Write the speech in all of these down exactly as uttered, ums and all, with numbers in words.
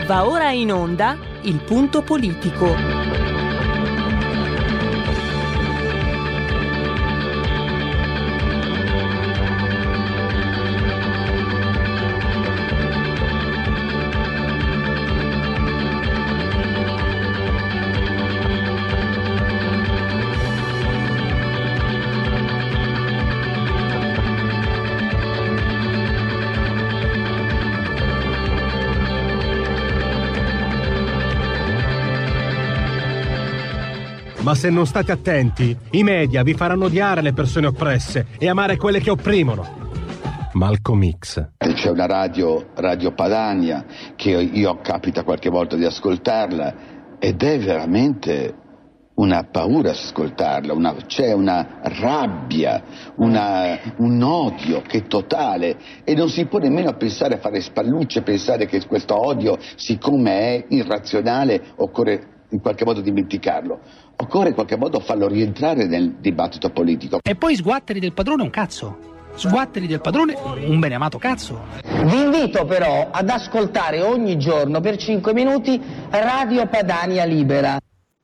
Va ora in onda Il Punto Politico. Ma se non state attenti, i media vi faranno odiare le persone oppresse e amare quelle che opprimono. Malcolm X. C'è una radio, Radio Padania, che io capita qualche volta di ascoltarla ed è veramente una paura ascoltarla, una, c'è una rabbia, una, un odio che è totale e non si può nemmeno pensare a fare spallucce, pensare che questo odio, siccome è irrazionale, occorre in qualche modo dimenticarlo. Occorre in qualche modo farlo rientrare nel dibattito politico. E poi sguatteri del padrone un cazzo. Sguatteri del padrone un beneamato cazzo. Vi invito però ad ascoltare ogni giorno per cinque minuti Radio Padania Libera.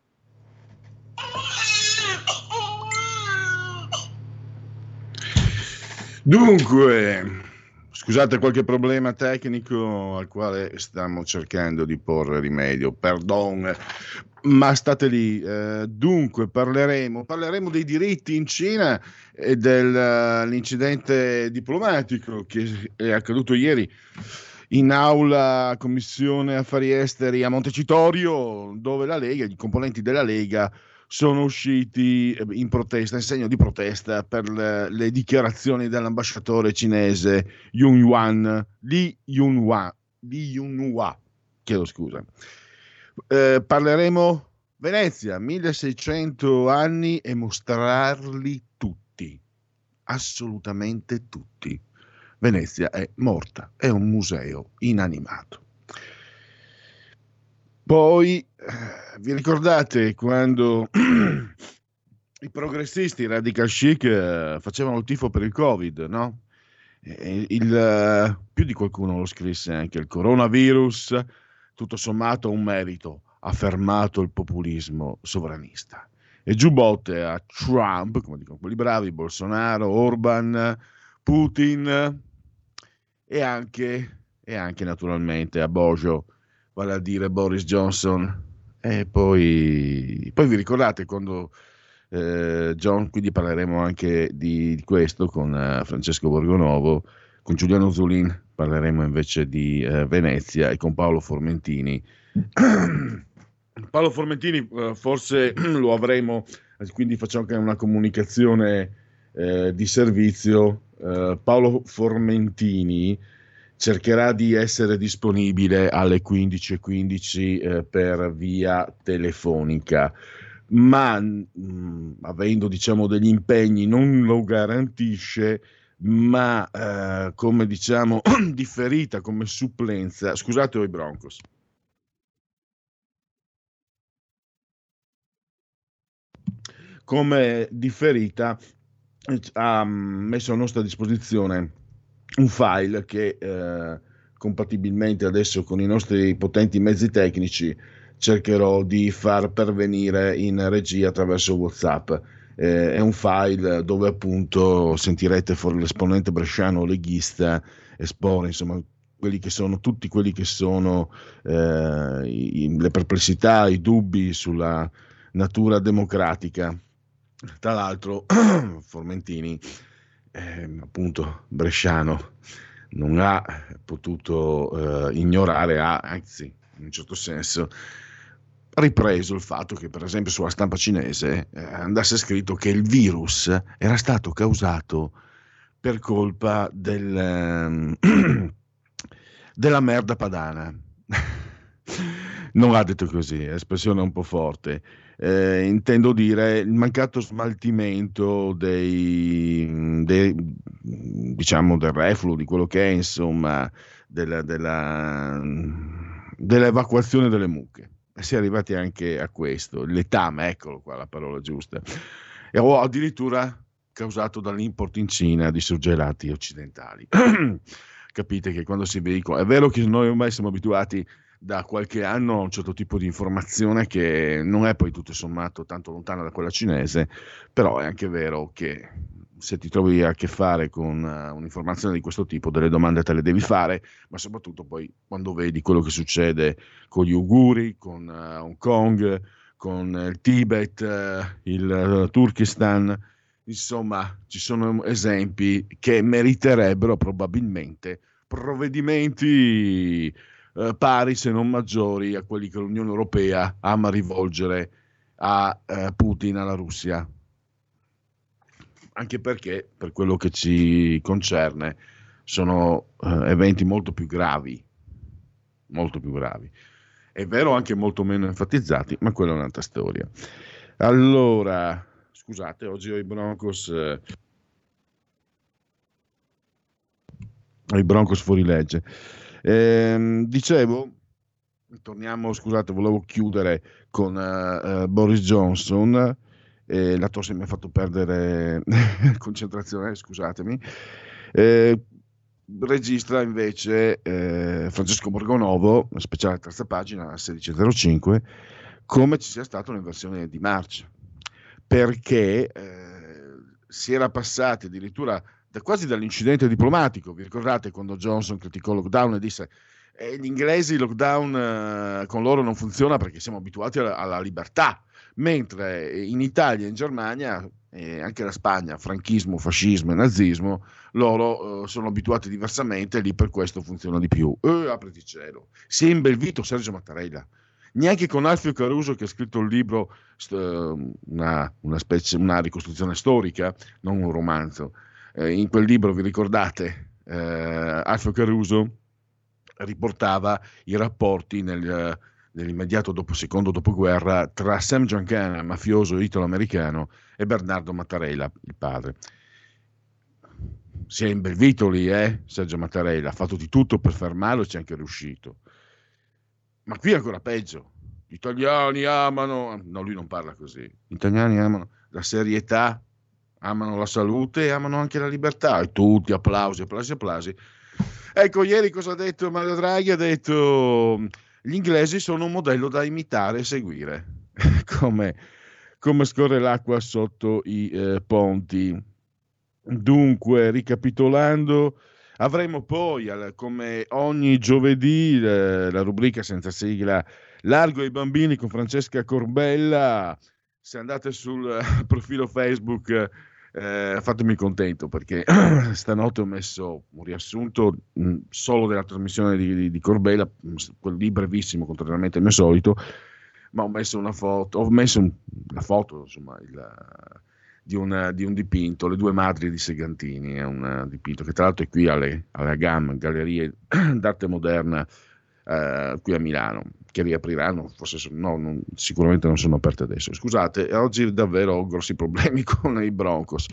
Dunque, scusate qualche problema tecnico al quale stiamo cercando di porre rimedio, perdon, ma state lì. Eh, dunque parleremo, parleremo dei diritti in Cina e dell'incidente diplomatico che è accaduto ieri in aula Commissione Affari Esteri a Montecitorio, dove la Lega, i componenti della Lega sono usciti in protesta, in segno di protesta per le, le dichiarazioni dell'ambasciatore cinese Yun Yuan, Li Yunhua, Li Yunhua, chiedo scusa. Eh, parleremo Venezia, milleseicento anni e mostrarli tutti, assolutamente tutti. Venezia è morta, è un museo inanimato. Poi vi ricordate quando i progressisti, i radical chic, eh, facevano il tifo per il Covid, no? E il, eh, più di qualcuno lo scrisse anche, il coronavirus, tutto sommato un merito, ha fermato il populismo sovranista. E giù botte a Trump, come dicono quelli bravi, Bolsonaro, Orban, Putin e anche, e anche naturalmente a Bojo, vale a dire Boris Johnson. E poi, poi vi ricordate quando eh, John, quindi parleremo anche di, di questo con uh, Francesco Borgonovo, con Giuliano Zulin parleremo invece di uh, Venezia e con Paolo Formentini. Paolo Formentini uh, forse lo avremo, quindi facciamo anche una comunicazione uh, di servizio. Uh, Paolo Formentini cercherà di essere disponibile alle quindici e quindici eh, per via telefonica, ma mh, avendo diciamo degli impegni non lo garantisce, ma eh, come diciamo differita, come supplenza, scusate ho i Broncos. Come differita ha messo a nostra disposizione un file che eh, compatibilmente adesso con i nostri potenti mezzi tecnici cercherò di far pervenire in regia attraverso WhatsApp. Eh, è un file dove appunto sentirete fuori l'esponente bresciano leghista esporre insomma quelli che sono tutti quelli che sono eh, i, le perplessità, i dubbi sulla natura democratica. Tra l'altro Formentini Eh, appunto bresciano non ha potuto eh, ignorare, ha, anzi in un certo senso ripreso il fatto che per esempio sulla stampa cinese eh, andasse scritto che il virus era stato causato per colpa del, eh, della merda padana. Non ha detto così, espressione un po' forte. Eh, intendo dire il mancato smaltimento dei, dei diciamo del refluo, di quello che è insomma della, della, dell'evacuazione delle mucche. E si è arrivati anche a questo, l'etame, eccolo qua la parola giusta, e o addirittura causato dall'import in Cina di surgelati occidentali. Capite che quando si veicola, è vero che noi ormai siamo abituati da qualche anno a un certo tipo di informazione che non è poi tutto sommato tanto lontana da quella cinese, però è anche vero che se ti trovi a che fare con uh, un'informazione di questo tipo, delle domande te le devi fare, ma soprattutto poi quando vedi quello che succede con gli uiguri, con uh, Hong Kong, con il Tibet, uh, il uh, Turkestan, insomma ci sono esempi che meriterebbero probabilmente provvedimenti eh, pari se non maggiori a quelli che l'Unione Europea ama rivolgere a eh, Putin, alla Russia, anche perché per quello che ci concerne sono eh, eventi molto più gravi, molto più gravi, è vero anche molto meno enfatizzati, ma quella è un'altra storia. Allora, scusate, oggi ho i Broncos eh, i Broncos fuori legge. Eh, dicevo, torniamo, scusate, volevo chiudere con uh, uh, Boris Johnson, eh, la tosse mi ha fatto perdere concentrazione, scusatemi. Eh, registra invece eh, Francesco Borgonovo, speciale terza pagina, sedici zero cinque, come ci sia stata un'inversione di marcia, perché eh, si era passati addirittura da, quasi dall'incidente diplomatico. Vi ricordate quando Johnson criticò il lockdown e disse eh, gli inglesi il lockdown eh, con loro non funziona perché siamo abituati alla, alla libertà, mentre in Italia e in Germania e anche la Spagna, franchismo, fascismo e nazismo, loro eh, sono abituati diversamente e lì per questo funziona di più. Eh, apriti cielo, si è imbelvito Sergio Mattarella. Neanche con Alfio Caruso, che ha scritto il libro, una, una, specie, una ricostruzione storica, non un romanzo. Eh, in quel libro, vi ricordate, eh, Alfio Caruso riportava i rapporti nel, nell'immediato dopo, secondo dopoguerra tra Sam Giancana, mafioso italo-americano, e Bernardo Mattarella, il padre. Si è imbelvito lì, eh? Sergio Mattarella ha fatto di tutto per fermarlo e ci è anche riuscito. Ma qui è ancora peggio. Gli italiani amano, no, lui non parla così, gli italiani amano la serietà, amano la salute e amano anche la libertà, e tutti applausi, applausi, applausi. Ecco, ieri cosa ha detto Mario Draghi? Ha detto gli inglesi sono un modello da imitare e seguire, come, come scorre l'acqua sotto i eh, ponti. Dunque, ricapitolando, avremo poi, come ogni giovedì, la rubrica senza sigla Largo ai bambini con Francesca Corbella. Se andate sul profilo Facebook, eh, fatemi contento, perché stanotte ho messo un riassunto mh, solo della trasmissione di, di, di Corbella, quel lì brevissimo, contrariamente al mio solito, ma ho messo una foto, ho messo un, una foto, insomma, il... Di, una, di un dipinto, Le due madri di Segantini, è un dipinto che tra l'altro è qui alle, alle GAM, Gallerie d'Arte Moderna, eh, qui a Milano, che riapriranno, forse no, non, sicuramente non sono aperte adesso. Scusate, oggi davvero ho grossi problemi con i Broncos.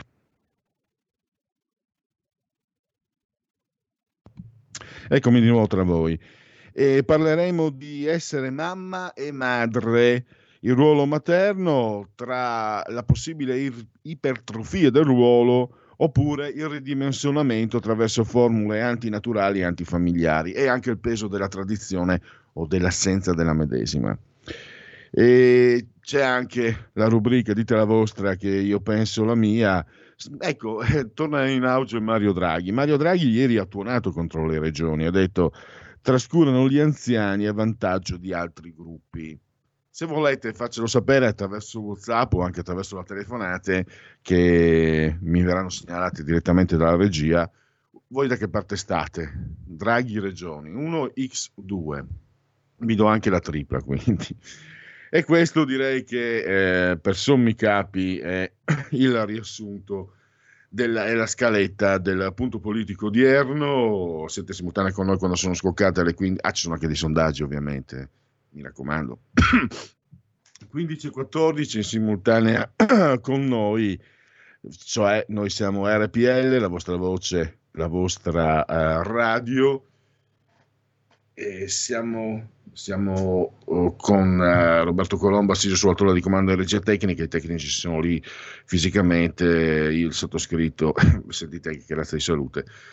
Eccomi di nuovo tra voi. E parleremo di essere mamma e madre, il ruolo materno, tra la possibile ir- ipertrofia del ruolo oppure il ridimensionamento attraverso formule antinaturali e antifamiliari, e anche il peso della tradizione o dell'assenza della medesima. E c'è anche la rubrica Dite la vostra, che io penso la mia. Ecco, eh, torna in auge Mario Draghi. Mario Draghi ieri ha tuonato contro le regioni, ha detto trascurano gli anziani a vantaggio di altri gruppi. Se volete faccelo sapere attraverso WhatsApp o anche attraverso la telefonate, che mi verranno segnalate direttamente dalla regia. Voi da che parte state? Draghi regioni uno su due, vi do anche la tripla, quindi. E questo direi che eh, per sommi capi è il riassunto della, è la scaletta del punto politico odierno. Siete simultanei con noi quando sono scoccate le quindici. Ah, ci sono anche dei sondaggi, ovviamente, mi raccomando. quindici e quattordici in simultanea con noi, cioè noi siamo R P L, la vostra voce, la vostra uh, radio, e siamo, siamo uh, con uh, Roberto Colombo assiso sulla tolla di comando e regia tecnica. I tecnici sono lì fisicamente, il sottoscritto sentite che razza di salute,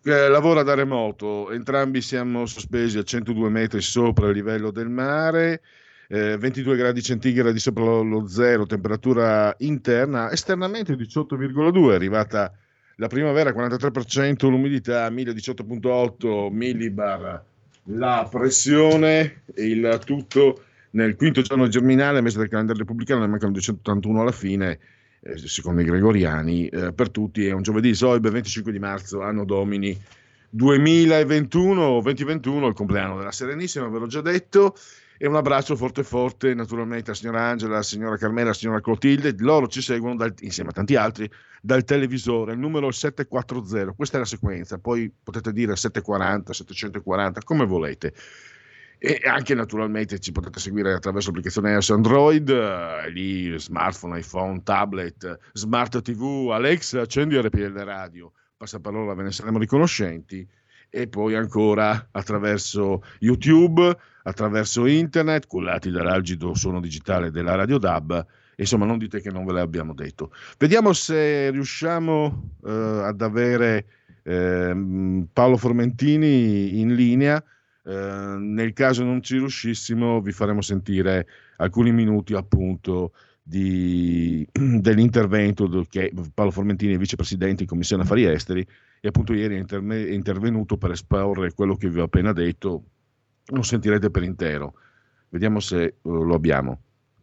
eh, lavora da remoto, entrambi siamo sospesi a centodue metri sopra il livello del mare, eh, ventidue gradi centigradi sopra lo, lo zero, temperatura interna, esternamente diciotto virgola due, è arrivata la primavera, quarantatré per cento l'umidità, mille diciotto virgola otto millibar la pressione, il tutto nel quinto giorno germinale, mese del calendario repubblicano, ne mancano duecentottantuno alla fine, eh, secondo i gregoriani, eh, per tutti è un giovedì Soib, venticinque di marzo, anno domini duemilaventuno, duemilaventuno, il compleanno della Serenissima, ve l'ho già detto, e un abbraccio forte forte naturalmente alla signora Angela, alla signora Carmela, alla signora Clotilde, loro ci seguono dal, insieme a tanti altri dal televisore, il numero è settecentoquaranta, questa è la sequenza, poi potete dire settecentoquaranta, settecentoquaranta, come volete. E anche naturalmente ci potete seguire attraverso l'applicazione iOS Android, eh, lì smartphone, iPhone, tablet, smart tivù, Alexa, accendi R P L Radio, passaparola, ve ne saremo riconoscenti, e poi ancora attraverso YouTube, attraverso internet, cullati dall'algido suono digitale della Radio D A B, insomma non dite che non ve l'abbiamo detto. Vediamo se riusciamo eh, ad avere eh, Paolo Formentini in linea. Uh, nel caso non ci riuscissimo vi faremo sentire alcuni minuti appunto di, dell'intervento che Paolo Formentini è vicepresidente in Commissione Affari Esteri e appunto ieri è, interme- è intervenuto per esporre quello che vi ho appena detto, lo sentirete per intero, vediamo se uh, lo abbiamo.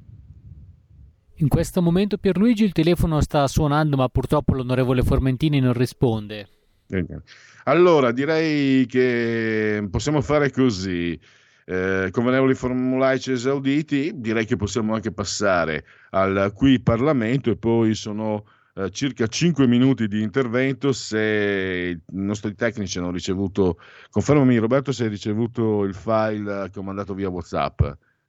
In questo momento Pierluigi il telefono sta suonando, ma purtroppo l'onorevole Formentini non risponde. Allora direi che possiamo fare così, eh, convenevoli formulaici esauditi, direi che possiamo anche passare al qui Parlamento e poi sono eh, circa cinque minuti di intervento. Se i nostri tecnici hanno ricevuto, confermami Roberto se hai ricevuto il file che ho mandato via WhatsApp.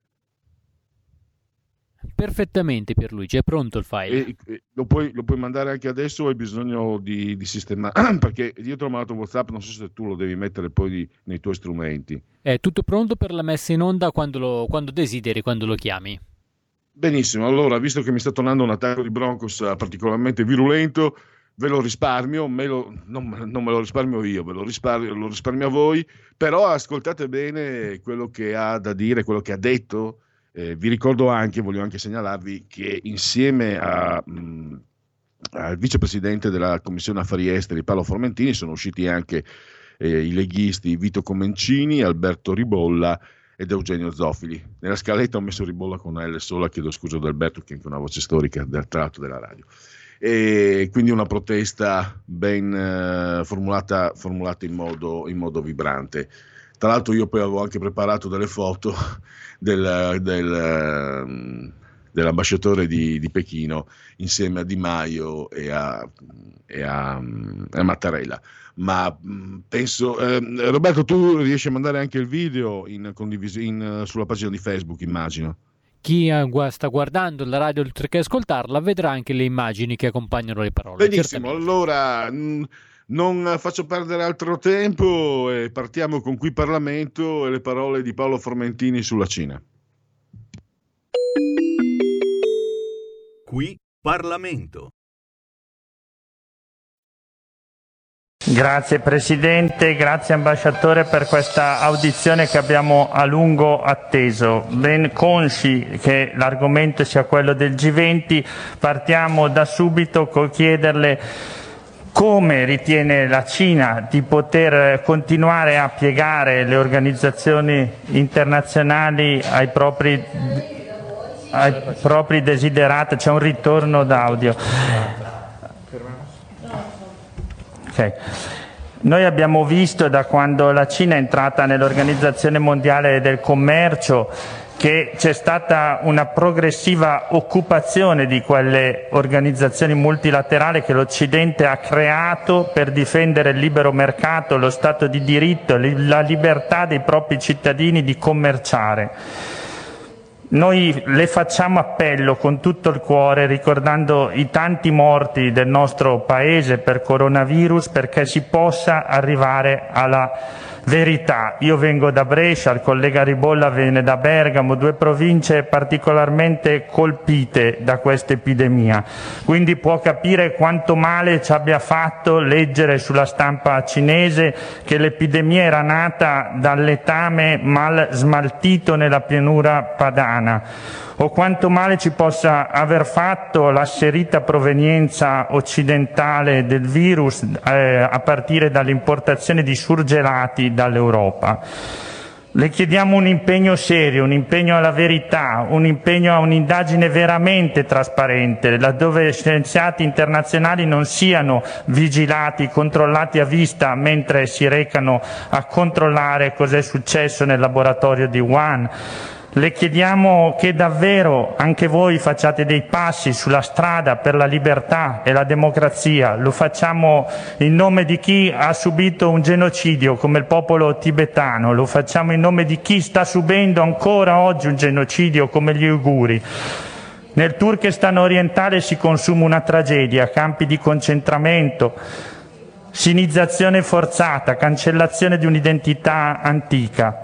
Perfettamente Pierluigi, è pronto il file. E, e lo, puoi, lo puoi mandare anche adesso o hai bisogno di, di sistemare? Perché io ti ho mandato WhatsApp, non so se tu lo devi mettere poi di, nei tuoi strumenti. È tutto pronto per la messa in onda quando, lo, quando desideri, quando lo chiami. Benissimo, allora visto che mi sta tornando un attacco di Broncos particolarmente virulento, ve lo risparmio, me lo, non, non me lo risparmio io, ve lo risparmio, lo risparmio a voi, però ascoltate bene quello che ha da dire, quello che ha detto. Eh, vi ricordo anche, voglio anche segnalarvi che insieme a, mh, al vicepresidente della Commissione Affari Esteri Paolo Formentini sono usciti anche eh, i leghisti Vito Comencini, Alberto Ribolla ed Eugenio Zoffili. Nella scaletta ho messo Ribolla con L sola, chiedo scusa ad Alberto che è anche una voce storica del tratto della radio. E quindi una protesta ben eh, formulata, formulata in modo, in modo vibrante. Tra l'altro io poi avevo anche preparato delle foto del, del, dell'ambasciatore di, di Pechino insieme a Di Maio e a, e a, a Mattarella. Ma penso, eh, Roberto, tu riesci a mandare anche il video in condivis- in, sulla pagina di Facebook, immagino. Chi sta guardando la radio oltre che ascoltarla vedrà anche le immagini che accompagnano le parole. Benissimo, certamente. Allora mh, non faccio perdere altro tempo e partiamo con Qui Parlamento e le parole di Paolo Formentini sulla Cina. Qui Parlamento. Grazie Presidente, grazie Ambasciatore per questa audizione che abbiamo a lungo atteso. Ben consci che l'argomento sia quello del G venti, partiamo da subito col chiederle come ritiene la Cina di poter continuare a piegare le organizzazioni internazionali ai propri, ai propri desiderata. C'è un ritorno d'audio. Okay. Noi abbiamo visto da quando la Cina è entrata nell'Organizzazione Mondiale del Commercio che c'è stata una progressiva occupazione di quelle organizzazioni multilaterali che l'Occidente ha creato per difendere il libero mercato, lo Stato di diritto, la libertà dei propri cittadini di commerciare. Noi le facciamo appello con tutto il cuore, ricordando i tanti morti del nostro Paese per coronavirus, perché si possa arrivare alla verità. Io vengo da Brescia, il collega Ribolla viene da Bergamo, due province particolarmente colpite da questa epidemia, quindi può capire quanto male ci abbia fatto leggere sulla stampa cinese che l'epidemia era nata dal letame mal smaltito nella pianura padana, o quanto male ci possa aver fatto l'asserita provenienza occidentale del virus eh, a partire dall'importazione di surgelati dall'Europa. Le chiediamo un impegno serio, un impegno alla verità, un impegno a un'indagine veramente trasparente, laddove scienziati internazionali non siano vigilati, controllati a vista mentre si recano a controllare cos'è successo nel laboratorio di Wuhan. Le chiediamo che davvero anche voi facciate dei passi sulla strada per la libertà e la democrazia. Lo facciamo in nome di chi ha subito un genocidio come il popolo tibetano, lo facciamo in nome di chi sta subendo ancora oggi un genocidio come gli uiguri. Nel Turkestan orientale si consuma una tragedia, campi di concentramento, sinizzazione forzata, cancellazione di un'identità antica.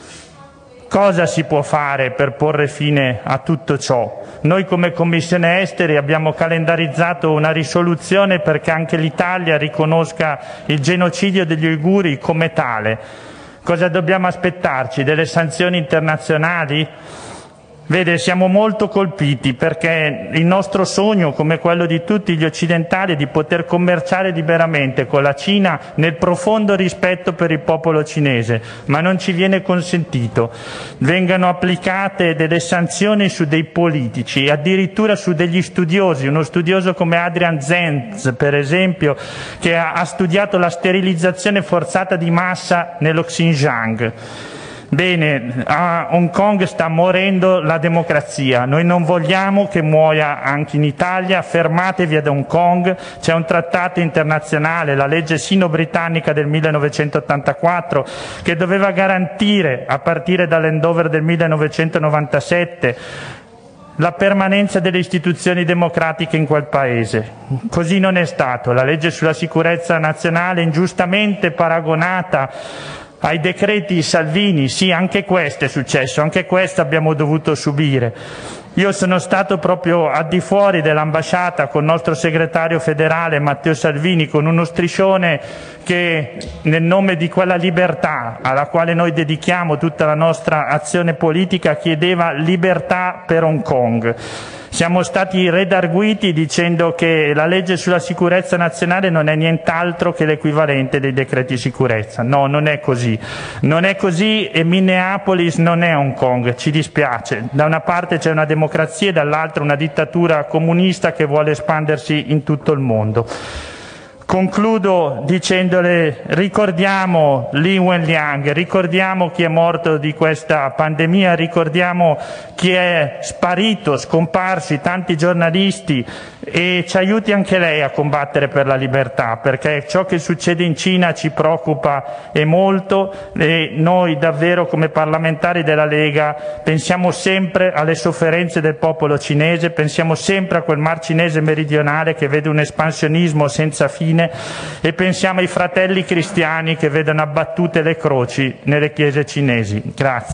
Cosa si può fare per porre fine a tutto ciò? Noi come Commissione Esteri abbiamo calendarizzato una risoluzione perché anche l'Italia riconosca il genocidio degli uiguri come tale. Cosa dobbiamo aspettarci? Delle sanzioni internazionali? Vede, siamo molto colpiti perché il nostro sogno, come quello di tutti gli occidentali, è di poter commerciare liberamente con la Cina nel profondo rispetto per il popolo cinese, ma non ci viene consentito. Vengano applicate delle sanzioni su dei politici e addirittura su degli studiosi, uno studioso come Adrian Zenz, per esempio, che ha, ha studiato la sterilizzazione forzata di massa nello Xinjiang. Bene, a Hong Kong sta morendo la democrazia, noi non vogliamo che muoia anche in Italia, fermatevi ad Hong Kong, c'è un trattato internazionale, la legge sino-britannica del millenovecentottantaquattro, che doveva garantire, a partire dall'handover del millenovecentonovantasette, la permanenza delle istituzioni democratiche in quel paese. Così non è stato, la legge sulla sicurezza nazionale ingiustamente paragonata ai decreti Salvini, sì, anche questo è successo, anche questo abbiamo dovuto subire. Io sono stato proprio al di fuori dell'ambasciata con il nostro segretario federale Matteo Salvini con uno striscione che, nel nome di quella libertà alla quale noi dedichiamo tutta la nostra azione politica, chiedeva libertà per Hong Kong. Siamo stati redarguiti dicendo che la legge sulla sicurezza nazionale non è nient'altro che l'equivalente dei decreti sicurezza. No, non è così. Non è così e Minneapolis non è Hong Kong, ci dispiace. Da una parte c'è una democrazia e dall'altra una dittatura comunista che vuole espandersi in tutto il mondo. Concludo dicendole: ricordiamo Li Wenliang, ricordiamo chi è morto di questa pandemia, ricordiamo chi è sparito, scomparsi, tanti giornalisti, e ci aiuti anche lei a combattere per la libertà, perché ciò che succede in Cina ci preoccupa e molto, e noi davvero come parlamentari della Lega pensiamo sempre alle sofferenze del popolo cinese, pensiamo sempre a quel Mar Cinese meridionale che vede un espansionismo senza fine, e pensiamo ai fratelli cristiani che vedono abbattute le croci nelle chiese cinesi. Grazie.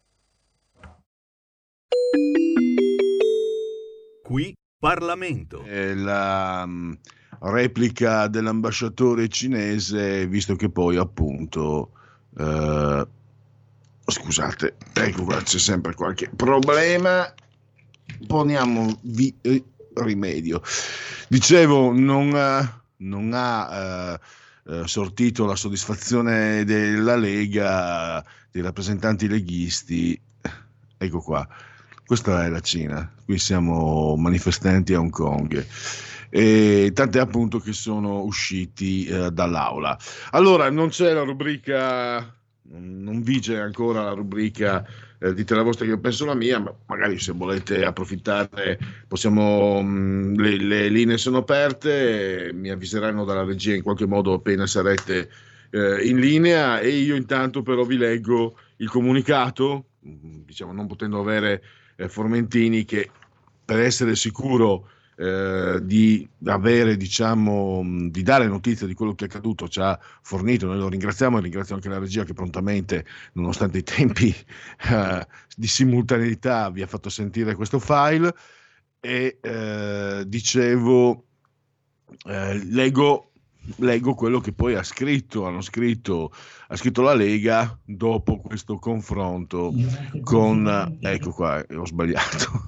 Qui Parlamento. Eh, la um, replica dell'ambasciatore cinese, visto che poi appunto eh, scusate, ecco qua, c'è sempre qualche problema, poniamo vi, eh, rimedio. Dicevo, non uh, non ha eh, eh, sortito la soddisfazione della Lega, dei rappresentanti leghisti. Ecco qua, questa è la Cina, qui siamo manifestanti a Hong Kong, e tant'è appunto che sono usciti eh, dall'aula. Allora, non c'è la rubrica, non vige ancora la rubrica Eh, dite la vostra che io penso la mia, ma magari se volete approfittare possiamo, mh, le, le linee sono aperte, mi avviseranno dalla regia in qualche modo appena sarete eh, in linea, e io intanto però vi leggo il comunicato, diciamo non potendo avere eh, Formentini, che per essere sicuro eh, di avere, diciamo, di dare notizia di quello che è accaduto, ci ha fornito, noi lo ringraziamo e ringraziamo anche la regia che prontamente, nonostante i tempi eh, di simultaneità, vi ha fatto sentire questo file. E eh, dicevo, eh, leggo leggo quello che poi ha scritto, hanno scritto, ha scritto la Lega dopo questo confronto con, ecco qua, ho sbagliato.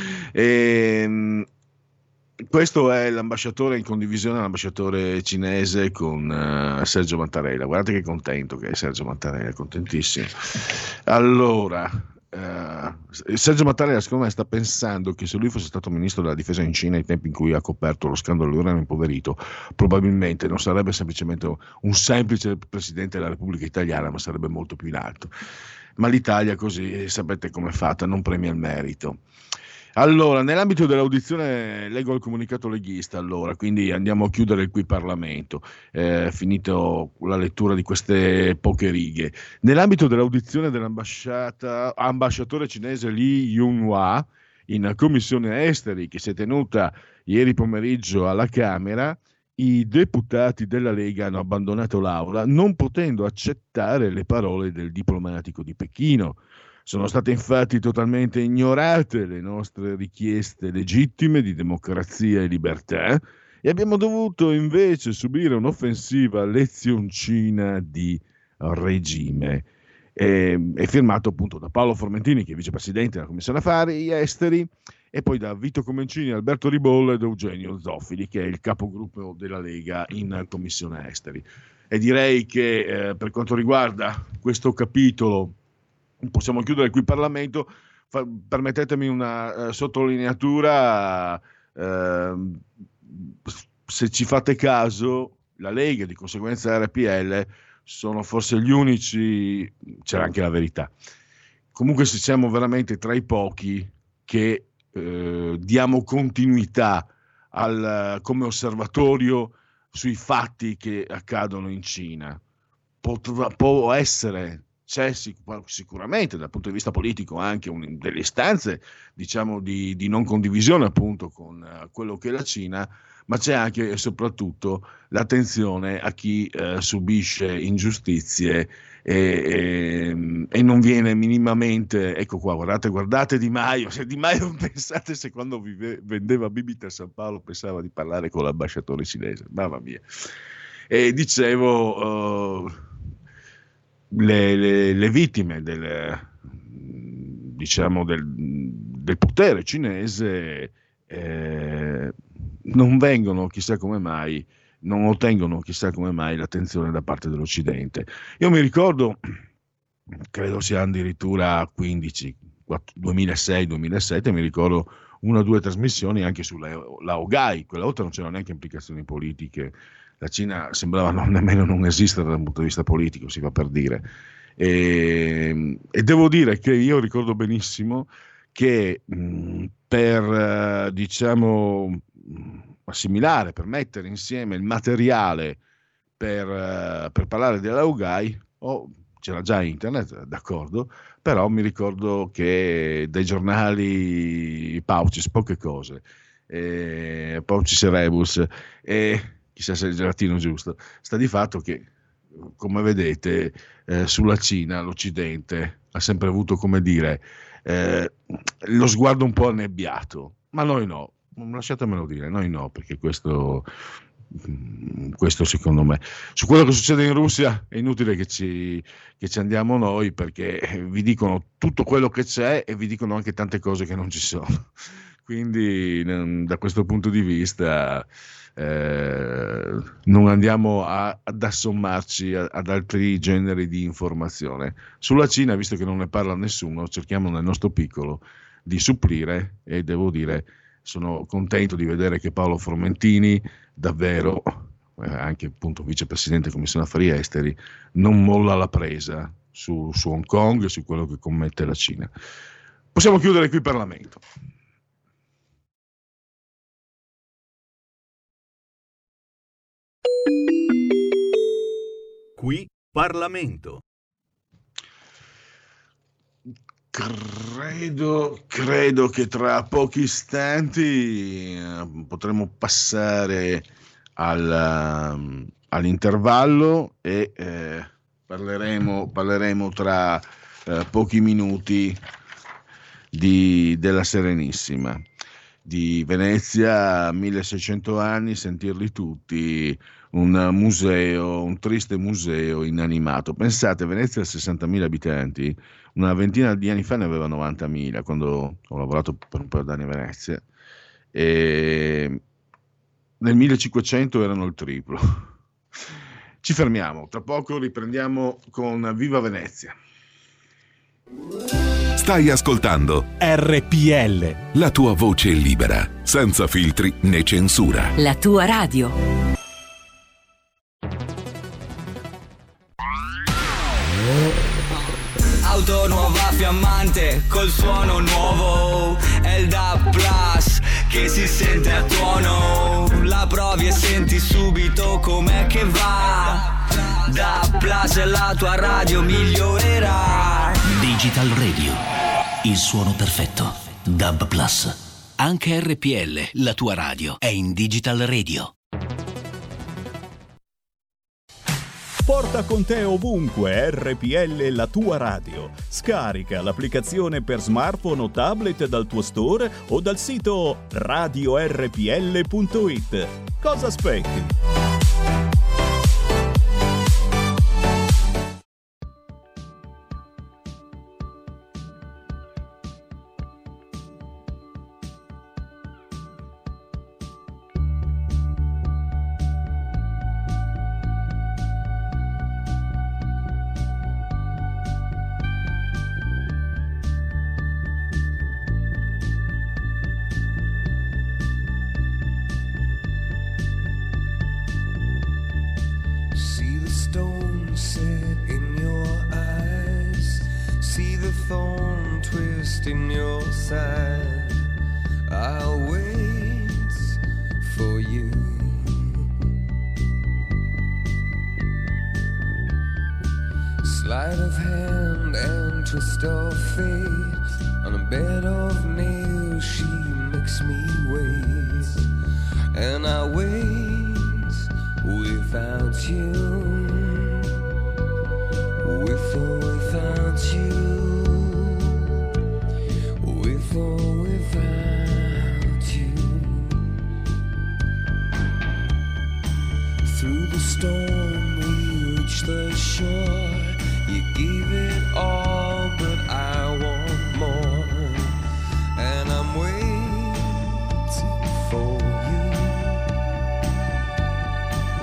e, questo è l'ambasciatore in condivisione, l'ambasciatore cinese con uh, Sergio Mattarella. Guardate che contento che è Sergio Mattarella, contentissimo. Allora, Uh, Sergio Mattarella secondo me sta pensando che se lui fosse stato ministro della difesa in Cina ai tempi in cui ha coperto lo scandalo dell'uranio impoverito, probabilmente non sarebbe semplicemente un semplice presidente della Repubblica Italiana, ma sarebbe molto più in alto. Ma l'Italia, così sapete com'è fatta, non premia il merito. Allora, nell'ambito dell'audizione, leggo il comunicato leghista, allora, quindi andiamo a chiudere qui Parlamento, eh, finito la lettura di queste poche righe. Nell'ambito dell'audizione dell'ambasciata, ambasciatore cinese Li Yunhua in Commissione Esteri, che si è tenuta ieri pomeriggio alla Camera, i deputati della Lega hanno abbandonato l'Aula, non potendo accettare le parole del diplomatico di Pechino. Sono state infatti totalmente ignorate le nostre richieste legittime di democrazia e libertà e abbiamo dovuto invece subire un'offensiva lezioncina di regime. È, è firmato appunto da Paolo Formentini, che è vicepresidente della Commissione Affari Esteri, e poi da Vito Comencini, Alberto Ribolla ed Eugenio Zoffili, che è il capogruppo della Lega in Commissione Esteri. E direi che eh, per quanto riguarda questo capitolo possiamo chiudere qui il Parlamento. Fa, permettetemi una uh, sottolineatura, uh, se ci fate caso la Lega, di conseguenza R P L, sono forse gli unici, c'era anche la Verità, comunque se siamo veramente tra i pochi che uh, diamo continuità al, come osservatorio sui fatti che accadono in Cina. Potrà, può essere c'è sic- sicuramente dal punto di vista politico anche un, delle istanze, diciamo, di, di non condivisione appunto con uh, quello che è la Cina, ma c'è anche e soprattutto l'attenzione a chi uh, subisce ingiustizie e, e, e non viene minimamente, ecco qua, guardate, guardate Di Maio, se Di Maio pensate se quando vive, vendeva bibite a San Paolo pensava di parlare con l'ambasciatore cinese, mamma mia. E dicevo... Uh, Le, le, le vittime del, diciamo del, del potere cinese eh, non vengono chissà come mai, non ottengono chissà come mai l'attenzione da parte dell'Occidente. Io mi ricordo, credo sia addirittura quindici, duemilasei duemilasette, mi ricordo una o due trasmissioni anche sulla Laogai, quella volta non c'erano neanche implicazioni politiche. La Cina sembrava non, nemmeno non esistere dal punto di vista politico, si va per dire. E, e devo dire che io ricordo benissimo che mh, per, diciamo, assimilare, per mettere insieme il materiale per, uh, per parlare della Laogai, oh, c'era già internet, d'accordo, però mi ricordo che dai giornali Paucis, poche cose, eh, Paucis e Rebus, e chissà se è il gelatino giusto, sta di fatto che, come vedete, eh, sulla Cina l'Occidente ha sempre avuto, come dire, eh, lo sguardo un po' annebbiato, ma noi no, lasciatemelo dire, noi no, perché questo, questo secondo me, su quello che succede in Russia è inutile che ci, che ci andiamo noi, perché vi dicono tutto quello che c'è e vi dicono anche tante cose che non ci sono, quindi da questo punto di vista Eh, non andiamo a, ad assommarci a, ad altri generi di informazione. Sulla Cina, visto che non ne parla nessuno, cerchiamo nel nostro piccolo di supplire, e devo dire sono contento di vedere che Paolo Formentini davvero, eh, anche appunto vicepresidente Commissione Affari Esteri, non molla la presa su, su Hong Kong e su quello che commette la Cina. Possiamo chiudere qui il Parlamento. Qui Parlamento. credo, credo che tra pochi istanti eh, potremo passare al, um, all'intervallo e eh, parleremo, parleremo tra eh, pochi minuti di, della Serenissima. Di Venezia, milleseicento anni, sentirli tutti, un museo, un triste museo inanimato. Pensate, Venezia ha sessantamila abitanti, una ventina di anni fa ne aveva novantamila, quando ho lavorato per un paio d'anni a Venezia, e nel millecinquecento erano il triplo. Ci fermiamo, tra poco riprendiamo con Viva Venezia. Stai ascoltando R P L, la tua voce libera, senza filtri né censura. La tua radio. Auto nuova fiammante col suono nuovo, è il D A B Plus che si sente a tuono. La provi e senti subito com'è che va. D A B Plus è la tua radio migliorerà. Digital Radio, il suono perfetto. D A B Plus. Anche R P L, la tua radio, è in Digital Radio. Porta con te ovunque R P L, la tua radio. Scarica l'applicazione per smartphone o tablet dal tuo store o dal sito radio r p l punto i t. Cosa aspetti?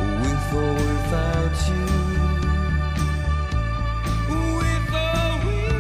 With or without you, with or without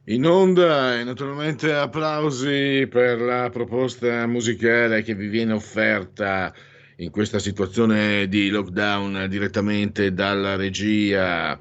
In onda e naturalmente applausi per la proposta musicale che vi viene offerta in questa situazione di lockdown direttamente dalla regia.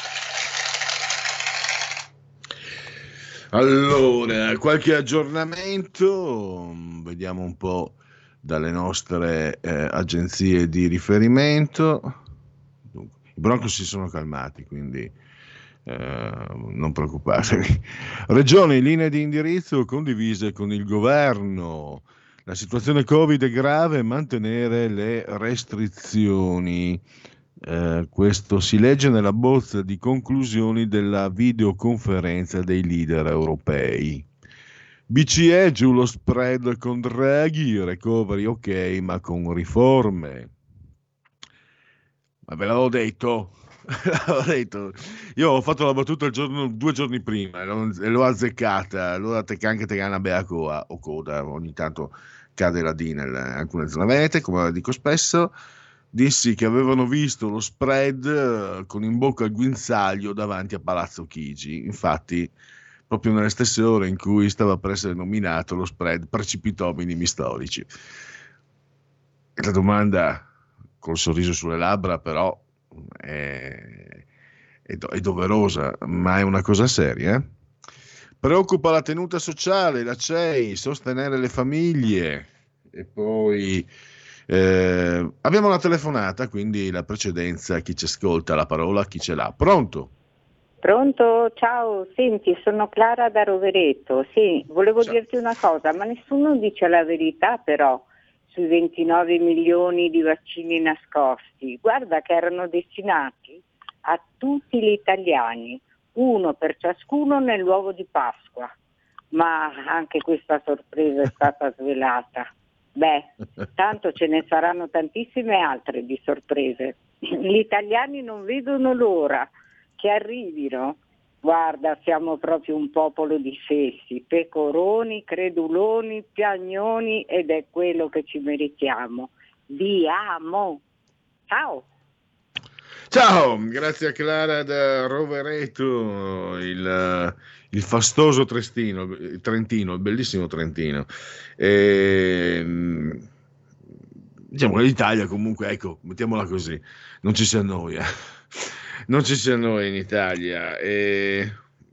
Allora, qualche aggiornamento, vediamo un po' dalle nostre eh, agenzie di riferimento. Dunque, i Broncos si sono calmati, quindi Uh, non preoccupatevi. Regioni, linee di indirizzo condivise con il governo. La situazione Covid è grave, mantenere le restrizioni. Uh, questo si legge nella bozza di conclusioni della videoconferenza dei leader europei. B C E giù lo spread con Draghi, recovery ok ma con riforme. Ma ve l'avevo detto. Ho detto, io ho fatto la battuta il giorno, due giorni prima e l'ho azzeccata. Allora te anche te gana bea coa o coda, ogni tanto cade la D in alcune zone venete, come dico spesso. Dissi che avevano visto lo spread con in bocca il guinzaglio davanti a Palazzo Chigi. Infatti proprio nelle stesse ore in cui stava per essere nominato, lo spread precipitò minimi storici. La domanda col sorriso sulle labbra però È, è, do, è doverosa, ma è una cosa seria. Preoccupa la tenuta sociale, la C E I, sostenere le famiglie. E poi eh, abbiamo una telefonata, quindi la precedenza, chi ci ascolta la parola, chi ce l'ha. Pronto? Pronto, ciao, senti, sono Clara da Rovereto. Sì, volevo ciao. dirti una cosa, ma nessuno dice la verità però sui ventinove milioni di vaccini nascosti. Guarda che erano destinati a tutti gli italiani, uno per ciascuno nell'uovo di Pasqua. Ma anche questa sorpresa è stata svelata. Beh, tanto ce ne saranno tantissime altre di sorprese. Gli italiani non vedono l'ora che arrivino. Guarda, siamo proprio un popolo di fessi, pecoroni, creduloni, piagnoni ed è quello che ci meritiamo. Vi amo. Ciao. Ciao, grazie a Clara da Rovereto, il, il fastoso Trentino, il Trentino, il bellissimo Trentino. E, diciamo che l'Italia comunque, ecco, mettiamola così, non ci si annoia. Non ci si annoia in Italia e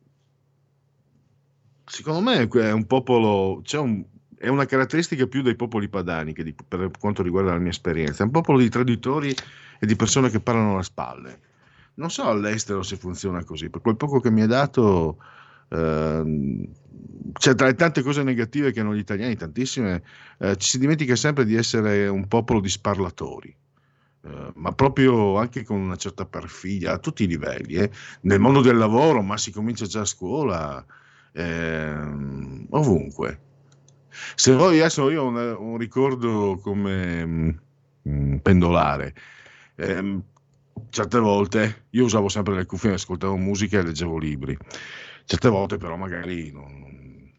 secondo me è un popolo, c'è un, è una caratteristica più dei popoli padani che di, per quanto riguarda la mia esperienza, è un popolo di traditori e di persone che parlano alle spalle. Non so all'estero se funziona così, per quel poco che mi ha dato eh, cioè tra le tante cose negative che hanno gli italiani, tantissime, eh, ci si dimentica sempre di essere un popolo di sparlatori. Uh, ma proprio anche con una certa perfidia a tutti i livelli, eh. Nel mondo del lavoro, ma si comincia già a scuola, eh, ovunque. Se voi adesso io ho un, un ricordo come mm, pendolare, eh, certe volte io usavo sempre le cuffie, ascoltavo musica e leggevo libri, certe volte però magari non,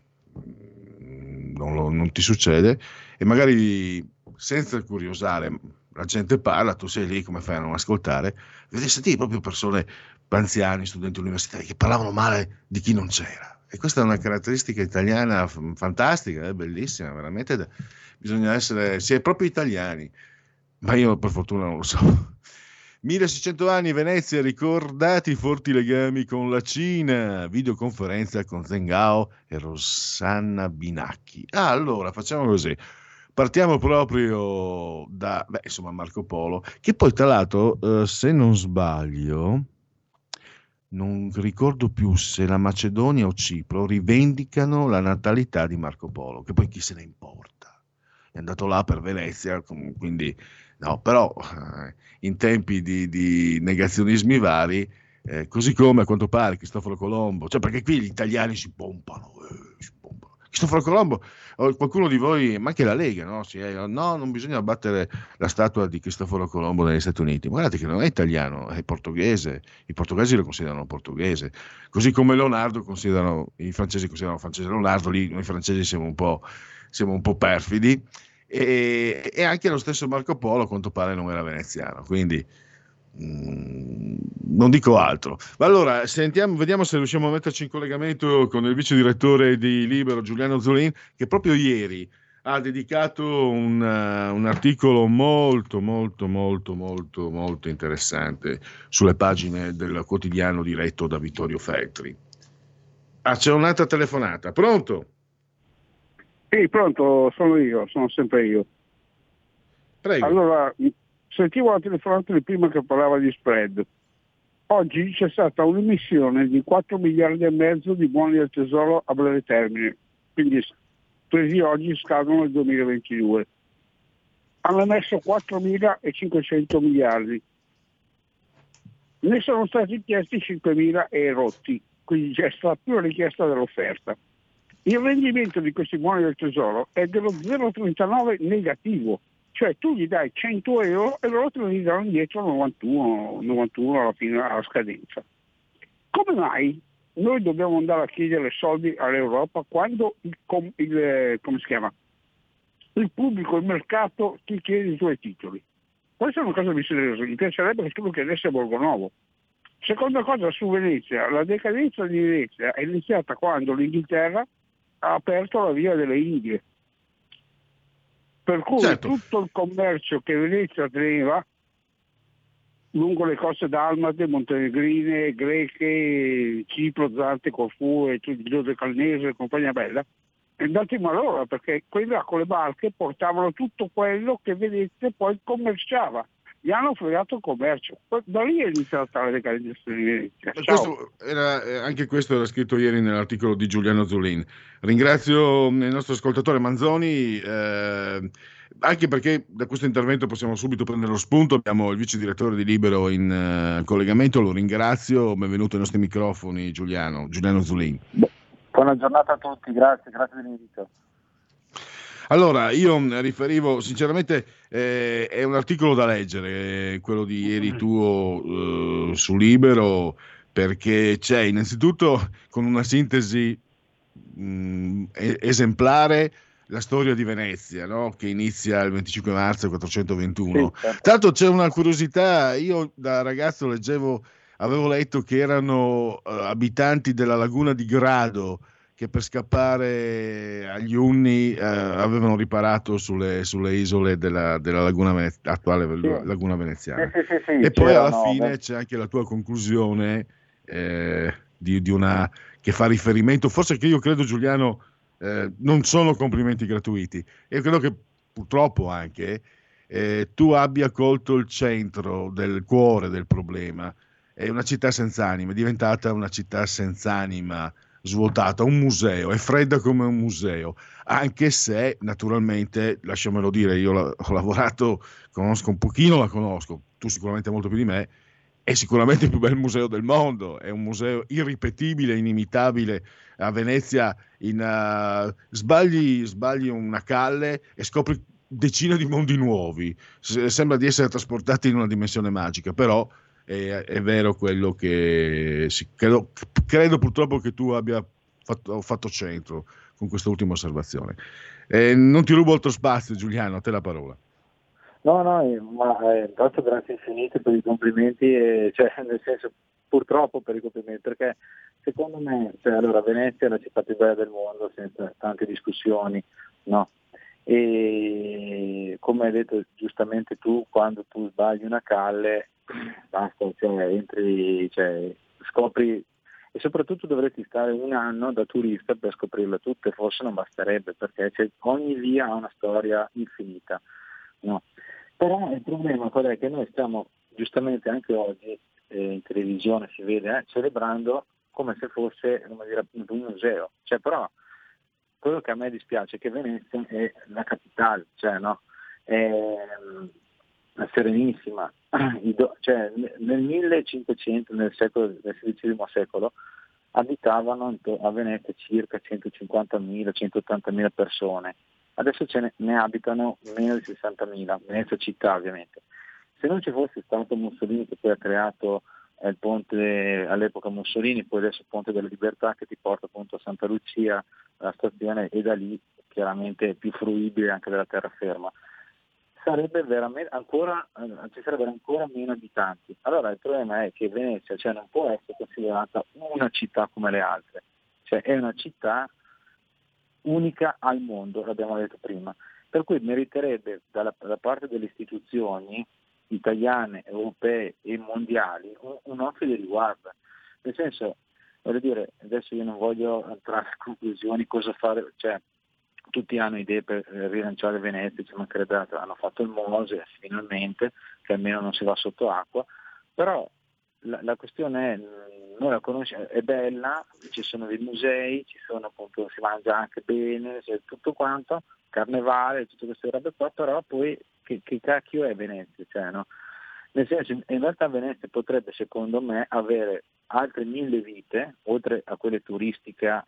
non, non ti succede e magari senza curiosare la gente parla, tu sei lì, come fai a non ascoltare? Vedi, senti proprio persone anziani, studenti universitari che parlavano male di chi non c'era. E questa è una caratteristica italiana f- fantastica, è bellissima, veramente. Da, bisogna essere, si è proprio italiani, ma io per fortuna non lo so. milleseicento anni, Venezia, ricordati i forti legami con la Cina, videoconferenza con Zengao e Rosanna Binacchi. Ah, allora, facciamo così. Partiamo proprio da, beh, insomma, Marco Polo, che poi tra l'altro, eh, se non sbaglio, non ricordo più se la Macedonia o Cipro rivendicano la natalità di Marco Polo, che poi chi se ne importa, è andato là per Venezia, quindi no, però eh, in tempi di, di negazionismi vari, eh, così come a quanto pare Cristoforo Colombo, cioè perché qui gli italiani si pompano, eh, si pompano. Cristoforo Colombo, qualcuno di voi, ma anche la Lega, no? Sì, no, non bisogna abbattere la statua di Cristoforo Colombo negli Stati Uniti. Guardate che non è italiano, è portoghese. I portoghesi lo considerano portoghese, così come Leonardo considerano, i francesi considerano francese Leonardo. Lì noi francesi siamo un po', siamo un po' perfidi. E, e anche lo stesso Marco Polo, a quanto pare, non era veneziano. Quindi mm, non dico altro. Ma allora sentiamo, vediamo se riusciamo a metterci in collegamento con il vice direttore di Libero, Giuliano Zulin, che proprio ieri ha dedicato un, uh, un articolo molto molto molto molto molto interessante sulle pagine del quotidiano diretto da Vittorio Feltri. Ah, c'è un'altra telefonata. Pronto? Sì, pronto, sono io, sono sempre io. Prego. Allora, sentivo la telefonata di prima che parlava di spread. Oggi c'è stata un'emissione di quattro miliardi e mezzo di buoni del tesoro a breve termine, quindi presi oggi scadono nel duemilaventidue. Hanno emesso quattromilacinquecento miliardi. Ne sono stati chiesti cinquemila e rotti, quindi c'è stata più la richiesta dell'offerta. Il rendimento di questi buoni del tesoro è dello zero virgola trentanove negativo, cioè tu gli dai cento euro e loro te ne danno indietro novantuno, novantuno alla fine, alla scadenza. Come mai noi dobbiamo andare a chiedere soldi all'Europa quando il, il, come si chiama? il pubblico, il mercato ti chiede i tuoi titoli? Questa è una cosa che mi piacerebbe che tu lo chiedessi a Borgonovo. Seconda cosa, su Venezia, la decadenza di Venezia è iniziata quando l'Inghilterra ha aperto la via delle Indie, per cui certo. tutto il commercio che Venezia teneva lungo le coste dalmate, montenegrine, greche, Cipro, Zante, Corfù e Giose Calnese e compagnia bella, è andato in malora perché quelli là con le barche portavano tutto quello che Venezia poi commerciava. Gli hanno fregato il commercio. Da lì è iniziata la decadenza di Venezia. Questo era, anche questo era scritto ieri nell'articolo di Giuliano Zulin. Ringrazio il nostro ascoltatore Manzoni, eh, anche perché da questo intervento possiamo subito prendere lo spunto. Abbiamo il vice direttore di Libero in uh, collegamento, lo ringrazio. Benvenuto ai nostri microfoni, Giuliano, Giuliano Zulin. Buona giornata a tutti, grazie, grazie dell'invito. Allora, io riferivo, sinceramente, eh, è un articolo da leggere, eh, quello di ieri tuo eh, su Libero, perché c'è innanzitutto con una sintesi mh, esemplare la storia di Venezia, no? Che inizia il venticinque marzo quattrocentoventuno. Sì, certo. Tanto c'è una curiosità, io da ragazzo leggevo, avevo letto che erano uh, abitanti della laguna di Grado, che per scappare agli Unni eh, avevano riparato sulle, sulle isole della, della laguna Vene- attuale sì. laguna veneziana. Sì, sì, sì, e poi alla fine beh. c'è anche la tua conclusione eh, di, di una che fa riferimento, forse che io credo, Giuliano, eh, non sono complimenti gratuiti. Io credo che purtroppo anche eh, tu abbia colto il centro del cuore del problema. È una città senza anima, è diventata una città senza anima, svuotata, un museo, è fredda come un museo, anche se naturalmente, lasciamelo dire, io la, ho lavorato, conosco un pochino, la conosco, tu sicuramente molto più di me, è sicuramente il più bel museo del mondo, è un museo irripetibile, inimitabile. A Venezia in, uh, sbagli, sbagli una calle e scopri decine di mondi nuovi, S- sembra di essere trasportati in una dimensione magica, però È, è vero quello che sì, credo, credo purtroppo che tu abbia fatto, fatto centro con questa ultima osservazione. Eh, non ti rubo altro spazio, Giuliano, a te la parola. No, no, ma eh, intanto grazie infinite per i complimenti, e, cioè, nel senso, purtroppo per i complimenti, perché secondo me, cioè, allora, Venezia è la città più bella del mondo, senza tante discussioni, no? E come hai detto giustamente tu, quando tu sbagli una calle, basta, cioè, entri, cioè, scopri, e soprattutto dovresti stare un anno da turista per scoprirle tutte, forse non basterebbe, perché c'è, ogni via ha una storia infinita, no? Però il problema qual è? Che noi stiamo giustamente anche oggi eh, in televisione si vede eh, celebrando come se fosse, come dire, appunto, un museo, cioè, però quello che a me dispiace è che Venezia è la capitale, cioè, no? È, è serenissima, cioè, nel millecinquecento, nel, secolo, nel sedicesimo secolo, abitavano a Venezia circa centocinquantamila, centottantamila persone, adesso ce ne, ne abitano meno di sessantamila, Venezia città ovviamente. Se non ci fosse stato Mussolini, che poi ha creato eh, il ponte all'epoca Mussolini, poi adesso il ponte della Libertà che ti porta appunto a Santa Lucia, la stazione, e da lì chiaramente è più fruibile anche della terraferma. sarebbe veramente ancora, eh, ci sarebbero ancora meno abitanti. Allora il problema è che Venezia, cioè, non può essere considerata una città come le altre, cioè è una città unica al mondo, l'abbiamo detto prima, per cui meriterebbe dalla, da parte delle istituzioni italiane, europee e mondiali un, un occhio di riguardo. Nel senso, voglio dire, adesso io non voglio entrare a conclusioni cosa fare, cioè tutti hanno idee per rilanciare Venezia, ci mancherebbe altro, hanno fatto il Mose finalmente, che almeno non si va sotto acqua, però la, la questione è, noi la conosciamo, è bella, ci sono dei musei, ci sono appunto, si mangia anche bene, tutto quanto, carnevale, tutte queste robe qua, però poi che, che cacchio è Venezia? Cioè, no? Nel senso, in realtà Venezia potrebbe, secondo me, avere altre mille vite, oltre a quelle turistica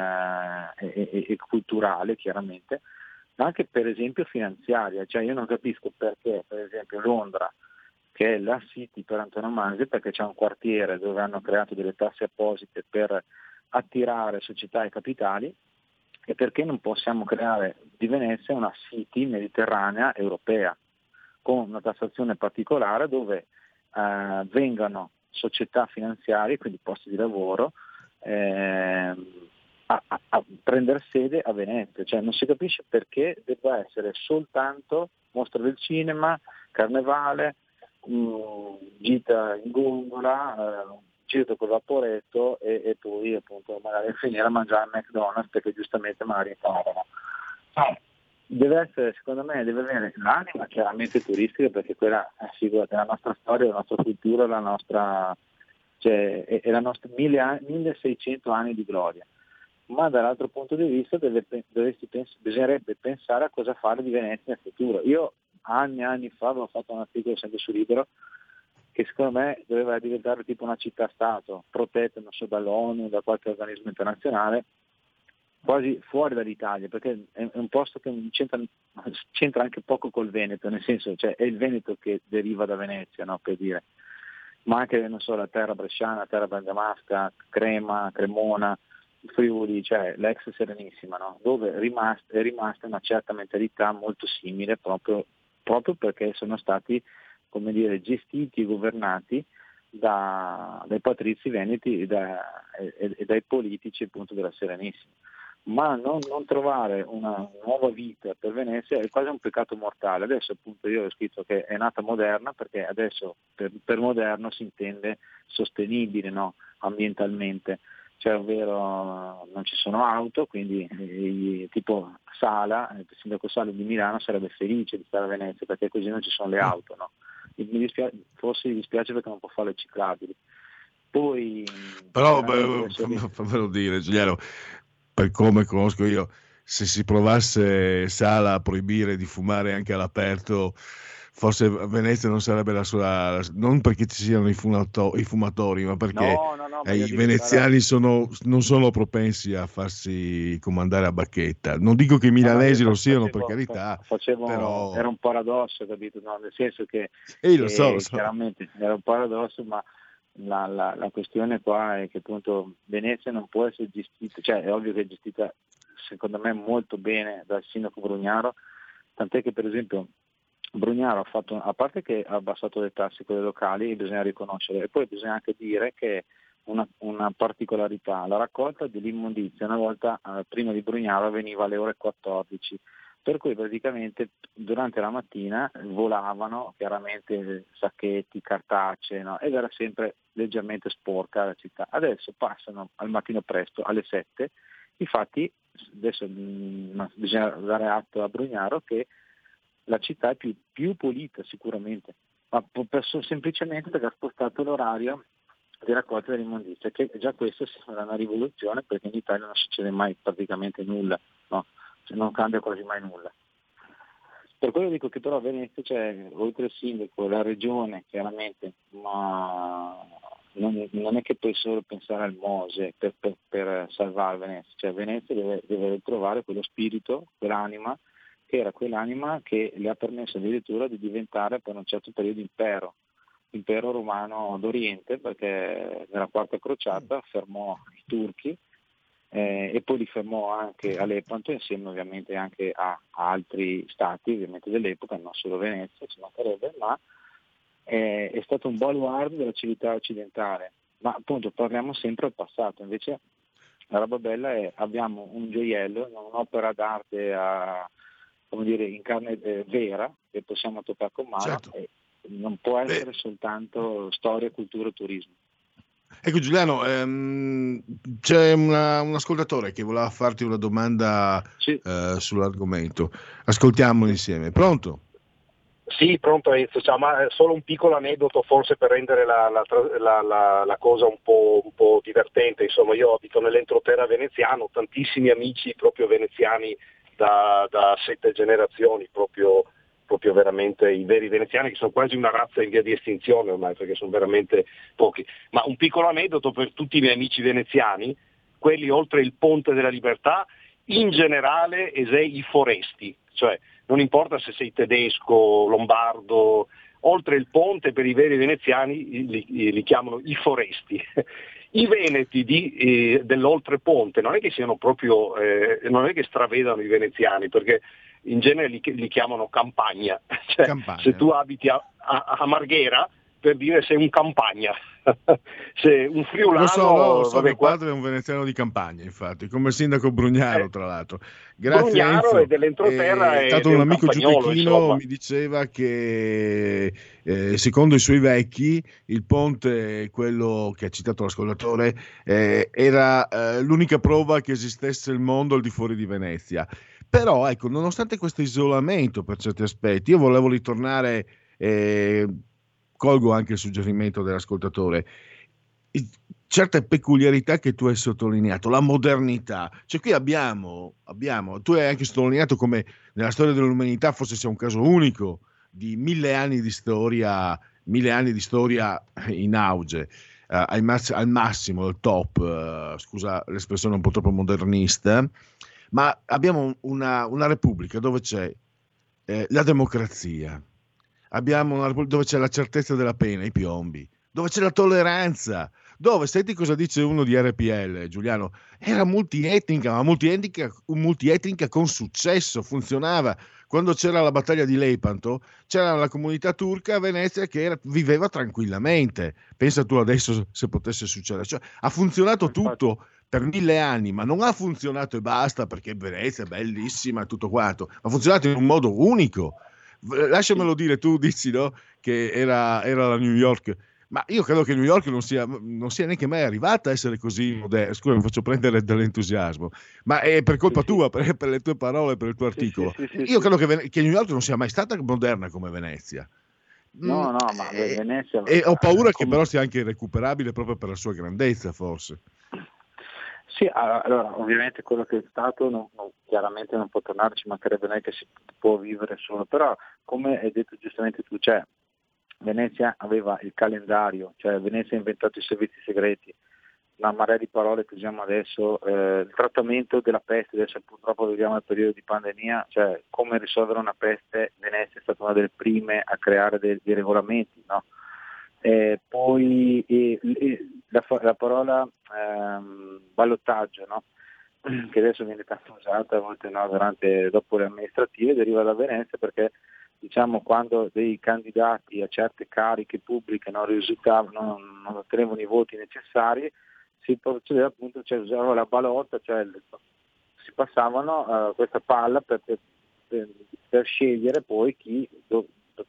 eh, e, e, e culturale, chiaramente, ma anche per esempio finanziaria. Cioè io non capisco perché, per esempio, Londra, che è la city per antonomasia, perché c'è un quartiere dove hanno creato delle tasse apposite per attirare società e capitali, e perché non possiamo creare di Venezia una city mediterranea europea, con una tassazione particolare dove eh, vengano società finanziarie, quindi posti di lavoro, eh, a, a, a prendere sede a Venezia. Cioè non si capisce perché debba essere soltanto mostra del cinema, carnevale, mh, gita in gondola, eh, giro col vaporetto e, e poi appunto magari finire a mangiare al McDonald's perché giustamente magari imparano. Ah, deve essere, secondo me, deve avere l'anima chiaramente turistica, perché quella è, figurati, è la nostra storia, la nostra cultura, la nostra, cioè, è, è la nostra mille anni, milleseicento anni di gloria. Ma dall'altro punto di vista deve, dovresti pens- bisognerebbe pensare a cosa fare di Venezia nel futuro. Io anni e anni fa avevo fatto un articolo sempre su Libero che secondo me doveva diventare tipo una città-stato, protetta, non so, dall'ONU, da qualche organismo internazionale, quasi fuori dall'Italia, perché è un posto che c'entra, c'entra anche poco col Veneto, nel senso, cioè è il Veneto che deriva da Venezia, no, per dire, ma anche, non so, la terra bresciana, la terra bergamasca, Crema, Cremona, Friuli, cioè l'ex Serenissima, no, dove è rimasta, è rimasta una certa mentalità molto simile proprio, proprio perché sono stati, come dire, gestiti e governati da, dai patrizi veneti e, da, e, e dai politici appunto della Serenissima. Ma non, non trovare una nuova vita per Venezia è quasi un peccato mortale. Adesso appunto io ho scritto che è nata moderna, perché adesso per, per moderno si intende sostenibile, no? Ambientalmente, cioè ovvero non ci sono auto, quindi eh, tipo Sala, il sindaco Sala di Milano sarebbe felice di stare a Venezia perché così non ci sono le auto, no? Mi dispiace, forse mi dispiace perché non può fare le ciclabili. Poi però beh, fammelo dire, Giuliano, per come conosco io, se si provasse Sala a proibire di fumare anche all'aperto, forse Venezia non sarebbe la sua, non perché ci siano i, fumato, i fumatori, ma perché no, no, no, eh, i veneziani sono, non sono propensi a farsi comandare a bacchetta. Non dico che i milanesi lo siano, facevo, per carità, facevo, però... era un paradosso, capito? No, nel senso che, Ehi, lo che so, lo so. chiaramente era un paradosso, ma La, la, la questione qua è che appunto Venezia non può essere gestita, cioè è ovvio che è gestita secondo me molto bene dal sindaco Brugnaro, tant'è che per esempio Brugnaro ha fatto, a parte che ha abbassato le tasse quelle locali, e bisogna riconoscere, e poi bisogna anche dire che una, una particolarità, la raccolta dell'immondizia una volta eh, prima di Brugnaro avveniva alle ore quattordici, per cui praticamente durante la mattina volavano chiaramente sacchetti, cartacee, no? Ed era sempre leggermente sporca la città. Adesso passano al mattino presto, alle sette, infatti adesso mh, bisogna dare atto a Brugnaro che la città è più, più pulita sicuramente, ma per, semplicemente perché ha spostato l'orario di raccolta dell'immondizia, che già questo sembra una rivoluzione, perché in Italia non succede mai praticamente nulla, no? Non cambia quasi mai nulla. Per quello dico che però a Venezia c'è, oltre il sindaco, la regione chiaramente, ma non, non è che puoi solo pensare al Mose per, per, per salvare Venezia, cioè Venezia deve, deve trovare quello spirito, quell'anima, che era quell'anima che le ha permesso addirittura di diventare per un certo periodo impero, impero romano d'Oriente, perché nella quarta crociata fermò i turchi eh, e poi li fermò anche a Lepanto, insieme ovviamente anche a, a altri stati ovviamente dell'epoca, non solo Venezia, ci mancherebbe, ma eh, è stato un baluardo della civiltà occidentale. Ma appunto parliamo sempre al passato, invece la roba bella è abbiamo un gioiello, un'opera d'arte a, come dire, in carne eh, vera che possiamo toccare con mano, certo. E non può essere Beh. soltanto storia, cultura e turismo. Ecco Giuliano, ehm, c'è una, un ascoltatore che voleva farti una domanda sì. eh, sull'argomento. Ascoltiamolo insieme. Pronto? Sì, pronto Enzo, ciao, ma solo un piccolo aneddoto forse per rendere la, la, la, la, la cosa un po', un po' divertente. Insomma, io abito nell'entroterra veneziano, tantissimi amici proprio veneziani da, da sette generazioni, proprio proprio veramente i veri veneziani, che sono quasi una razza in via di estinzione ormai, perché sono veramente pochi. Ma un piccolo aneddoto per tutti i miei amici veneziani, quelli oltre il Ponte della Libertà, in generale e sei i foresti, cioè non importa se sei tedesco, lombardo, oltre il ponte per i veri veneziani li, li chiamano i foresti. I veneti di, eh, dell'oltreponte non è che siano proprio, eh, non è che stravedano i veneziani, perché in genere li, li chiamano campagna, cioè, campagna. Se tu abiti a, a, a Marghera, per dire sei un campagna, se un friulano... Lo so, lo so, vabbè, mio padre è un veneziano di campagna, infatti, come il sindaco Brugnaro, eh, tra l'altro. Grazie Brugnaro Enzo. è dell'entroterra è e stato un amico giudechino, insomma. Mi diceva che eh, secondo i suoi vecchi il ponte, quello che ha citato l'ascoltatore, eh, era eh, l'unica prova che esistesse il mondo al di fuori di Venezia. Però ecco, nonostante questo isolamento per certi aspetti, io volevo ritornare, eh, colgo anche il suggerimento dell'ascoltatore, certe peculiarità che tu hai sottolineato, la modernità, cioè qui abbiamo, abbiamo, tu hai anche sottolineato come nella storia dell'umanità forse sia un caso unico di mille anni di storia, mille anni di storia in auge, uh, al, mass- al massimo, al top, uh, scusa l'espressione un po' troppo modernista, ma abbiamo una, una repubblica dove c'è eh, la democrazia, abbiamo una repubblica dove c'è la certezza della pena, i piombi, dove c'è la tolleranza, dove, senti cosa dice uno di R P L, Giuliano, era multietnica, ma multietnica, multietnica con successo, funzionava. Quando c'era la battaglia di Lepanto, c'era la comunità turca a Venezia che era, viveva tranquillamente. Pensa tu adesso se potesse succedere. Cioè, ha funzionato tutto per mille anni, ma non ha funzionato e basta perché Venezia è bellissima e tutto quanto, ha funzionato in un modo unico. Lasciamelo dire, tu dici no, che era, era la New York, ma io credo che New York non sia, non sia neanche mai arrivata a essere così moderna. Scusa, mi faccio prendere dall'entusiasmo, ma è per colpa sì, tua, sì. Per, per le tue parole, per il tuo articolo. Sì, sì, sì, io credo che, che New York non sia mai stata moderna come Venezia. No, no, ma e, Venezia... E ho paura come... che però sia anche irrecuperabile proprio per la sua grandezza, forse. Sì, allora ovviamente quello che è stato non, non, chiaramente non può tornare, ci mancherebbe noi che si può vivere solo, però come hai detto giustamente tu, cioè Venezia aveva il calendario, cioè Venezia ha inventato i servizi segreti, una marea di parole che usiamo adesso, eh, il trattamento della peste, adesso purtroppo viviamo nel periodo di pandemia, cioè come risolvere una peste, Venezia è stata una delle prime a creare dei, dei regolamenti, no? Eh, poi eh, la, la parola ehm, ballottaggio, no? Che adesso viene tanto usata a volte no, durante, dopo le amministrative, deriva da Venezia perché diciamo quando dei candidati a certe cariche pubbliche non risultavano, non, non ottenevano i voti necessari, si procedeva appunto, cioè usava la ballotta, cioè si passavano uh, questa palla per, per, per scegliere poi chi do,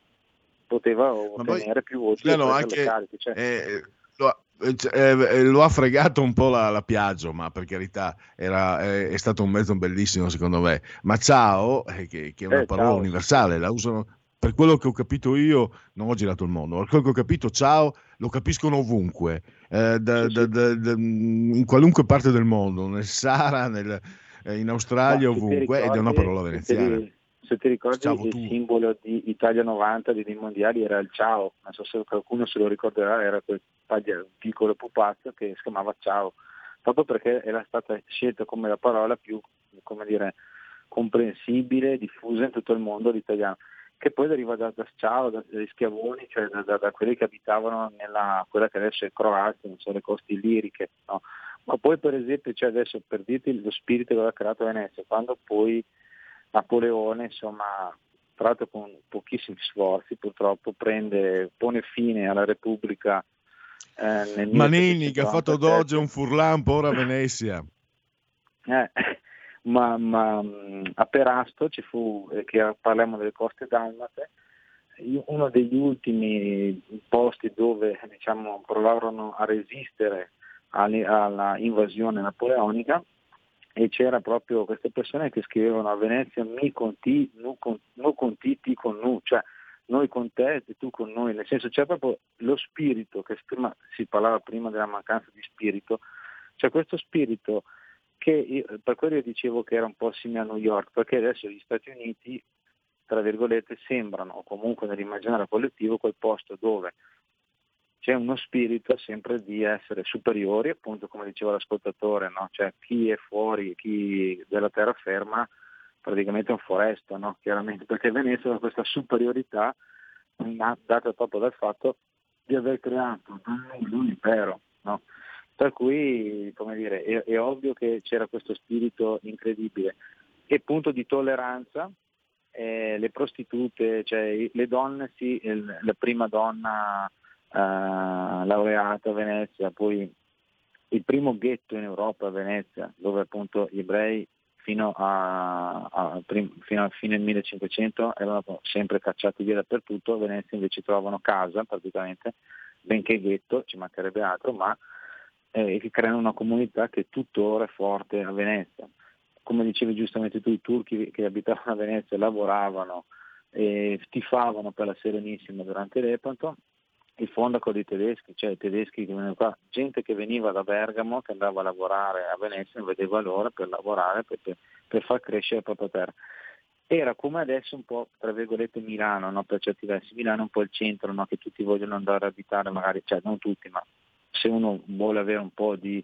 poteva ottenere poi, più voti no, anche, le cariche. Cioè. Eh, lo, eh, lo ha fregato un po' la, la Piaggio, ma per carità era, è, è stato un mezzo bellissimo secondo me. Ma ciao, eh, che, che è una eh, parola ciao. universale, la usano, per quello che ho capito io, non ho girato il mondo, per quello che ho capito ciao lo capiscono ovunque, eh, da, sì, da, sì. Da, da, in qualunque parte del mondo, nel Sahara, nel, eh, in Australia, ma ovunque, ricordi, ed è una parola veneziana. Se ti ricordi Ciao, il tu. simbolo di Italia novanta dei mondiali era il ciao, non so se qualcuno se lo ricorderà, era quel piccolo pupazzo che si chiamava ciao, proprio perché era stata scelta come la parola più, come dire, comprensibile, diffusa in tutto il mondo l'italiano, che poi deriva da, da ciao, da, dagli schiavoni, cioè da, da, da quelli che abitavano nella quella che adesso è Croazia, non so, le coste illiriche, no? Ma poi per esempio, cioè adesso per dirti lo spirito che aveva creato Venezia, quando poi Napoleone, insomma, tra l'altro con pochissimi sforzi purtroppo, prende, pone fine alla Repubblica eh, nel Manini che ha fatto millesettecentonovantasette. Doge un Furlan, ora Venezia. Eh, ma, ma mh, a Perasto ci fu, eh, che parliamo delle coste dalmate, uno degli ultimi posti dove diciamo provarono a resistere alle, alla invasione napoleonica, e c'era proprio queste persone che scrivevano a Venezia mi con ti, nu con, nu con ti, ti con nu, cioè noi con te e tu con noi, nel senso c'è proprio lo spirito che prima, si parlava prima della mancanza di spirito, c'è questo spirito che io, per quello io dicevo che era un po' simile a New York, perché adesso gli Stati Uniti tra virgolette sembrano, o comunque nell'immaginario collettivo, quel posto dove c'è uno spirito sempre di essere superiori, appunto come diceva l'ascoltatore, no? Cioè chi è fuori, chi della terraferma praticamente è un foresto, no? Chiaramente, perché Venezia ha questa superiorità data proprio dal fatto di aver creato l'impero, no? Per cui, come dire, è, è ovvio che c'era questo spirito incredibile e punto di tolleranza. Eh, le prostitute, cioè le donne, sì, il, la prima donna eh, laureata a Venezia, poi il primo ghetto in Europa a Venezia, dove appunto gli ebrei fino a, a, prim, fino a fine millecinquecento erano sempre cacciati via dappertutto. A Venezia invece trovano casa praticamente, benché ghetto, ci mancherebbe altro, ma eh, che creano una comunità che tuttora è forte a Venezia. Come dicevi giustamente tu, i turchi che abitavano a Venezia lavoravano e tifavano per la Serenissima durante l'Epanto, il fondaco dei tedeschi, cioè i tedeschi che venivano qua, gente che veniva da Bergamo, che andava a lavorare a Venezia, non vedeva l'ora per lavorare, per, per, per far crescere la propria terra. Era come adesso un po', tra virgolette, Milano, no? Per certi versi, Milano è un po' il centro, no? Che tutti vogliono andare a abitare, magari, cioè non tutti, ma se uno vuole avere un po' di,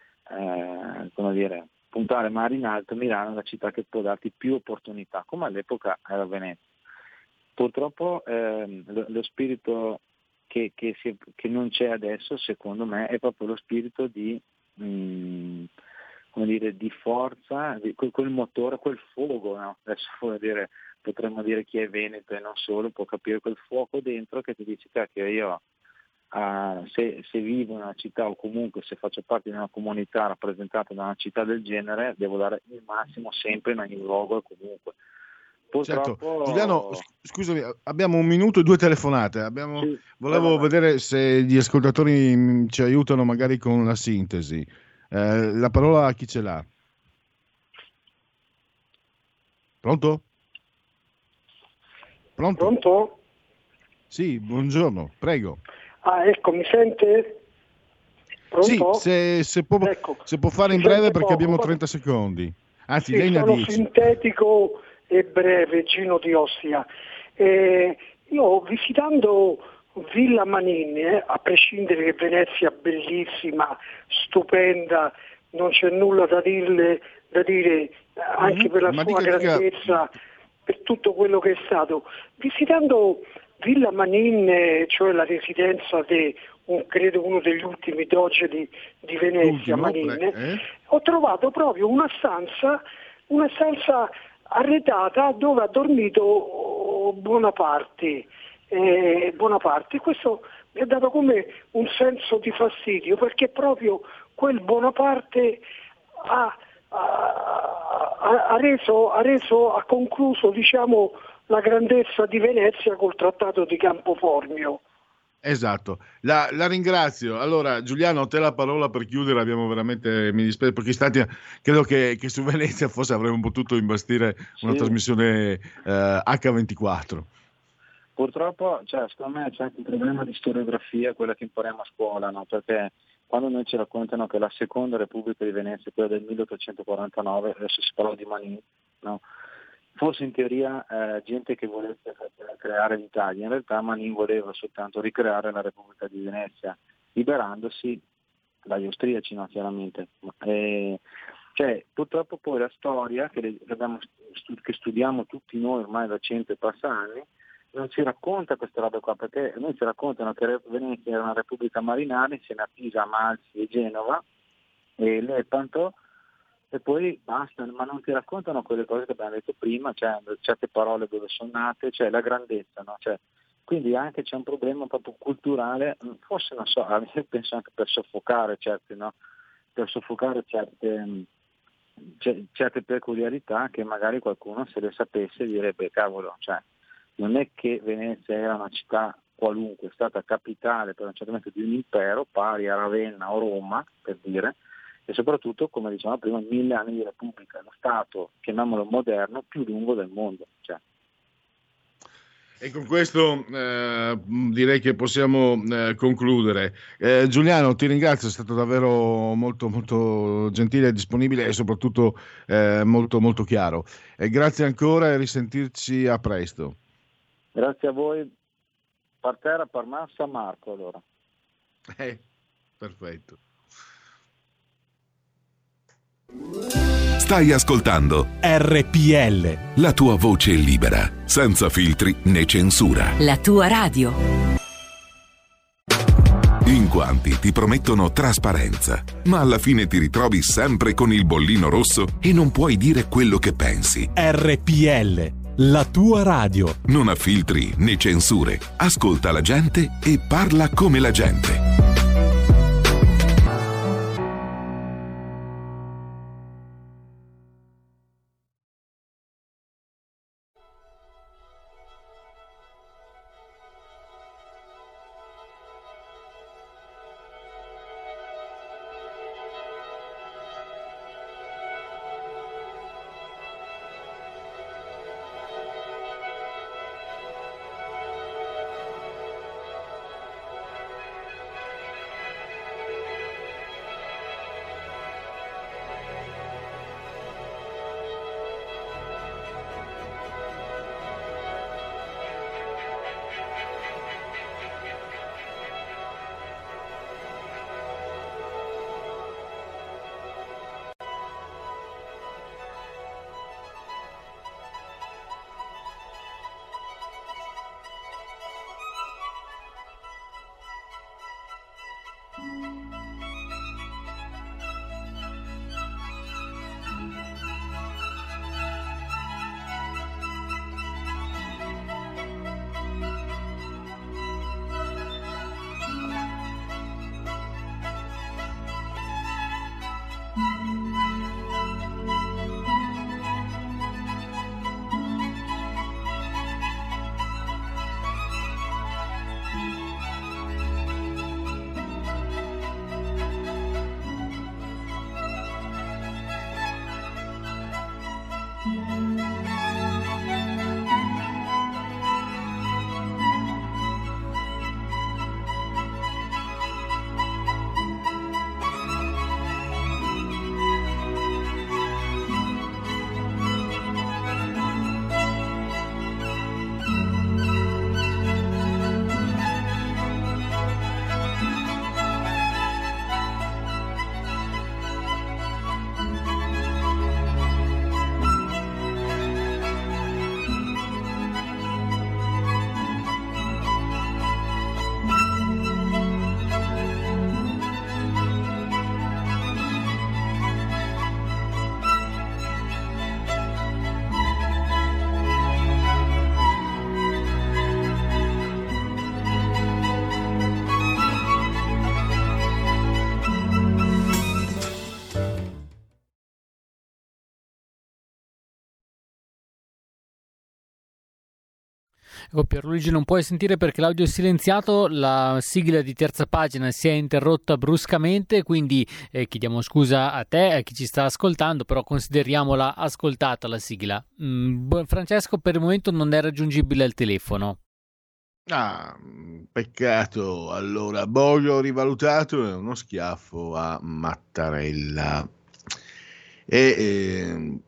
eh, come dire, puntare mare in alto, Milano è la città che può darti più opportunità, come all'epoca era Venezia. Purtroppo eh, lo, lo spirito che, che, si, che non c'è adesso, secondo me, è proprio lo spirito di, mh, come dire, di forza, di quel, quel motore, quel fuoco, no? Adesso vuol dire, potremmo dire chi è veneto e non solo, può capire quel fuoco dentro che ti dice che io Uh, se, se vivo in una città o comunque se faccio parte di una comunità rappresentata da una città del genere, devo dare il massimo sempre in ogni luogo e comunque. Purtroppo... Certo. Giuliano, scusami, abbiamo un minuto e due telefonate. Abbiamo... Sì, Volevo vai, vai. vedere se gli ascoltatori ci aiutano magari con la sintesi. Eh, la parola a chi ce l'ha? Pronto? Pronto? Pronto? Sì, buongiorno, prego. Ah, ecco, mi sente? Pronto? Sì, se, se, può, ecco, se può fare in breve perché poco. abbiamo trenta secondi. Anzi, sì, lei ne ha sono dieci. sintetico e breve, Gino di Ostia. Eh, io visitando Villa Manin, eh, a prescindere che Venezia bellissima, stupenda, non c'è nulla da, dirle, da dire anche mm-hmm. per la Ma sua grandezza, che... per tutto quello che è stato. Visitando Villa Manin, cioè la residenza di un, credo uno degli ultimi doge di, di Venezia, Ultimo, Manin, eh? ho trovato proprio una stanza, una stanza arredata dove ha dormito Bonaparte. Eh, Bonaparte. Questo mi ha dato come un senso di fastidio, perché proprio quel Bonaparte ha, ha, ha, reso, ha reso, ha concluso, diciamo, la grandezza di Venezia col trattato di Campoformio. Esatto, la, la ringrazio. Allora Giuliano, a te la parola per chiudere, abbiamo veramente, mi dispiace perché stati, credo che, che su Venezia forse avremmo potuto imbastire una sì. trasmissione eh, acca ventiquattro. Purtroppo, cioè, secondo me c'è anche un problema di storiografia, quella che impariamo a scuola, no? Perché quando noi ci raccontano che la seconda Repubblica di Venezia, quella del milleottocentoquarantanove, adesso si parla di Manin, no? Fosse in teoria eh, gente che volesse creare l'Italia, in realtà Manin voleva soltanto ricreare la Repubblica di Venezia, liberandosi dagli austriaci, no, chiaramente. E, cioè, purtroppo poi la storia che, le, abbiamo, che studiamo tutti noi ormai da cento e passa anni, non ci racconta queste robe qua, perché noi ci raccontano che Venezia era una repubblica marinara insieme a Pisa, Amalfi e Genova, e le pantò, e poi basta, ma non ti raccontano quelle cose che abbiamo detto prima, cioè certe parole dove sono nate, cioè la grandezza, no? Cioè, quindi anche c'è un problema proprio culturale, forse non so, io penso anche per soffocare certe, no? Per soffocare certe, certe peculiarità che magari qualcuno, se le sapesse, direbbe cavolo, cioè non è che Venezia era una città qualunque, è stata capitale per un certo momento di un impero pari a Ravenna o Roma, per dire, e soprattutto, come dicevamo prima, mille anni di Repubblica, lo Stato, chiamiamolo moderno, più lungo del mondo. Cioè. E con questo eh, direi che possiamo eh, concludere. Eh, Giuliano, ti ringrazio, è stato davvero molto, molto gentile e disponibile e soprattutto eh, molto, molto chiaro. E grazie ancora e risentirci a presto. Grazie a voi. Partera per Massa Marco, allora. Eh, perfetto. Stai ascoltando R P L, la tua voce libera, senza filtri né censura. la tua radio. In quanti ti promettono trasparenza, ma alla fine ti ritrovi sempre con il bollino rosso e non puoi dire quello che pensi. R P L, la tua radio. Non ha filtri né censure. Ascolta la gente e parla come la gente. Ecco, Pierluigi, non puoi sentire perché l'audio è silenziato, la sigla di terza pagina si è interrotta bruscamente, quindi eh, chiediamo scusa a te e a chi ci sta ascoltando, però consideriamola ascoltata la sigla. Mm, Francesco per il momento non è raggiungibile al telefono. Ah, peccato. Allora, Boglio rivalutato è uno schiaffo a Mattarella. E eh,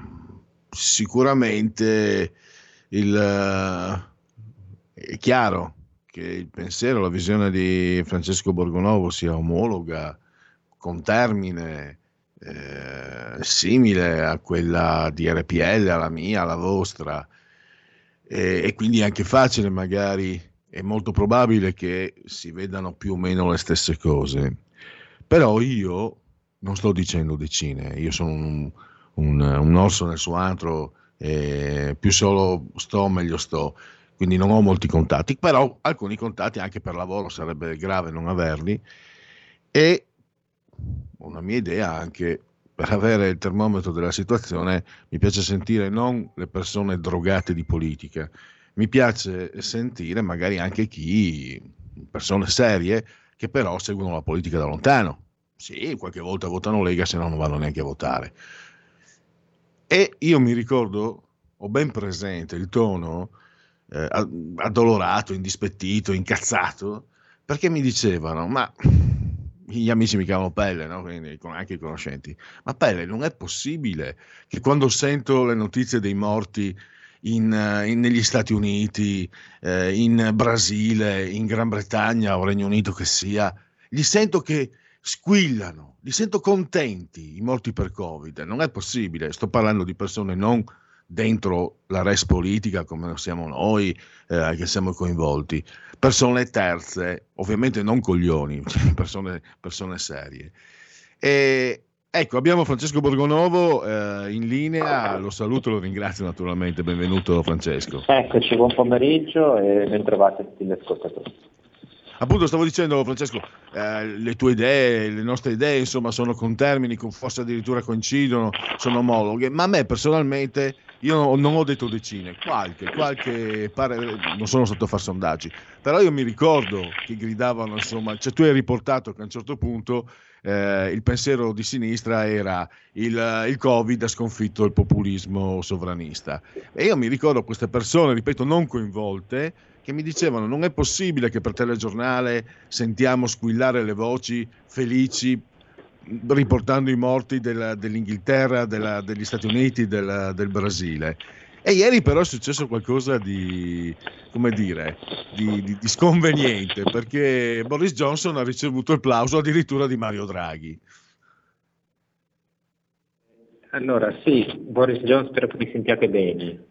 sicuramente il... È chiaro che il pensiero, la visione di Francesco Borgonovo sia omologa, con termine eh, simile a quella di R P L, alla mia, alla vostra, e, e quindi è anche facile, magari è molto probabile che si vedano più o meno le stesse cose. Però io non sto dicendo decine, io sono un, un, un orso nel suo antro, e più solo sto meglio sto, quindi non ho molti contatti, però alcuni contatti anche per lavoro sarebbe grave non averli, e una mia idea anche per avere il termometro della situazione, mi piace sentire non le persone drogate di politica, mi piace sentire magari anche chi, persone serie, che però seguono la politica da lontano. Sì, qualche volta votano Lega, se no non vanno neanche a votare. E io mi ricordo, ho ben presente il tono eh, addolorato, indispettito, incazzato, perché mi dicevano, ma gli amici mi chiamano Pelle, no? Quindi anche i conoscenti, ma Pelle, non è possibile che quando sento le notizie dei morti in, in, negli Stati Uniti, eh, in Brasile, in Gran Bretagna o Regno Unito che sia, li sento che squillano, li sento contenti, i morti per Covid. Non è possibile, sto parlando di persone non dentro la res politica come siamo noi, eh, che siamo coinvolti, persone terze, ovviamente non coglioni, persone, persone serie. E ecco, abbiamo Francesco Borgonovo eh, in linea, lo saluto e lo ringrazio naturalmente, benvenuto Francesco. Eccoci, buon pomeriggio e ben trovati tutti gli ascoltatori. Appunto stavo dicendo Francesco, eh, le tue idee, le nostre idee insomma sono contermini, forse addirittura coincidono, sono omologhe, ma a me personalmente, io non ho detto decine, qualche, qualche pare, non sono stato a fare sondaggi, però io mi ricordo che gridavano insomma, cioè tu hai riportato che a un certo punto eh, il pensiero di sinistra era il, il Covid ha sconfitto il populismo sovranista, e io mi ricordo queste persone, ripeto, non coinvolte, che mi dicevano non è possibile che per telegiornale sentiamo squillare le voci felici riportando i morti della, dell'Inghilterra, della, degli Stati Uniti, della, del Brasile. E ieri però è successo qualcosa di, come dire, di, di, di sconveniente, perché Boris Johnson ha ricevuto il plauso addirittura di Mario Draghi. Allora sì, Boris Johnson, spero che mi sentiate bene.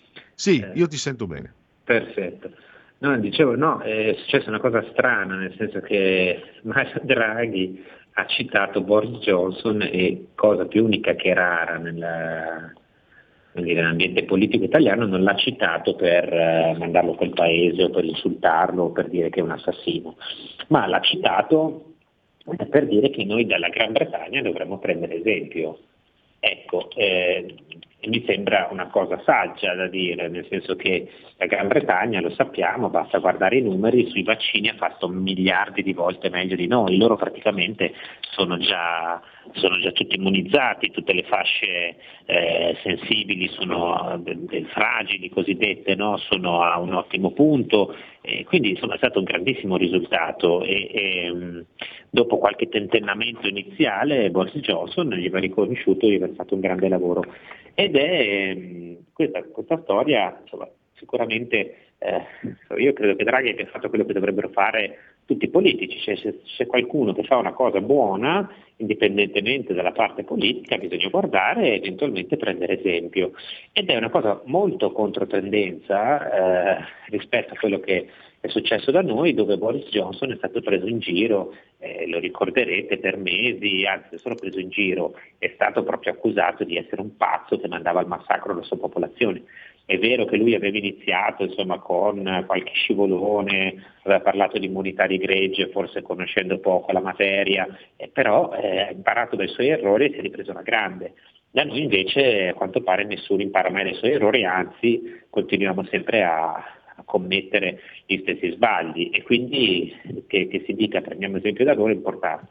Sì, io ti sento bene. Perfetto. No, dicevo, no, è successa una cosa strana, nel senso che Mario Draghi ha citato Boris Johnson e, cosa più unica che rara nella, nell'ambiente politico italiano, non l'ha citato per uh, mandarlo a quel paese o per insultarlo o per dire che è un assassino, ma l'ha citato per dire che noi dalla Gran Bretagna dovremmo prendere esempio. Ecco, eh, mi sembra una cosa saggia da dire, nel senso che la Gran Bretagna, lo sappiamo, basta guardare i numeri, sui vaccini ha fatto miliardi di volte meglio di noi, loro praticamente sono già, sono già tutti immunizzati, tutte le fasce eh, sensibili sono eh, fragili cosiddette, no? Sono a un ottimo punto, eh, quindi insomma è stato un grandissimo risultato e, e mh, dopo qualche tentennamento iniziale Boris Johnson gli va riconosciuto di aver fatto un grande lavoro ed è mh, questa, questa storia insomma, sicuramente eh, io credo che Draghi abbia fatto quello che dovrebbero fare tutti i politici, cioè se c'è qualcuno che fa una cosa buona indipendentemente dalla parte politica bisogna guardare e eventualmente prendere esempio ed è una cosa molto controtendenza eh, rispetto a quello che è successo da noi, dove Boris Johnson è stato preso in giro, eh, lo ricorderete, per mesi, anzi non solo preso in giro, è stato proprio accusato di essere un pazzo che mandava al massacro la sua popolazione. È vero che lui aveva iniziato insomma, con qualche scivolone, aveva parlato di immunità di gregge, forse conoscendo poco la materia, eh, però eh, ha imparato dai suoi errori e si è ripreso alla grande. Da noi invece a quanto pare nessuno impara mai dai suoi errori, anzi continuiamo sempre a, a commettere gli stessi sbagli e quindi che, che si dica prendiamo esempio da loro è importante.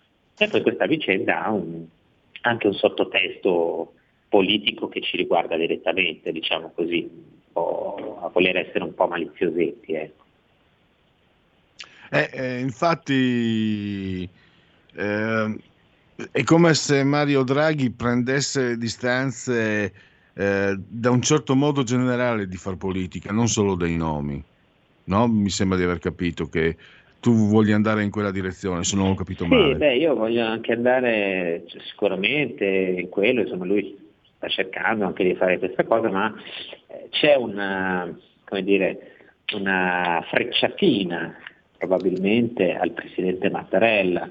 E poi questa vicenda ha un, anche un sottotesto politico che ci riguarda direttamente, diciamo così, un po' a voler essere un po' maliziosetti. Ecco. Eh, eh, infatti eh, è come se Mario Draghi prendesse distanze eh, da un certo modo generale di far politica, non solo dei nomi, no? Mi sembra di aver capito che tu vogli andare in quella direzione, se non ho capito sì, male. Beh, io voglio anche andare cioè, sicuramente in quello, insomma lui sta cercando anche di fare questa cosa, ma eh, c'è una, come dire, una frecciatina probabilmente al presidente Mattarella,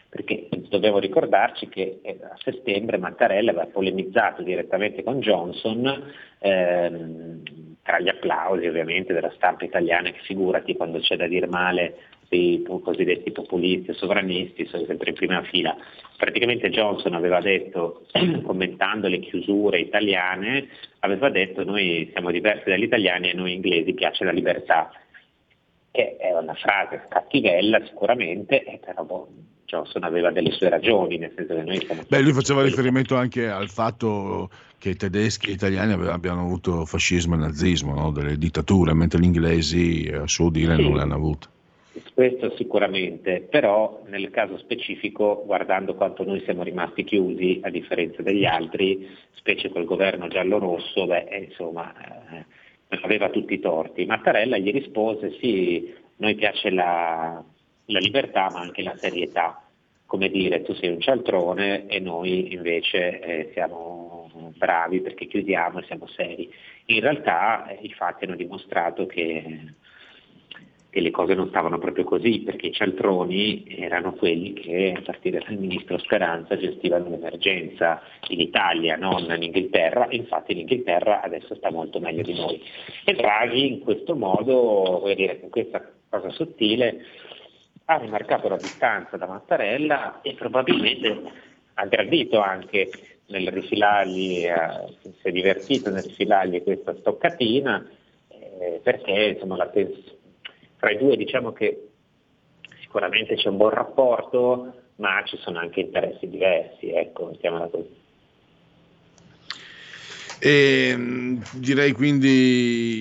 perché dobbiamo ricordarci che a settembre Mattarella aveva polemizzato direttamente con Johnson, ehm, tra gli applausi ovviamente della stampa italiana, che figurati quando c'è da dire male dei cosiddetti populisti e sovranisti, sono sempre in prima fila. Praticamente Johnson aveva detto, commentando le chiusure italiane, aveva detto: noi siamo diversi dagli italiani e a noi inglesi piace la libertà. Che è una frase cattivella sicuramente, però boh, Johnson aveva delle sue ragioni, nel senso che noi siamo... Beh, lui faceva riferimento anche al fatto che i tedeschi e gli italiani abbiano avuto fascismo e nazismo, no? Delle dittature, mentre gli inglesi, a suo dire, sì, non le hanno avute. Questo sicuramente, però nel caso specifico, guardando quanto noi siamo rimasti chiusi, a differenza degli altri, specie col governo giallo-rosso, beh, insomma, eh, aveva tutti i torti. Mattarella gli rispose: sì, noi piace la, la libertà ma anche la serietà, come dire, tu sei un cialtrone e noi invece eh, siamo bravi perché chiudiamo e siamo seri. In realtà eh, i fatti hanno dimostrato che che le cose non stavano proprio così, perché i cialtroni erano quelli che a partire dal ministro Speranza gestivano l'emergenza in Italia, non in Inghilterra, e infatti l'Inghilterra adesso sta molto meglio di noi. E Draghi in questo modo, voglio dire, con questa cosa sottile, ha rimarcato la distanza da Mattarella e probabilmente ha gradito anche nel rifilargli, eh, si è divertito nel rifilargli questa stoccatina, eh, perché insomma la tensione tra i due, diciamo che sicuramente c'è un buon rapporto, ma ci sono anche interessi diversi, ecco, mettiamola così. E, direi quindi,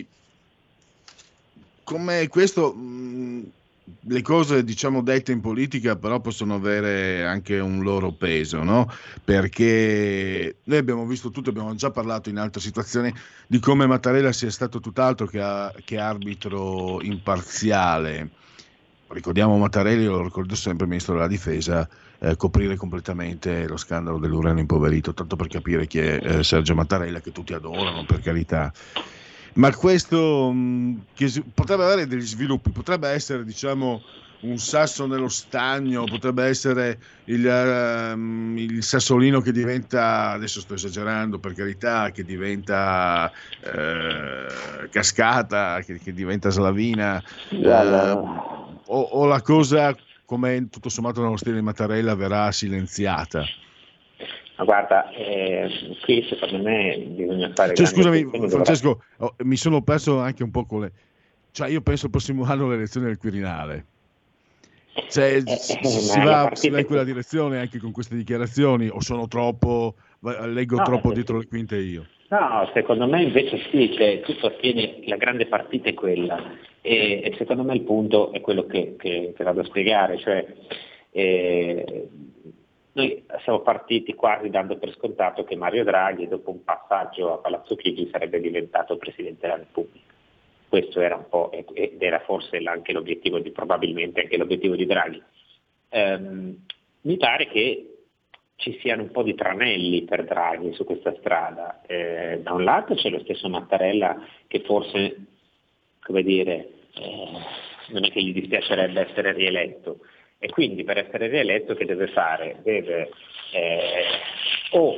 come questo, mh, le cose, diciamo, dette in politica però possono avere anche un loro peso, no? Perché noi abbiamo visto tutto, abbiamo già parlato in altre situazioni di come Mattarella sia stato tutt'altro che, a, che arbitro imparziale. Ricordiamo Mattarella, io lo ricordo sempre, ministro della difesa, eh, coprire completamente lo scandalo dell'uranio impoverito, tanto per capire chi è eh, Sergio Mattarella, che tutti adorano, per carità. Ma questo mh, che potrebbe avere degli sviluppi, potrebbe essere, diciamo, un sasso nello stagno, potrebbe essere il, uh, il sassolino che diventa, adesso sto esagerando per carità, che diventa uh, cascata, che, che diventa slavina, uh, o, o la cosa, come tutto sommato nello stile di Mattarella, verrà silenziata. Ma guarda, eh, qui secondo me bisogna fare... Cioè, scusami Francesco, oh, mi sono perso anche un po' con le... Cioè io penso il prossimo anno l'elezione del Quirinale. Cioè, eh, si, eh, si, va, si va in quella direzione anche con queste dichiarazioni, o sono troppo, leggo no, troppo dietro le quinte io? No, secondo me invece sì, cioè, tu sostieni la grande partita è quella, e, e secondo me il punto è quello che, che, che vado a spiegare, cioè... Eh, Noi siamo partiti quasi dando per scontato che Mario Draghi, dopo un passaggio a Palazzo Chigi, sarebbe diventato Presidente della Repubblica. Questo era un po', ed era forse anche l'obiettivo di, probabilmente anche l'obiettivo di Draghi. Ehm, mi pare che ci siano un po' di tranelli per Draghi su questa strada. Eh, da un lato c'è lo stesso Mattarella che forse, come dire, eh, non è che gli dispiacerebbe essere rieletto. E quindi per essere rieletto che deve fare? Deve eh, o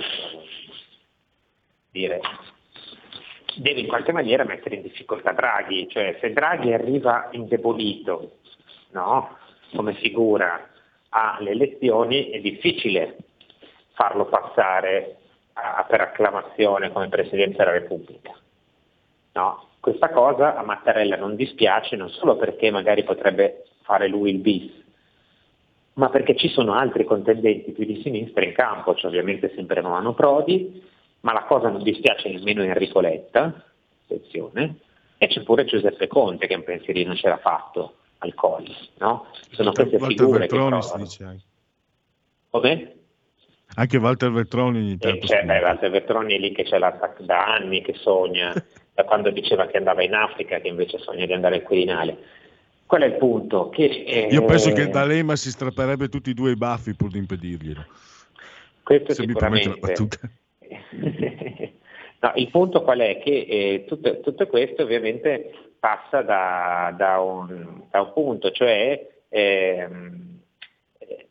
dire, deve in qualche maniera mettere in difficoltà Draghi, cioè se Draghi arriva indebolito, no, come figura alle elezioni, è difficile farlo passare a, per acclamazione come Presidente della Repubblica. No? Questa cosa a Mattarella non dispiace, non solo perché magari potrebbe fare lui il bis, ma perché ci sono altri contendenti più di sinistra in campo. C'è ovviamente sempre Romano Prodi, ma la cosa non dispiace nemmeno Enrico Letta, attenzione, e c'è pure Giuseppe Conte che un pensierino c'era fatto al Colle, no? Sono queste Walter figure Veltroni, che si provano. dice anche. Come? Anche Walter Veltroni ogni tanto. Eh, cioè, beh, Walter Veltroni è lì che c'è la, da anni che sogna, da quando diceva che andava in Africa, che invece sogna di andare al Quirinale. Qual è il punto? Che, eh, Io penso che D'Alema si strapperebbe tutti e due i baffi pur di impedirglielo. Questo Se sicuramente. mi permette la battuta. No, il punto qual è? Che eh, tutto, tutto questo ovviamente passa da, da, un, da un punto, cioè ehm,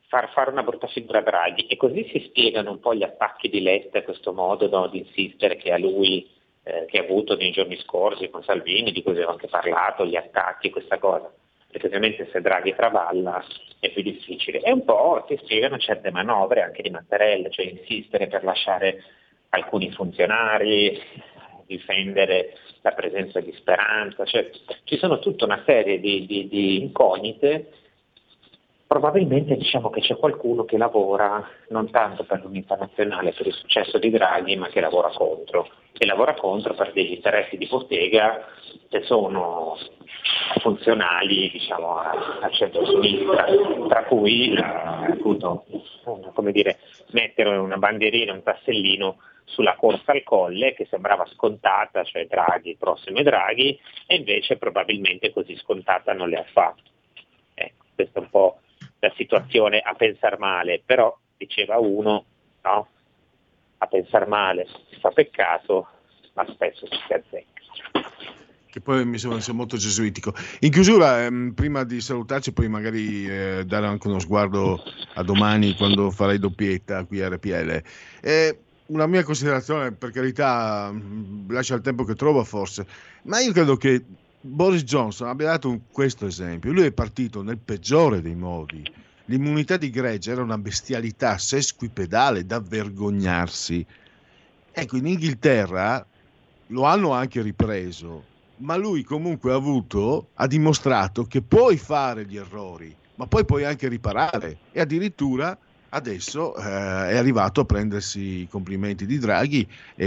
far fare una brutta figura a Draghi, e così si spiegano un po' gli attacchi di Letta, questo modo, no, di insistere che a lui, eh, che ha avuto nei giorni scorsi con Salvini, di cui avevo anche parlato, gli attacchi, questa cosa. Perché ovviamente se Draghi traballa è più difficile. E un po' si spiegano certe manovre anche di Mattarella, cioè insistere per lasciare alcuni funzionari, difendere la presenza di Speranza, cioè ci sono tutta una serie di, di, di incognite. Probabilmente diciamo che c'è qualcuno che lavora non tanto per l'unità nazionale, per il successo di Draghi, ma che lavora contro, e lavora contro per degli interessi di bottega che sono funzionali, diciamo, al centro-sinistra, tra cui appunto, come dire, mettere una bandierina, un tassellino sulla corsa al colle che sembrava scontata, cioè Draghi, prossimo Draghi, e invece probabilmente così scontata non le ha fatto. Ecco, questa è un po' la situazione a pensar male, però diceva uno, no? A pensar male si fa peccato, ma spesso si azzecca. Che poi mi sembra sia molto gesuitico. In chiusura, ehm, prima di salutarci, poi magari eh, dare anche uno sguardo a domani quando farai doppietta qui a R P L. Eh, una mia considerazione, per carità, mh, lascia il tempo che trova forse, ma io credo che Boris Johnson abbia dato un, questo esempio. Lui è partito nel peggiore dei modi. L'immunità di gregge era una bestialità sesquipedale da vergognarsi. Ecco, in Inghilterra lo hanno anche ripreso, ma lui comunque ha avuto, ha dimostrato che puoi fare gli errori, ma poi puoi anche riparare, e addirittura adesso eh, è arrivato a prendersi i complimenti di Draghi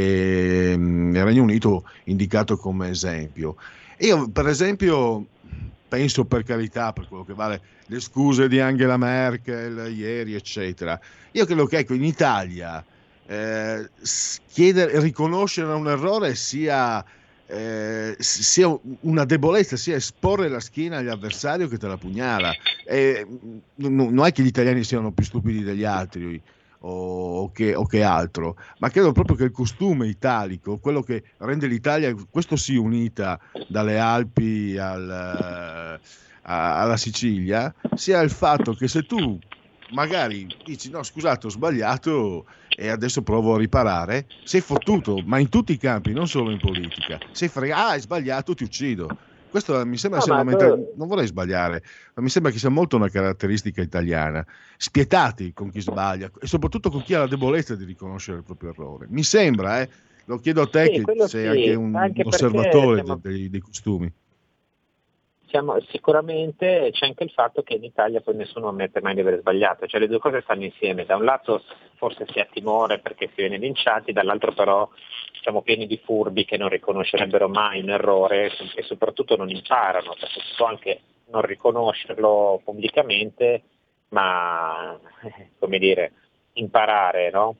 e mh, il Regno Unito indicato come esempio. Io per esempio penso, per carità, per quello che vale, le scuse di Angela Merkel ieri eccetera, io credo che ecco in Italia eh, chiedere, riconoscere un errore sia Eh, sia una debolezza, sia esporre la schiena agli avversari che te la pugnala. Eh, n- non è che gli italiani siano più stupidi degli altri o, o, che, o che altro, ma credo proprio che il costume italico, quello che rende l'Italia, questo sì, unita dalle Alpi al, a, alla Sicilia, sia il fatto che se tu magari dici no scusate ho sbagliato e adesso provo a riparare, sei fottuto, ma in tutti i campi, non solo in politica. Sei frega, ah hai sbagliato, ti uccido. Questo mi sembra, no, sia una mentalità, tu... non vorrei sbagliare, ma mi sembra che sia molto una caratteristica italiana, spietati con chi sbaglia e soprattutto con chi ha la debolezza di riconoscere il proprio errore. Mi sembra, eh, lo chiedo a te sì, che sei sì, anche un anche osservatore siamo... dei, dei costumi. Siamo, sicuramente c'è anche il fatto che in Italia poi nessuno ammette mai di aver sbagliato, cioè le due cose stanno insieme. Da un lato forse si ha timore perché si viene linciati, dall'altro però siamo pieni di furbi che non riconoscerebbero mai un errore e soprattutto non imparano, perché si può anche non riconoscerlo pubblicamente, ma come dire, imparare, no?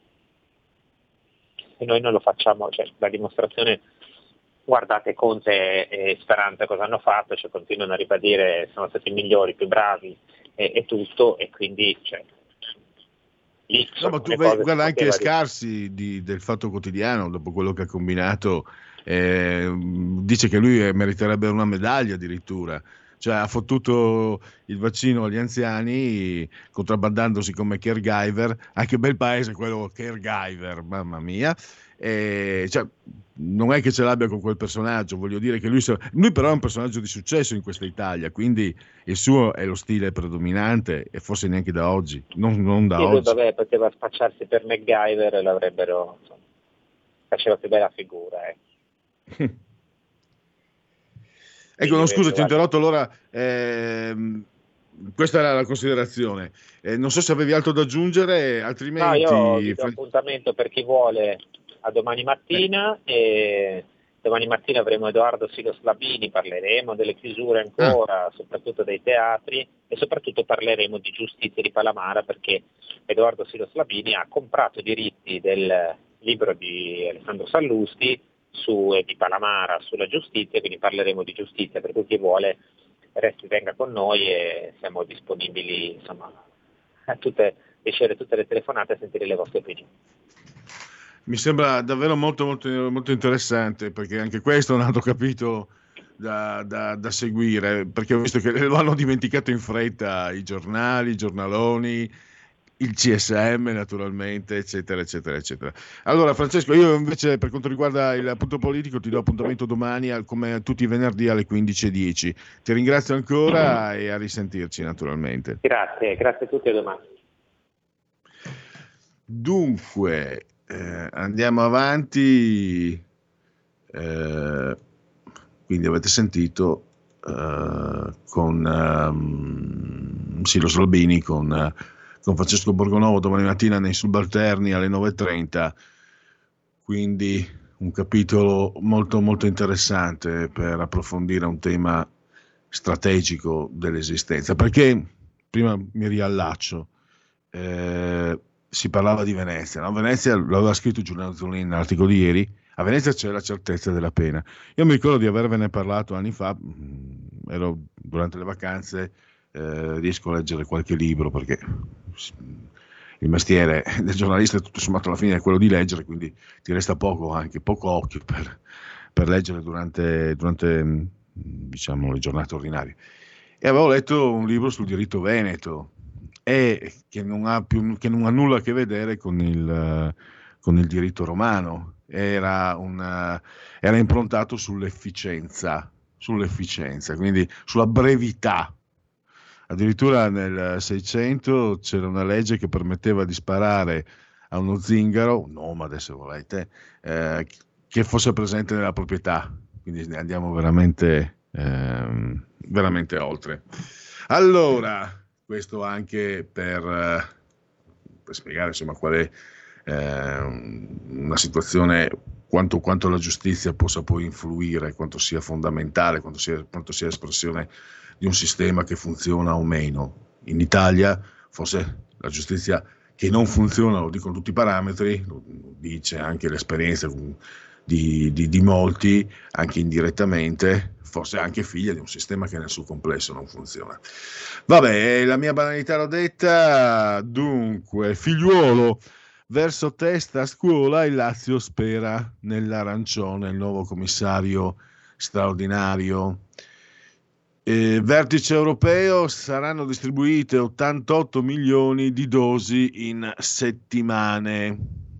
E noi non lo facciamo, cioè la dimostrazione. Guardate Conte e Speranza cosa hanno fatto, cioè continuano a ribadire sono stati i migliori, più bravi e, e tutto, e quindi cioè, lì no, ma tu vedi, guarda anche Scarsi di, del Fatto Quotidiano, dopo quello che ha combinato, eh, dice che lui meriterebbe una medaglia addirittura, cioè ha fottuto il vaccino agli anziani contrabbandandosi come caregiver, anche bel paese quello caregiver, mamma mia. Eh, cioè, non è che ce l'abbia con quel personaggio, voglio dire che lui, lui però è un personaggio di successo in questa Italia, quindi il suo è lo stile predominante e forse neanche da oggi, non, non da sì, oggi. Vabbè, poteva spacciarsi per MacGyver e l'avrebbero, insomma, faceva più bella figura, eh. Ecco, no, scusa, ti ho interrotto, allora ehm, questa era la considerazione, eh, non so se avevi altro da aggiungere, altrimenti... No, io vi do appuntamento per chi vuole a domani mattina, e domani mattina avremo Edoardo Silos Labini, parleremo delle chiusure ancora, ah. soprattutto dei teatri, e soprattutto parleremo di giustizia di Palamara, perché Edoardo Silos Labini ha comprato i diritti del libro di Alessandro Sallusti su, e di Palamara sulla giustizia, quindi parleremo di giustizia, per cui chi vuole resti, venga con noi e siamo disponibili insomma a tutte, ricevere tutte le telefonate e sentire le vostre opinioni. Mi sembra davvero molto molto molto interessante, perché anche questo è un altro capitolo da, da, da seguire, perché ho visto che lo hanno dimenticato in fretta i giornali, i giornaloni, il C S M naturalmente, eccetera, eccetera, eccetera. Allora Francesco, io invece per quanto riguarda il punto politico ti do appuntamento domani come tutti i venerdì alle quindici e dieci. Ti ringrazio ancora e a risentirci naturalmente. Grazie, grazie a tutti e a domani. Dunque, eh, andiamo avanti, eh, quindi avete sentito eh, con um, Silo Salbini, con, uh, con Francesco Borgonovo domani mattina nei subalterni alle nove e trenta, quindi un capitolo molto molto interessante per approfondire un tema strategico dell'esistenza, perché prima mi riallaccio, eh, si parlava di Venezia, no? Venezia l'aveva scritto Giuliano Zollini nell'articolo di ieri, a Venezia c'è la certezza della pena. Io mi ricordo di avervene parlato anni fa, ero durante le vacanze, eh, riesco a leggere qualche libro perché il mestiere del giornalista è tutto sommato alla fine è quello di leggere, quindi ti resta poco, anche poco occhio per, per leggere durante, durante diciamo le giornate ordinarie. E avevo letto un libro sul diritto veneto, e che non ha più, che non ha nulla a che vedere con il, con il diritto romano, era, una, era improntato sull'efficienza, sull'efficienza, quindi sulla brevità. Addirittura nel Seicento c'era una legge che permetteva di sparare a uno zingaro, un nomade se volete, eh, che fosse presente nella proprietà, quindi andiamo veramente, eh, veramente oltre. Allora, questo anche per, per spiegare insomma qual è eh, una situazione, quanto, quanto la giustizia possa poi influire, quanto sia fondamentale, quanto sia, quanto sia espressione di un sistema che funziona o meno. In Italia forse la giustizia che non funziona, lo dicono tutti i parametri, lo dice anche l'esperienza di, di, di molti, anche indirettamente, forse anche figlia di un sistema che nel suo complesso non funziona. Vabbè, la mia banalità l'ho detta. Dunque, figliuolo verso testa a scuola, il Lazio spera nell'arancione, il nuovo commissario straordinario. Eh, vertice europeo, saranno distribuite ottantotto milioni di dosi in settimane.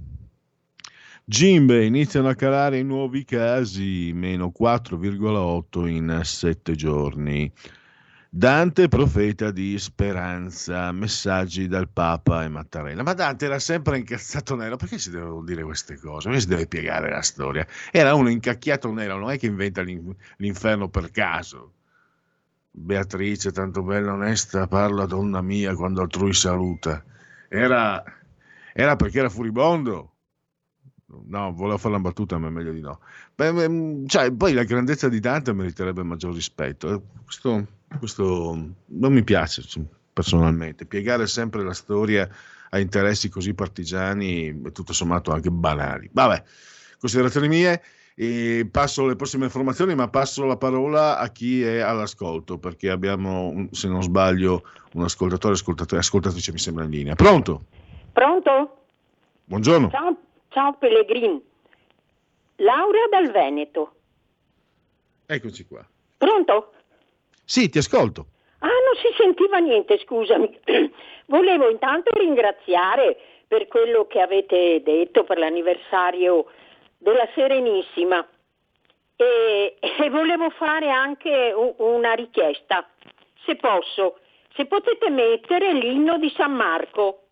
Gimbe, iniziano a calare i nuovi casi, meno quattro virgola otto in sette giorni. Dante, profeta di speranza, messaggi dal Papa e Mattarella. Ma Dante era sempre incazzato nero, perché si devono dire queste cose? Perché si deve piegare la storia? Era uno incacchiato nero, non è che inventa l'inferno per caso. Beatrice, tanto bella onesta, parla donna mia quando altrui saluta. Era, era perché era furibondo. No, volevo fare una battuta, ma è meglio di no. Beh, cioè, poi la grandezza di Dante meriterebbe maggior rispetto. Questo, questo non mi piace personalmente. Piegare sempre la storia a interessi così partigiani e tutto sommato anche banali. Vabbè, considerazioni mie. E passo le prossime informazioni, ma passo la parola a chi è all'ascolto, perché abbiamo, se non sbaglio, un ascoltatore, ascoltatore, ascoltatrice mi sembra in linea. Pronto? Pronto? Buongiorno. Ciao, ciao Pellegrin. Laura dal Veneto. Eccoci qua. Pronto? Sì, ti ascolto. Ah, non si sentiva niente, scusami. Volevo intanto ringraziare per quello che avete detto per l'anniversario della Serenissima e, e volevo fare anche un, una richiesta, se posso, se potete mettere l'inno di San Marco.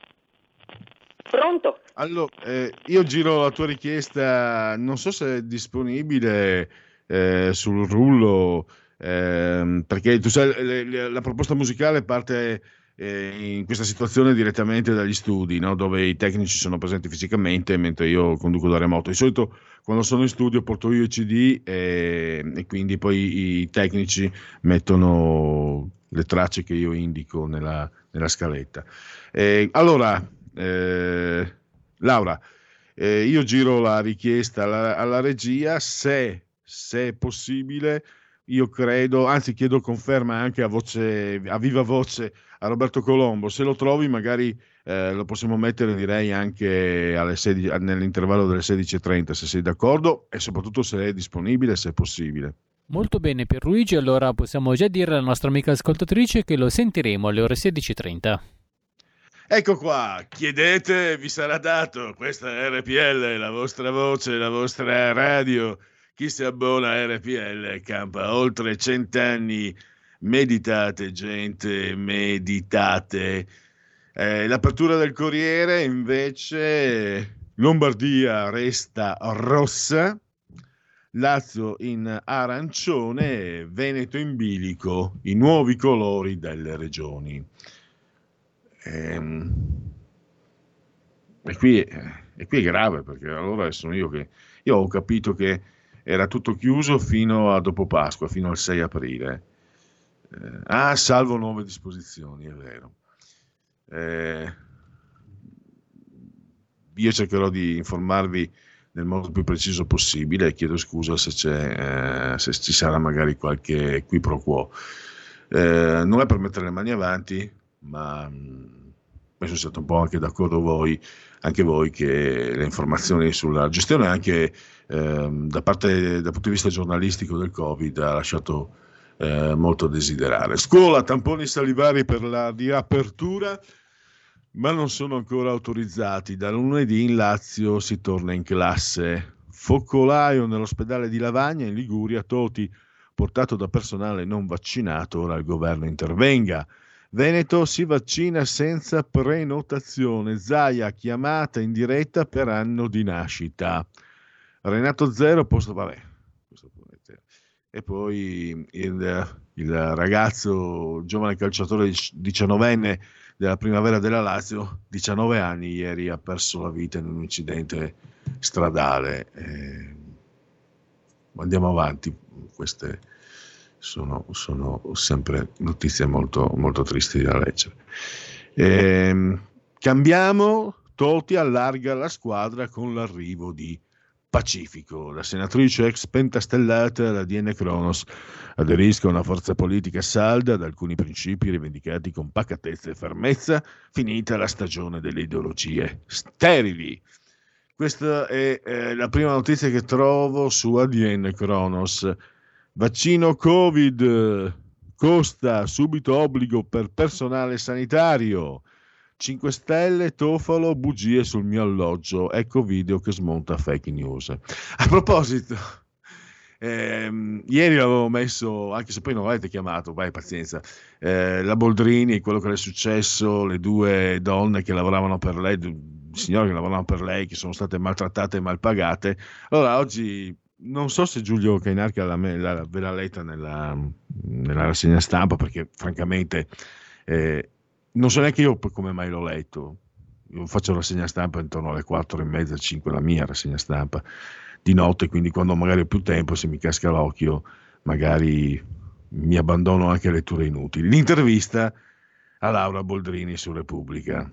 Pronto? Allora, eh, io giro la tua richiesta, non so se è disponibile eh, sul rullo, eh, perché tu sai, le, le, la proposta musicale parte in questa situazione direttamente dagli studi, no? Dove i tecnici sono presenti fisicamente mentre io conduco da remoto. Di solito quando sono in studio porto io i C D e, e quindi poi i tecnici mettono le tracce che io indico nella, nella scaletta. E, allora, eh, Laura, eh, io giro la richiesta alla, alla regia, se, se è possibile. Io credo, anzi chiedo conferma anche a voce, a viva voce a Roberto Colombo, se lo trovi magari eh, lo possiamo mettere direi anche alle sedici, nell'intervallo delle sedici e trenta, se sei d'accordo e soprattutto se è disponibile, se è possibile. Molto bene Pierluigi, allora possiamo già dire alla nostra amica ascoltatrice che lo sentiremo alle ore sedici e trenta. Ecco qua, chiedete, vi sarà dato. Questa è R P L, la vostra voce, la vostra radio. Chi si abbona a R P L campa oltre cent'anni. Meditate, gente, meditate. Eh, l'apertura del Corriere, invece, Lombardia resta rossa, Lazio in arancione, Veneto in bilico, i nuovi colori delle regioni. E qui, e qui è grave, perché allora sono io che io ho capito che era tutto chiuso fino a dopo Pasqua, fino al sei aprile. Eh, ah, salvo nuove disposizioni, è vero. Eh, io cercherò di informarvi nel modo più preciso possibile e chiedo scusa se, c'è, eh, se ci sarà magari qualche qui pro quo. Eh, non è per mettere le mani avanti, ma penso siate un po' anche d'accordo voi, anche voi, che le informazioni sulla gestione anche eh, da parte dal punto di vista giornalistico del Covid ha lasciato eh, molto a desiderare. Scuola, tamponi salivari per la riapertura, ma non sono ancora autorizzati. Da lunedì in Lazio si torna in classe. Focolaio nell'ospedale di Lavagna in Liguria, Toti portato da personale non vaccinato, ora il governo intervenga. Veneto si vaccina senza prenotazione, Zaia chiamata in diretta per anno di nascita. Renato Zero, posto, vabbè. E poi il, il ragazzo, giovane calciatore diciannovenne della primavera della Lazio, diciannove anni, ieri ha perso la vita in un incidente stradale. Eh, andiamo avanti, queste sono, sono sempre notizie molto, molto tristi da leggere. Eh, cambiamo, Toti allarga la squadra con l'arrivo di Pacifico. La senatrice ex pentastellata, la D N Cronos, aderisca a una forza politica salda ad alcuni principi rivendicati con pacatezza e fermezza, finita la stagione delle ideologie sterili. Questa è eh, la prima notizia che trovo su A D N Cronos. Vaccino Covid, costa, subito obbligo per personale sanitario. cinque Stelle, Tofalo, bugie sul mio alloggio, ecco video che smonta fake news. A proposito, ehm, ieri l'avevo messo, anche se poi non l'avete chiamato, vai pazienza, eh, la Boldrini, quello che le è successo, le due donne che lavoravano per lei, signore che lavoravano per lei, che sono state maltrattate e mal pagate. Allora oggi, non so se Giulio Cainarca la, la, ve l'ha letta nella, nella rassegna stampa, perché francamente... Eh, non so neanche io come mai l'ho letto. Io faccio rassegna stampa intorno alle quattro e mezza, cinque, la mia rassegna stampa di notte, quindi quando magari ho più tempo, se mi casca l'occhio, magari mi abbandono anche a letture inutili. L'intervista a Laura Boldrini su Repubblica.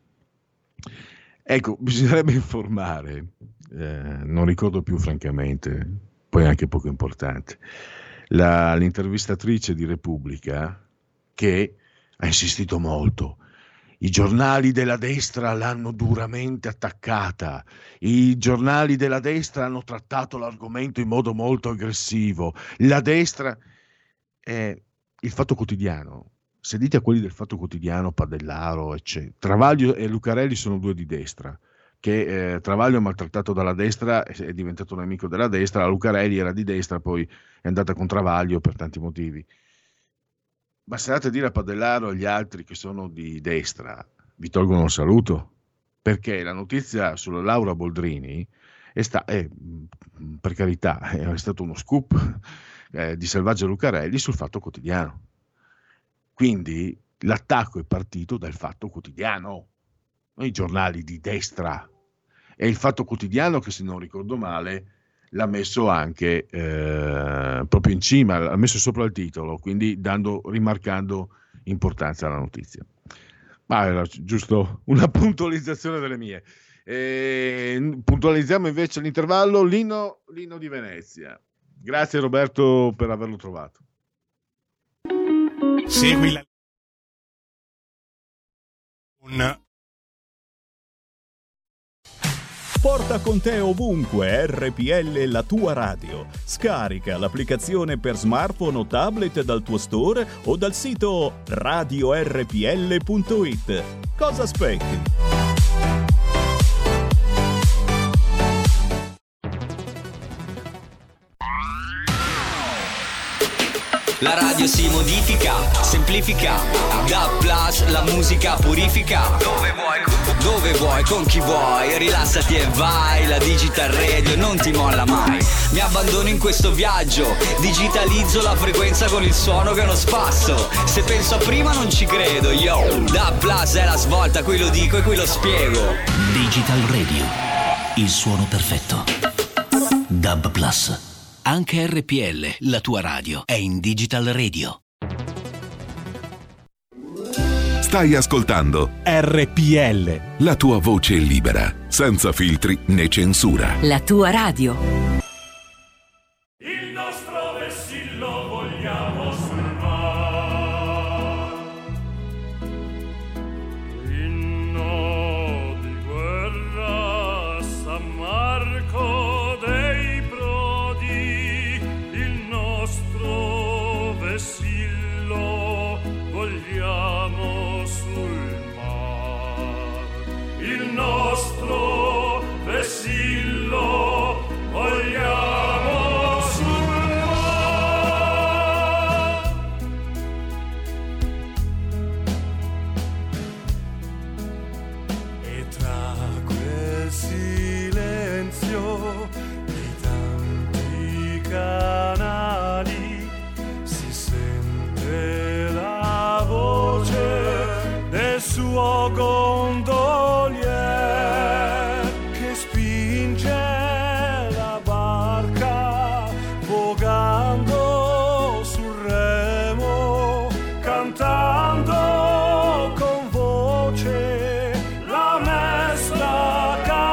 Ecco, bisognerebbe informare, eh, non ricordo più francamente, poi anche poco importante, la, l'intervistatrice di Repubblica che ha insistito molto. I giornali della destra l'hanno duramente attaccata, i giornali della destra hanno trattato l'argomento in modo molto aggressivo. La destra, eh, il Fatto Quotidiano, se dite a quelli del Fatto Quotidiano, Padellaro, eccetera, Travaglio e Lucarelli sono due di destra, che eh, Travaglio è maltrattato dalla destra, è diventato un nemico della destra, Lucarelli era di destra, poi è andata con Travaglio per tanti motivi. Ma se andate a dire a Padellaro e agli altri che sono di destra, vi tolgono il saluto, perché la notizia sulla Laura Boldrini è, sta, è per carità, è stato uno scoop eh, di Selvaggio Lucarelli sul Fatto Quotidiano. Quindi l'attacco è partito dal Fatto Quotidiano, non i giornali di destra. È il Fatto Quotidiano che, se non ricordo male, l'ha messo anche eh, proprio in cima, l'ha messo sopra il titolo, quindi dando, rimarcando importanza alla notizia. Ma era giusto una puntualizzazione delle mie. E puntualizziamo invece l'intervallo, l'Inno, l'Inno di Venezia. Grazie Roberto per averlo trovato. Segui la un Porta con te ovunque R P L, la tua radio. Scarica l'applicazione per smartphone o tablet dal tuo store o dal sito radio r p l punto i t. Cosa aspetti? La radio si modifica, semplifica, da plus la musica purifica. Dove vuoi, dove vuoi, con chi vuoi, rilassati e vai. La Digital Radio non ti molla mai. Mi abbandono in questo viaggio, digitalizzo la frequenza con il suono che non spasso. Se penso a prima non ci credo, yo. Da plus è la svolta, qui lo dico e qui lo spiego. Digital Radio, il suono perfetto. Dub Plus. Anche R P L, la tua radio, è in Digital Radio. Stai ascoltando R P L, la tua voce libera, senza filtri né censura. La tua radio. Il nostro vessillo vogliamo sul mar. Inno di guerra a San Marco dei Prodi, il nostro vessillo vogliamo sul mar. Il nostro vessillo vogliamo sul mar. E tra quel silenzio di tanti canali si sente la voce del suo gondolier che spinge la barca vogando sul remo, cantando con voce la mesta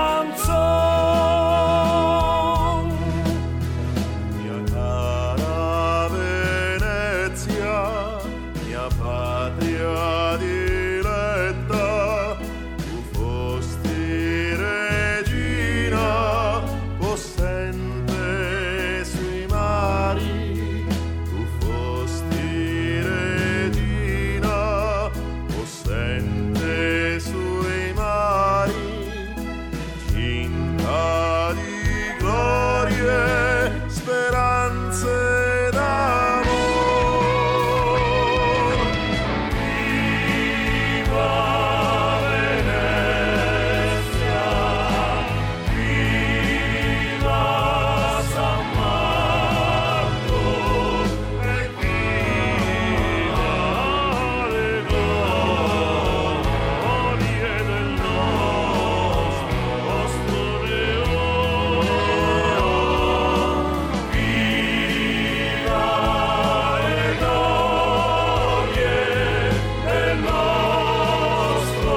canzone. Mia cara Venezia, mia patria diletta, tu fosti regina possente sui mari, tu fosti regina possente sui mari, cinta di glorie, speranze d'amor. Viva Venezia, viva San Marco e viva le glorie del nostro leone. Viva le glorie del nostro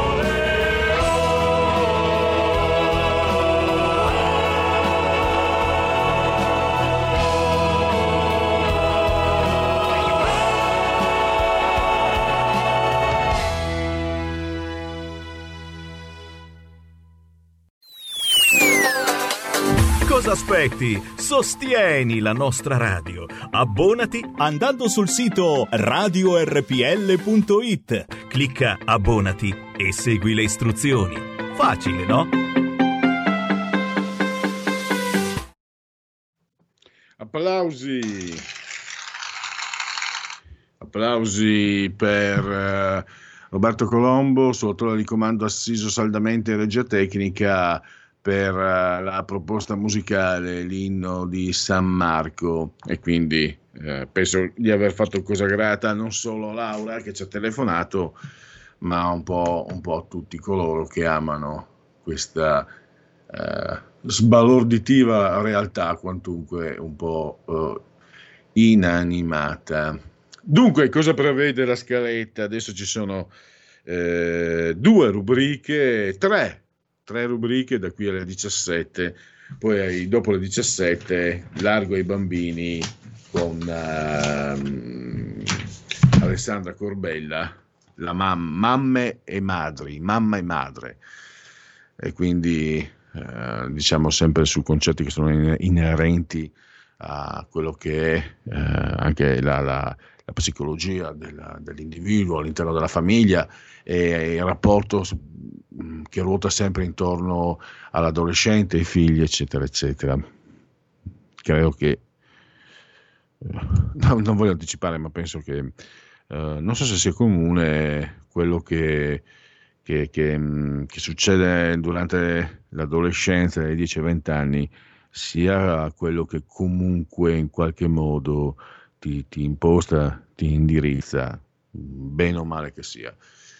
Cosa aspetti? Sostieni la nostra radio. Abbonati andando sul sito radio r p l punto i t. Clicca abbonati e segui le istruzioni. Facile, no? Applausi. Applausi per eh, Roberto Colombo, suo autore di comando assiso saldamente in regia tecnica, per uh, la proposta musicale, l'inno di San Marco, e quindi eh, penso di aver fatto cosa grata non solo a Laura che ci ha telefonato, ma un po', un po' a tutti coloro che amano questa eh, sbalorditiva realtà, quantunque un po' eh, inanimata. Dunque, cosa prevede la scaletta? Adesso ci sono eh, due rubriche, tre Tre rubriche da qui alle diciassette, poi dopo le diciassette largo ai bambini con uh, Alessandra Corbella, la mam- mamme e madri, mamma e madre, e quindi eh, diciamo sempre su concetti che sono inerenti a quello che è eh, anche la, la, la psicologia della, dell'individuo all'interno della famiglia e il rapporto che ruota sempre intorno all'adolescente, ai figli, eccetera, eccetera. Credo che, no, non voglio anticipare, ma penso che, eh, non so se sia comune quello che, che, che, che succede durante l'adolescenza, dai dieci ai venti anni, sia quello che comunque in qualche modo ti, ti imposta, ti indirizza, bene o male che sia.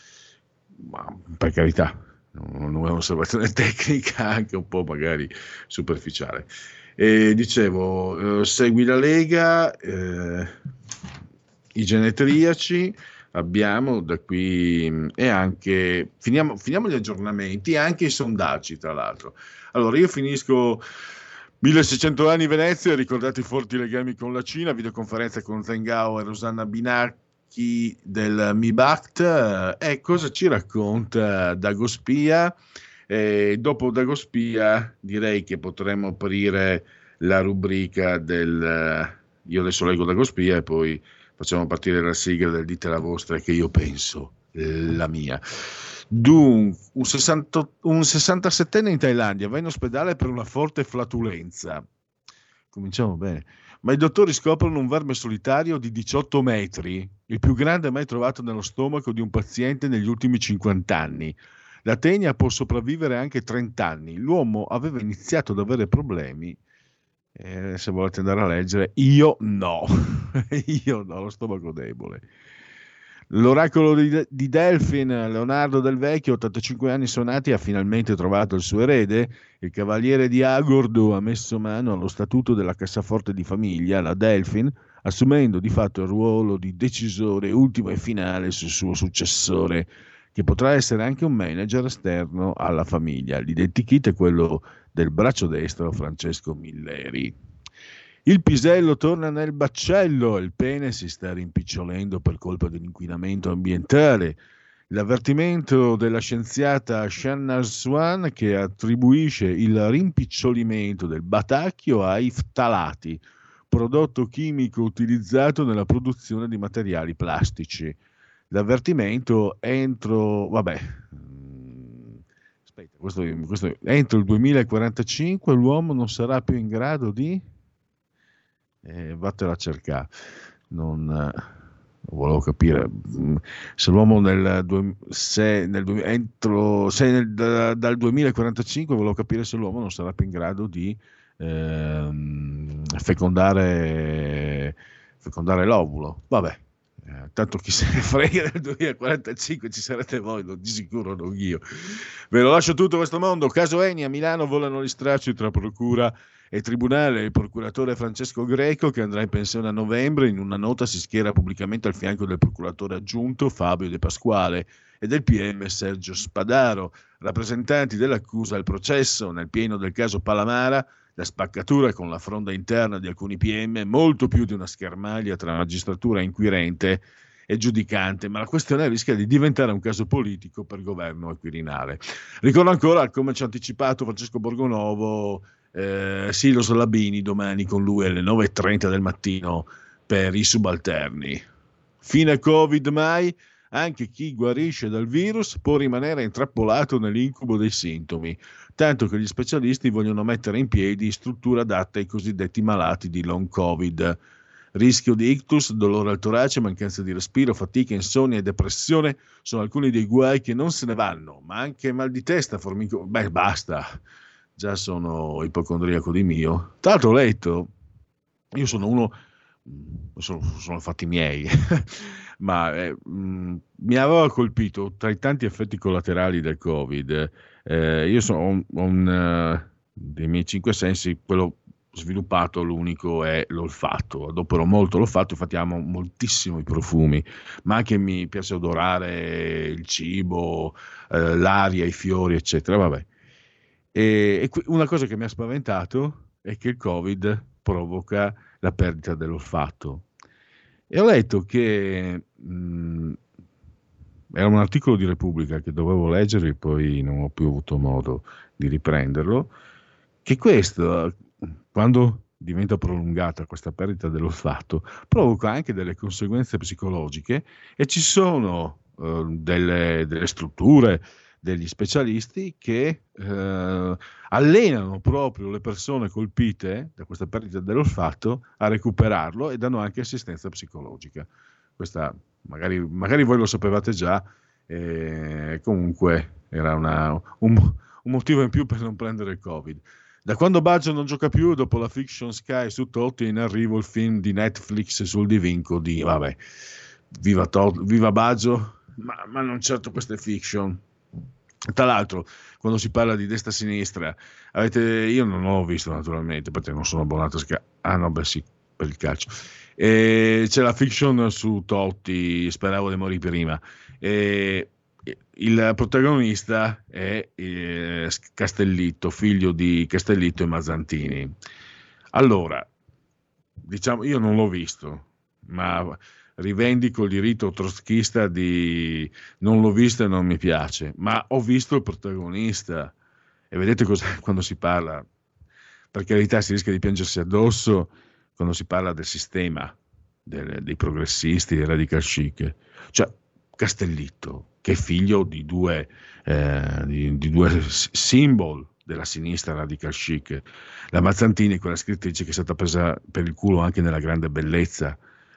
Ma per carità, non è un'osservazione tecnica, anche un po' magari superficiale. E dicevo, eh, segui la Lega, eh, i genetriaci, abbiamo da qui e anche, finiamo, finiamo gli aggiornamenti e anche i sondaggi, tra l'altro. Allora, io finisco milleseicento anni Venezia, ricordate i forti legami con la Cina, videoconferenza con Zengao e Rosanna Binacchi del MIBACT, e cosa ci racconta Dagospia? E dopo Dagospia direi che potremmo aprire la rubrica del io adesso leggo Dagospia e poi facciamo partire la sigla del dite la vostra, che io penso la mia. Dunque, un, sessanta, un sessantasettenne in Thailandia va in ospedale per una forte flatulenza. Cominciamo bene. Ma i dottori scoprono un verme solitario di diciotto metri, il più grande mai trovato nello stomaco di un paziente negli ultimi cinquanta anni. La tenia può sopravvivere anche trenta anni. L'uomo aveva iniziato ad avere problemi. Eh, se volete andare a leggere, io no. Io no, lo stomaco debole. L'oracolo di, di Delfin, Leonardo Del Vecchio, ottantacinque anni suonati, ha finalmente trovato il suo erede. Il cavaliere di Agordo ha messo mano allo statuto della cassaforte di famiglia, la Delfin, assumendo di fatto il ruolo di decisore ultimo e finale sul suo successore, che potrà essere anche un manager esterno alla famiglia. L'identikit è quello del braccio destro Francesco Milleri. Il pisello torna nel baccello, il pene si sta rimpicciolendo per colpa dell'inquinamento ambientale. L'avvertimento della scienziata Shanna Swan, che attribuisce il rimpicciolimento del batacchio ai ftalati, prodotto chimico utilizzato nella produzione di materiali plastici. L'avvertimento entro, vabbè, aspetta, questo, questo, entro il duemilaquarantacinque l'uomo non sarà più in grado di, eh, vattela a cercare, non, eh, volevo capire se l'uomo nel, se nel entro se nel, da, dal duemilaquarantacinque volevo capire se l'uomo non sarà più in grado di eh, fecondare fecondare l'ovulo, vabbè. Eh, tanto chi se ne frega, nel duemilaquarantacinque ci sarete voi, di sicuro non io. Ve lo lascio tutto questo mondo. Caso Eni, a Milano volano gli stracci tra procura e tribunale. Il procuratore Francesco Greco, che andrà in pensione a novembre, in una nota si schiera pubblicamente al fianco del procuratore aggiunto Fabio De Pasquale e del P M Sergio Spadaro, rappresentanti dell'accusa al processo. Nel pieno del caso Palamara, la spaccatura con la fronda interna di alcuni P M, molto più di una schermaglia tra magistratura inquirente e giudicante, ma la questione rischia di diventare un caso politico per governo e Quirinale. Ricordo ancora, come ci ha anticipato Francesco Borgonovo, eh, Silos Labini domani con lui alle nove e trenta del mattino per i subalterni. Fine Covid mai? Anche chi guarisce dal virus può rimanere intrappolato nell'incubo dei sintomi, tanto che gli specialisti vogliono mettere in piedi strutture adatte ai cosiddetti malati di long Covid. Rischio di ictus, dolore al torace, mancanza di respiro, fatica, insonnia e depressione sono alcuni dei guai che non se ne vanno, ma anche mal di testa, formico... Beh, basta, già sono ipocondriaco di mio. Tra l'altro ho letto, io sono uno... sono, sono fatti miei... ma eh, mh, mi aveva colpito tra i tanti effetti collaterali del Covid. Eh, io sono un, un uh, dei miei cinque sensi, quello sviluppato, l'unico è l'olfatto. Adopero molto l'olfatto, infatti amo moltissimo i profumi, ma anche mi piace odorare il cibo, eh, l'aria, i fiori, eccetera. Vabbè. E, e una cosa che mi ha spaventato è che il Covid provoca la perdita dell'olfatto. E ho letto che mh, era un articolo di Repubblica che dovevo leggere e poi non ho più avuto modo di riprenderlo, che questo, quando diventa prolungata questa perdita dell'olfatto, provoca anche delle conseguenze psicologiche, e ci sono eh, delle, delle strutture, degli specialisti che eh, allenano proprio le persone colpite da questa perdita dell'olfatto a recuperarlo, e danno anche assistenza psicologica. Questa magari, magari voi lo sapevate già, eh, comunque era una, un, un motivo in più per non prendere il Covid. Da quando Baggio non gioca più, dopo la fiction Sky su Totti, è in arrivo il film di Netflix sul divinco di, vabbè, viva, Tot- viva Baggio, ma, ma non certo queste fiction. Tra l'altro, quando si parla di destra-sinistra, avete, io non l'ho visto naturalmente perché non sono abbonato a Sky. Ah no, beh sì, per il calcio. E c'è la fiction su Totti, speravo di morire prima. E il protagonista è eh, Castellitto, figlio di Castellitto e Mazzantini. Allora, diciamo, io non l'ho visto, ma rivendico il diritto trotskista di non l'ho visto e non mi piace, ma ho visto il protagonista, e vedete cosa quando si parla, per carità, si rischia di piangersi addosso quando si parla del sistema del, dei progressisti, dei radical chic, cioè Castellitto, che è figlio di due, eh, di, di due simbol della sinistra radical chic, la Mazzantini, quella scrittrice che è stata presa per il culo anche nella grande bellezza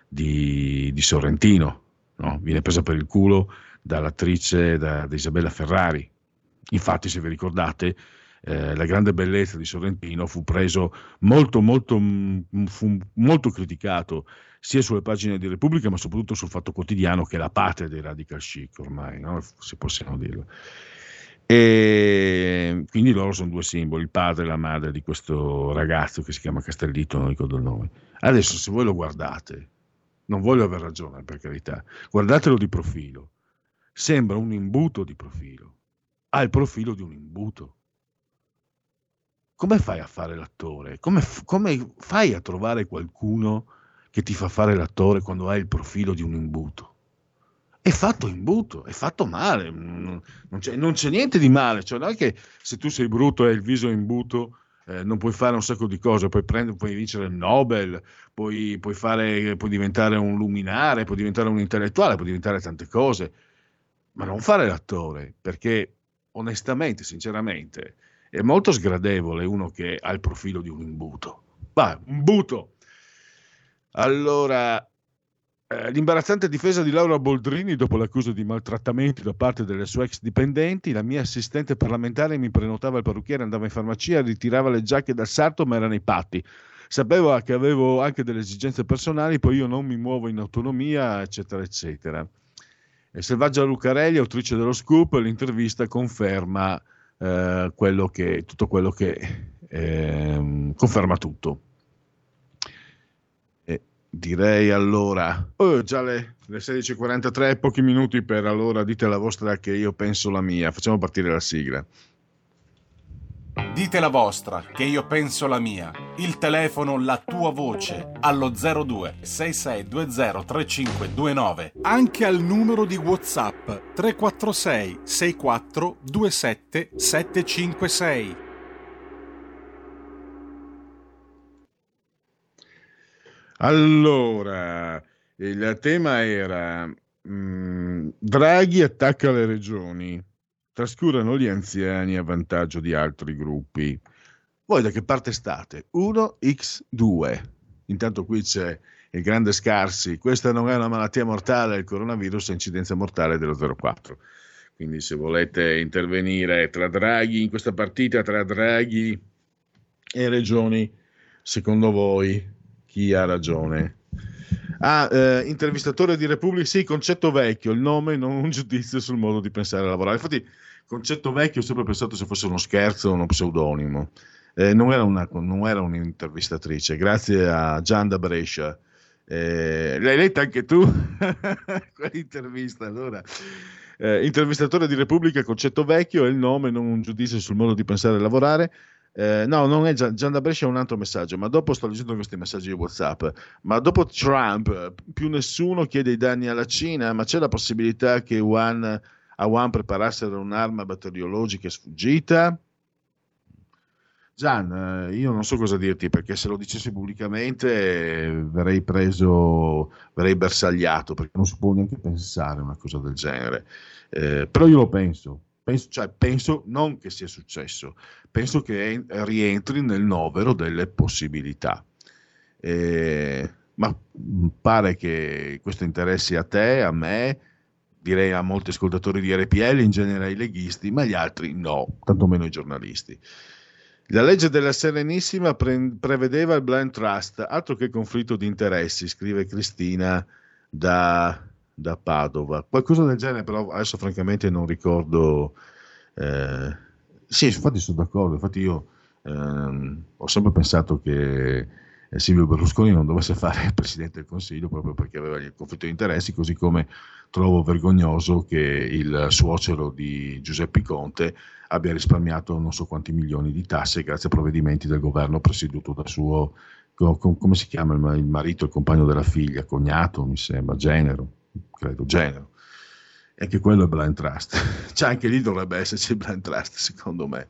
di, di Sorrentino, no? Viene presa per il culo dall'attrice da, da Isabella Ferrari. Infatti, se vi ricordate, eh, la grande bellezza di Sorrentino fu preso molto molto fu molto criticato sia sulle pagine di Repubblica, ma soprattutto sul Fatto Quotidiano, che è la patria dei radical chic ormai, no? Se possiamo dirlo. E quindi loro sono due simboli, il padre e la madre di questo ragazzo che si chiama Castellitto, non ricordo il nome. Adesso, se voi lo guardate, non voglio aver ragione, per carità, guardatelo di profilo, sembra un imbuto di profilo, ha il profilo di un imbuto. Come fai a fare l'attore? Come, come fai a trovare qualcuno che ti fa fare l'attore quando hai il profilo di un imbuto? È fatto imbuto, è fatto male, non c'è, non c'è niente di male, cioè non è che se tu sei brutto e hai il viso imbuto eh, non puoi fare un sacco di cose, puoi, prendere, puoi vincere il Nobel, puoi, puoi, fare, puoi diventare un luminare, puoi diventare un intellettuale, puoi diventare tante cose, ma non fare l'attore, perché onestamente, sinceramente, è molto sgradevole uno che ha il profilo di un imbuto. Va, imbuto! Allora, eh, l'imbarazzante difesa di Laura Boldrini dopo l'accusa di maltrattamenti da parte delle sue ex dipendenti. La mia assistente parlamentare mi prenotava il parrucchiere, andava in farmacia, ritirava le giacche dal sarto, ma era nei patti. Sapeva che avevo anche delle esigenze personali, poi io non mi muovo in autonomia, eccetera, eccetera. E Selvaggia Lucarelli, autrice dello Scoop, l'intervista conferma eh, quello che, tutto quello che eh, conferma tutto. Direi allora, oh, già le, le sedici e quarantatré, pochi minuti per allora dite la vostra che io penso la mia. Facciamo partire la sigla. Dite la vostra che io penso la mia. Il telefono, la tua voce allo zero due sei sei due zero tre cinque due nove. Anche al numero di WhatsApp tre quattro sei sei quattro due sette sette cinque sei. Allora, il tema era mh, Draghi attacca le regioni, trascurano gli anziani a vantaggio di altri gruppi. Voi da che parte state? uno ics due. Intanto qui c'è il grande Scarsi. Questa non è una malattia mortale, il coronavirus ha incidenza mortale dello zero virgola quattro. Quindi se volete intervenire tra Draghi, in questa partita tra Draghi e regioni, secondo voi chi ha ragione? Ah, eh, intervistatore di Repubblica, sì, Concetto Vecchio, il nome, non un giudizio sul modo di pensare e lavorare. Infatti Concetto Vecchio ho sempre pensato se fosse uno scherzo o uno pseudonimo. Eh, non, era una, non era un'intervistatrice, grazie a Gian da Brescia. Eh, l'hai letta anche tu? Quell'intervista, allora. Eh, intervistatore di Repubblica, Concetto Vecchio è il nome, non un giudizio sul modo di pensare e lavorare. Eh, no, non è Gian, Gian da Brescia, è un altro messaggio, ma dopo sto leggendo questi messaggi di WhatsApp. Ma dopo Trump, più nessuno chiede i danni alla Cina, ma c'è la possibilità che Wuhan, a Wuhan preparassero un'arma batteriologica sfuggita? Gian, eh, io non so cosa dirti, perché se lo dicessi pubblicamente eh, verrei preso, verrei bersagliato, perché non si può neanche pensare una cosa del genere. Eh, però io lo penso. Penso, cioè, penso non che sia successo, penso che rientri nel novero delle possibilità. Eh, ma pare che questo interessi a te, a me, direi a molti ascoltatori di R P L, in genere ai leghisti, ma gli altri no, tantomeno i giornalisti. La legge della Serenissima pre- prevedeva il blind trust, altro che conflitto di interessi, scrive Cristina da... da Padova, qualcosa del genere, però adesso francamente non ricordo. Eh, sì, infatti sono d'accordo, infatti io ehm, ho sempre pensato che Silvio Berlusconi non dovesse fare il Presidente del Consiglio proprio perché aveva il conflitto di interessi, così come trovo vergognoso che il suocero di Giuseppe Conte abbia risparmiato non so quanti milioni di tasse grazie a provvedimenti del governo presieduto da suo, come si chiama il marito, il compagno della figlia, cognato mi sembra, genero credo, genero. E anche quello è blind trust. Cioè, anche lì dovrebbe esserci il blind trust, secondo me.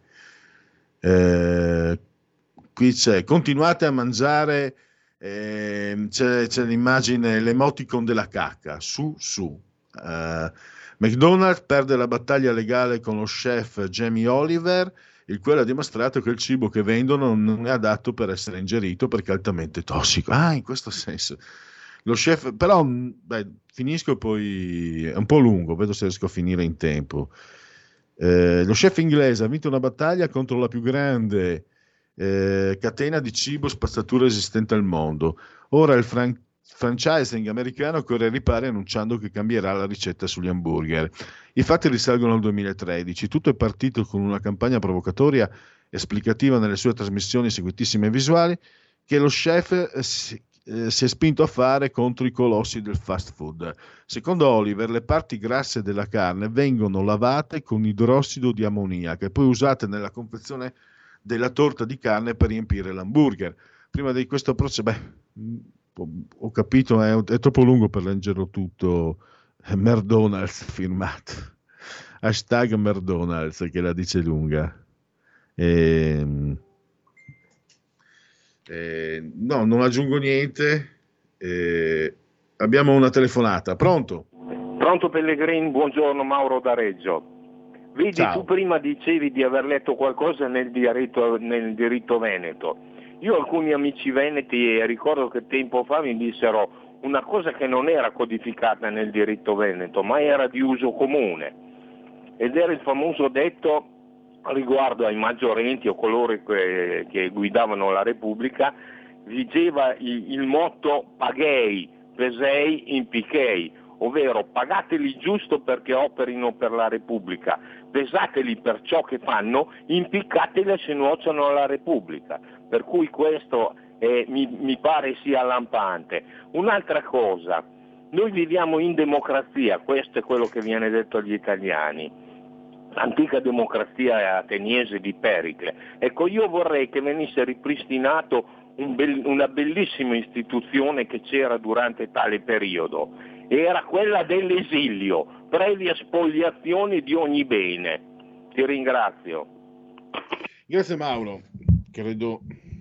Eh, qui c'è, continuate a mangiare, eh, c'è, c'è l'immagine, l'emoticon della cacca, su, su. Eh, McDonald's perde la battaglia legale con lo chef Jamie Oliver, il quale ha dimostrato che il cibo che vendono non è adatto per essere ingerito perché è altamente tossico. Ah, in questo senso. Lo chef, però, beh, finisco e poi è un po' lungo, vedo se riesco a finire in tempo. Eh, lo chef inglese ha vinto una battaglia contro la più grande eh, catena di cibo spazzatura esistente al mondo. Ora il fran- franchising americano corre ai ripari annunciando che cambierà la ricetta sugli hamburger. I fatti risalgono al duemilatredici. Tutto è partito con una campagna provocatoria esplicativa nelle sue trasmissioni seguitissime e visuali che lo chef eh, si Eh, si è spinto a fare contro i colossi del fast food. Secondo Oliver, le parti grasse della carne vengono lavate con idrossido di ammoniaca e poi usate nella confezione della torta di carne per riempire l'hamburger. Prima di questo processo, beh, ho capito, è, è troppo lungo per leggerlo tutto. McDonald's firmato. Hashtag McDonald's, che la dice lunga. Ehm... Eh, no, non aggiungo niente. Eh, abbiamo una telefonata. Pronto? Pronto Pellegrini, buongiorno, Mauro da Reggio. Vedi, ciao. Tu prima dicevi di aver letto qualcosa nel diritto, nel diritto veneto. Io ho alcuni amici veneti e ricordo che tempo fa mi dissero una cosa che non era codificata nel diritto veneto, ma era di uso comune. Ed era il famoso detto riguardo ai maggiorenti o coloro che, che guidavano la Repubblica, vigeva il, il motto paghei, pesei, impichei, ovvero pagateli giusto perché operino per la Repubblica, pesateli per ciò che fanno, impiccateli se nuocciono alla Repubblica. Per cui questo eh, mi, mi pare sia lampante. Un'altra cosa, noi viviamo in democrazia, questo è quello che viene detto agli italiani. L'antica democrazia ateniese di Pericle. Ecco, io vorrei che venisse ripristinato un be- una bellissima istituzione che c'era durante tale periodo, era quella dell'esilio, previa spoliazione di ogni bene. Ti ringrazio. Grazie Mauro, credo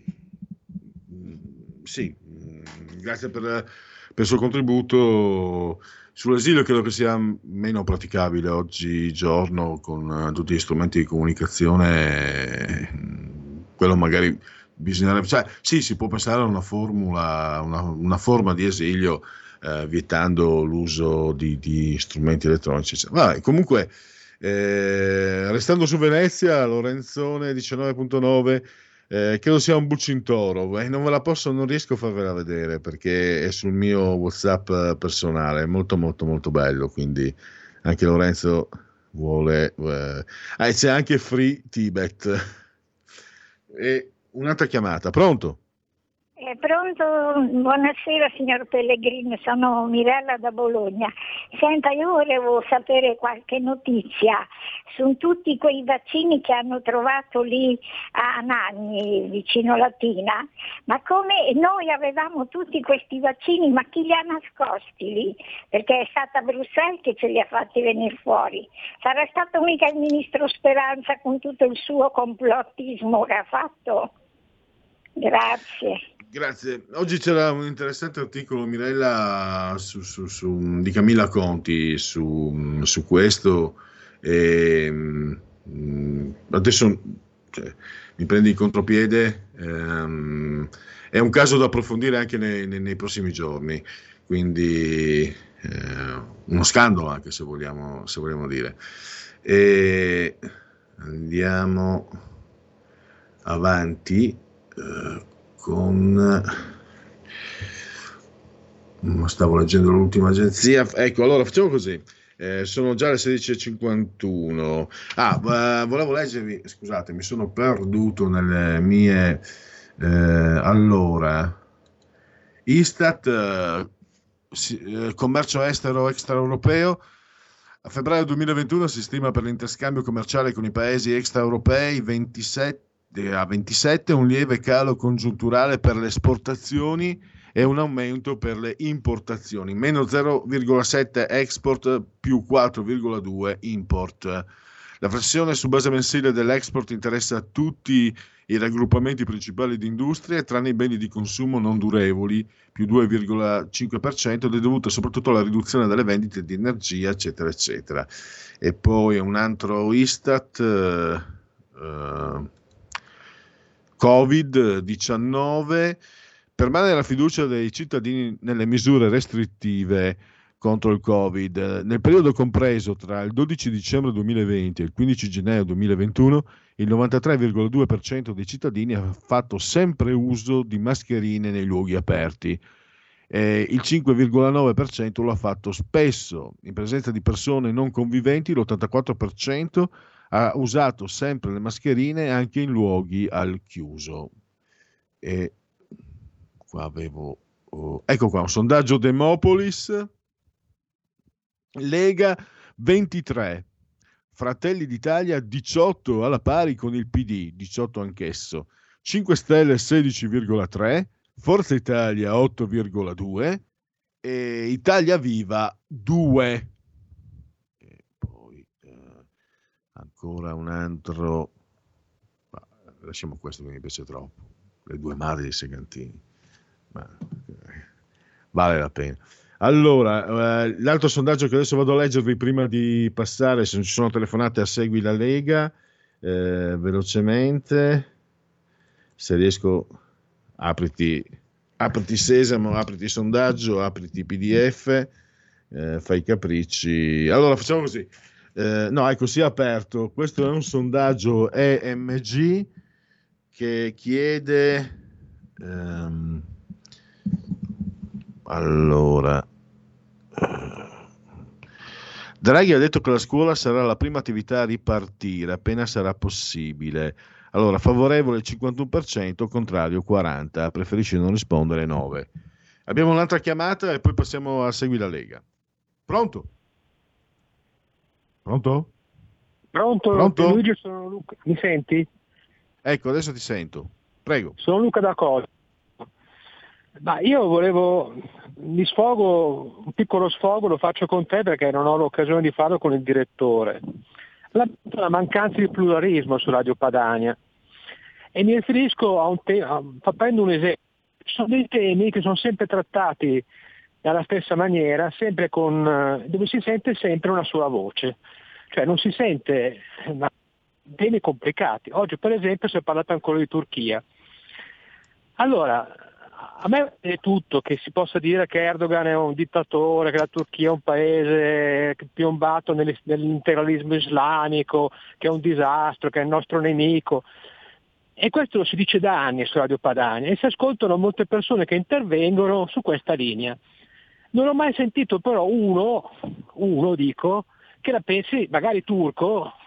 sì, grazie per, per il suo contributo. Sull'esilio credo che sia meno praticabile oggigiorno con tutti gli strumenti di comunicazione, quello magari bisognerebbe, cioè sì, si può pensare a una formula, una, una forma di esilio eh, vietando l'uso di, di strumenti elettronici. Vabbè, comunque eh, restando su Venezia, Lorenzone diciannove virgola nove, Eh, credo sia un bucintoro, eh, non ve la posso, non riesco a farvela vedere perché è sul mio WhatsApp personale, è molto molto molto bello, quindi anche Lorenzo vuole eh. Ah, e c'è anche Free Tibet. E un'altra chiamata, pronto? Eh, pronto, buonasera signor Pellegrini, sono Mirella da Bologna. Senta, io volevo sapere qualche notizia su tutti quei vaccini che hanno trovato lì a Anagni, vicino Latina, ma come noi avevamo tutti questi vaccini, ma chi li ha nascosti lì? Perché è stata Bruxelles che ce li ha fatti venire fuori. Sarà stato mica il ministro Speranza con tutto il suo complottismo che ha fatto? Grazie. Grazie. Oggi c'era un interessante articolo, Mirella, su, su, su, di Camilla Conti su, su questo. E, mh, adesso cioè, mi prendi in contropiede. Ehm, è un caso da approfondire anche nei, nei, nei prossimi giorni. Quindi eh, uno scandalo anche, se vogliamo, se vogliamo dire. E andiamo avanti. Eh, con stavo leggendo l'ultima agenzia, ecco, allora facciamo così, eh, sono già le sedici e cinquantuno. Ah, uh, volevo leggervi, scusate, mi sono perduto nelle mie eh, allora Istat, eh, si, eh, commercio estero extraeuropeo. A febbraio duemilaventuno si stima per l'interscambio commerciale con i paesi extraeuropei ventisette a ventisette, un lieve calo congiunturale per le esportazioni e un aumento per le importazioni, meno zero virgola sette export più quattro virgola due import. La flessione su base mensile dell'export interessa tutti i raggruppamenti principali di industrie, tranne i beni di consumo non durevoli, più due virgola cinque per cento, ed è dovuta soprattutto alla riduzione delle vendite di energia, eccetera, eccetera. E poi un altro Istat, eh, eh, covid diciannove, permane la fiducia dei cittadini nelle misure restrittive contro il Covid. Nel periodo compreso tra il dodici dicembre duemilaventi e il quindici gennaio duemilaventuno, il novantatré virgola due per cento dei cittadini ha fatto sempre uso di mascherine nei luoghi aperti. Eh, il cinque virgola nove per cento lo ha fatto spesso. In presenza di persone non conviventi, l'ottantaquattro per cento ha usato sempre le mascherine anche in luoghi al chiuso. E qua avevo oh, ecco qua un sondaggio Demopolis. Lega ventitré, Fratelli d'Italia diciotto, alla pari con il P D, diciotto anch'esso, cinque Stelle sedici virgola tre, Forza Italia otto virgola due e Italia Viva due. Ancora un altro, ma lasciamo questo che mi piace troppo, le due madri di Segantini, ma vale la pena. Allora, eh, l'altro sondaggio che adesso vado a leggervi prima di passare, se non ci sono telefonate a Segui la Lega, eh, velocemente, se riesco, apriti, apriti Sesamo, apriti sondaggio, apriti P D F, eh, fai i capricci. Allora facciamo così. Eh, no, ecco, si è aperto. Questo è un sondaggio E M G che chiede ehm, allora Draghi ha detto che la scuola sarà la prima attività a ripartire appena sarà possibile. Allora, favorevole il cinquantuno per cento, contrario quaranta per cento, preferisce non rispondere nove per cento. Abbiamo un'altra chiamata e poi passiamo a Segui la Lega. Pronto? Pronto? Pronto? Pronto? Luigi, sono Luca. Mi senti? Ecco, adesso ti sento. Prego. Sono Luca da Cosa. Ma io volevo, mi sfogo, un piccolo sfogo lo faccio con te perché non ho l'occasione di farlo con il direttore. La, la mancanza di pluralismo su Radio Padania. E mi riferisco a un tema, prendo un esempio. Ci sono dei temi che sono sempre trattati dalla stessa maniera, sempre con, dove si sente sempre una sola voce, cioè non si sente ma, temi complicati. Oggi per esempio si è parlato ancora di Turchia. Allora, a me è tutto che si possa dire che Erdogan è un dittatore, che la Turchia è un paese piombato nell'integralismo islamico, che è un disastro, che è il nostro nemico. E questo lo si dice da anni su Radio Padania e si ascoltano molte persone che intervengono su questa linea. Non ho mai sentito però uno, uno dico, che la pensi, magari turco,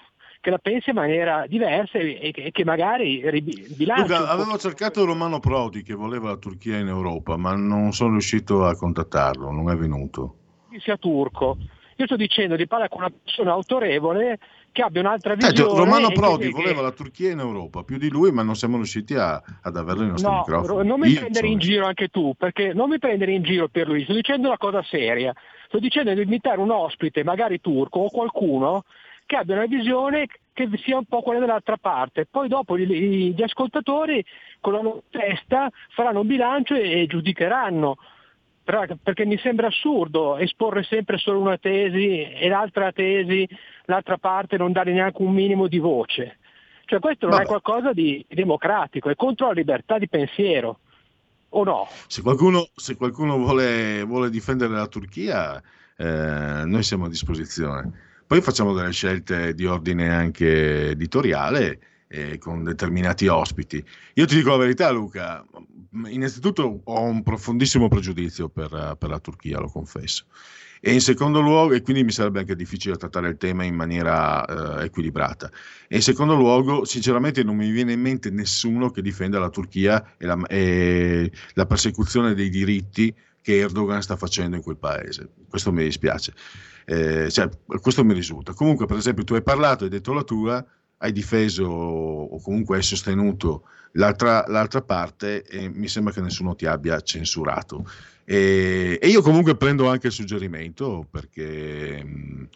che la pensa in maniera diversa e, e che magari bilancia. Luca, avevo cercato Romano Prodi che voleva la Turchia in Europa, ma non sono riuscito a contattarlo, non è venuto. Sia turco. Io sto dicendo di parlare con una persona autorevole che abbia un'altra visione. Certo, Romano Prodi che, voleva che... la Turchia in Europa, più di lui, ma non siamo riusciti a, ad averlo nei nostri no, microfoni. Non mi Io prendere sono... in giro anche tu, perché non mi prendere in giro per lui, sto dicendo una cosa seria. Sto dicendo di invitare un ospite, magari turco, o qualcuno che abbia una visione che sia un po' quella dell'altra parte. Poi dopo gli, gli ascoltatori con la loro testa faranno un bilancio e, e giudicheranno. Però, perché mi sembra assurdo esporre sempre solo una tesi e l'altra tesi, l'altra parte non dare neanche un minimo di voce. Cioè questo non Vabbè. è qualcosa di democratico, è contro la libertà di pensiero, o no? Se qualcuno, se qualcuno vuole, vuole difendere la Turchia, eh, noi siamo a disposizione. Poi facciamo delle scelte di ordine anche editoriale, eh, con determinati ospiti. Io ti dico la verità, Luca, innanzitutto ho un profondissimo pregiudizio per, per la Turchia, lo confesso, e in secondo luogo, e quindi mi sarebbe anche difficile trattare il tema in maniera eh, equilibrata, e in secondo luogo sinceramente non mi viene in mente nessuno che difenda la Turchia e la, e la persecuzione dei diritti che Erdogan sta facendo in quel paese. Questo mi dispiace, eh, cioè, questo mi risulta. Comunque, per esempio, tu hai parlato, hai detto la tua, hai difeso o comunque hai sostenuto l'altra, l'altra parte e mi sembra che nessuno ti abbia censurato. E, e io comunque prendo anche il suggerimento, perché mh,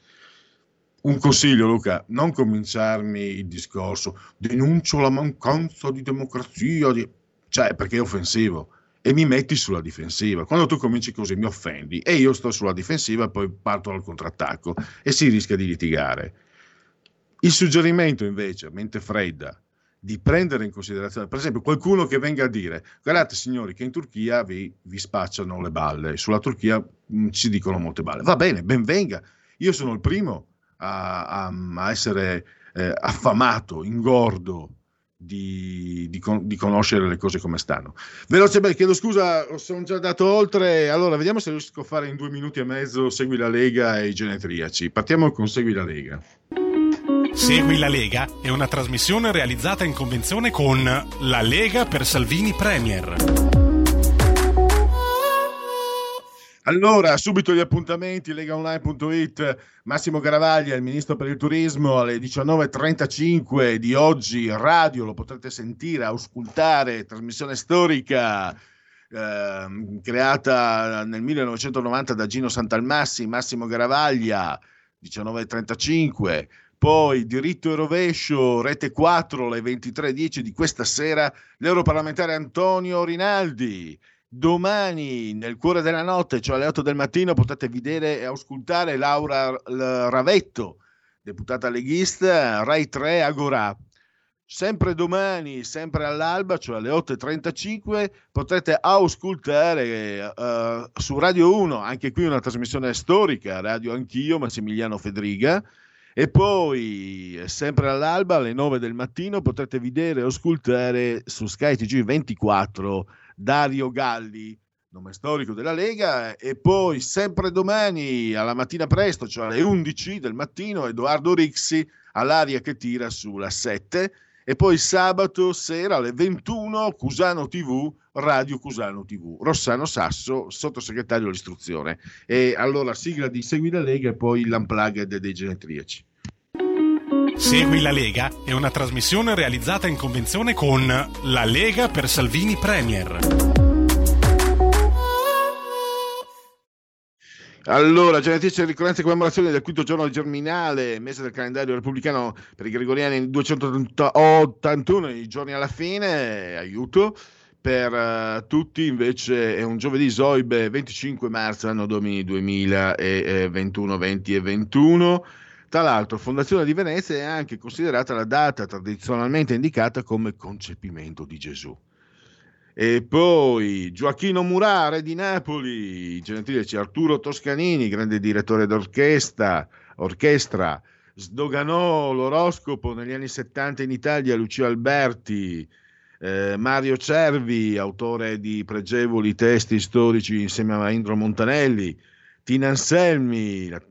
un consiglio, Luca, non cominciarmi il discorso denuncio la mancanza di democrazia, di... cioè perché è offensivo e mi metti sulla difensiva. Quando tu cominci così mi offendi e io sto sulla difensiva e poi parto al contrattacco e si rischia di litigare. Il suggerimento invece, a mente fredda, di prendere in considerazione, per esempio, qualcuno che venga a dire: guardate signori che in Turchia vi, vi spacciano le balle, sulla Turchia mh, ci dicono molte balle. Va bene, ben venga, io sono il primo a, a, a essere eh, affamato, ingordo di, di, di conoscere le cose come stanno. Velocemente, chiedo scusa, sono già dato oltre, allora vediamo se riesco a fare in due minuti e mezzo Segui la Lega e i genetriaci. Partiamo con Segui la Lega. Segui la Lega è una trasmissione realizzata in convenzione con La Lega per Salvini Premier. Allora, subito gli appuntamenti, legaonline punto it, Massimo Garavaglia, il ministro per il turismo, alle diciannove e trentacinque di oggi, radio, lo potrete sentire, ascoltare, trasmissione storica, eh, creata nel millenovecentonovanta da Gino Santalmassi, Massimo Garavaglia, diciannove e trentacinque. Poi diritto e rovescio, Rete quattro, alle ventitré e dieci di questa sera, l'europarlamentare Antonio Rinaldi. Domani, nel cuore della notte, cioè alle otto del mattino, potete vedere e ascoltare Laura Ravetto, deputata leghista, Rai tre Agorà. Sempre domani, sempre all'alba, cioè alle otto e trentacinque, potrete ascoltare uh, su Radio uno, anche qui una trasmissione storica, Radio Anch'io, Massimiliano Fedriga. E poi, sempre all'alba, alle nove del mattino, potrete vedere e ascoltare su Sky T G ventiquattro Dario Galli, nome storico della Lega. E poi, sempre domani, alla mattina presto, cioè alle undici del mattino, Edoardo Rixi all'aria che tira sulla sette. E poi sabato sera alle ventuno, Cusano tivù, Radio Cusano tivù, Rossano Sasso, sottosegretario all'istruzione. E allora sigla di Segui la Lega e poi l'unplugged dei genetriaci. Segui la Lega è una trasmissione realizzata in convenzione con La Lega per Salvini Premier. Allora, genetriaci, ricorrenze e commemorazioni del quinto giorno germinale, mese del calendario repubblicano per i gregoriani, duecentottantuno, i giorni alla fine, aiuto. Per uh, tutti invece è un giovedì Zoibe, venticinque marzo, anno domini duemilaventuno, venti e ventuno. Tra l'altro, Fondazione di Venezia è anche considerata la data tradizionalmente indicata come concepimento di Gesù. E poi Gioacchino Murare di Napoli, i genetriaci Arturo Toscanini, grande direttore d'orchestra, orchestra, sdoganò l'oroscopo negli anni settanta in Italia Lucia Alberti. Eh, Mario Cervi, autore di pregevoli testi storici insieme a Indro Montanelli, Tina Anselmi, la,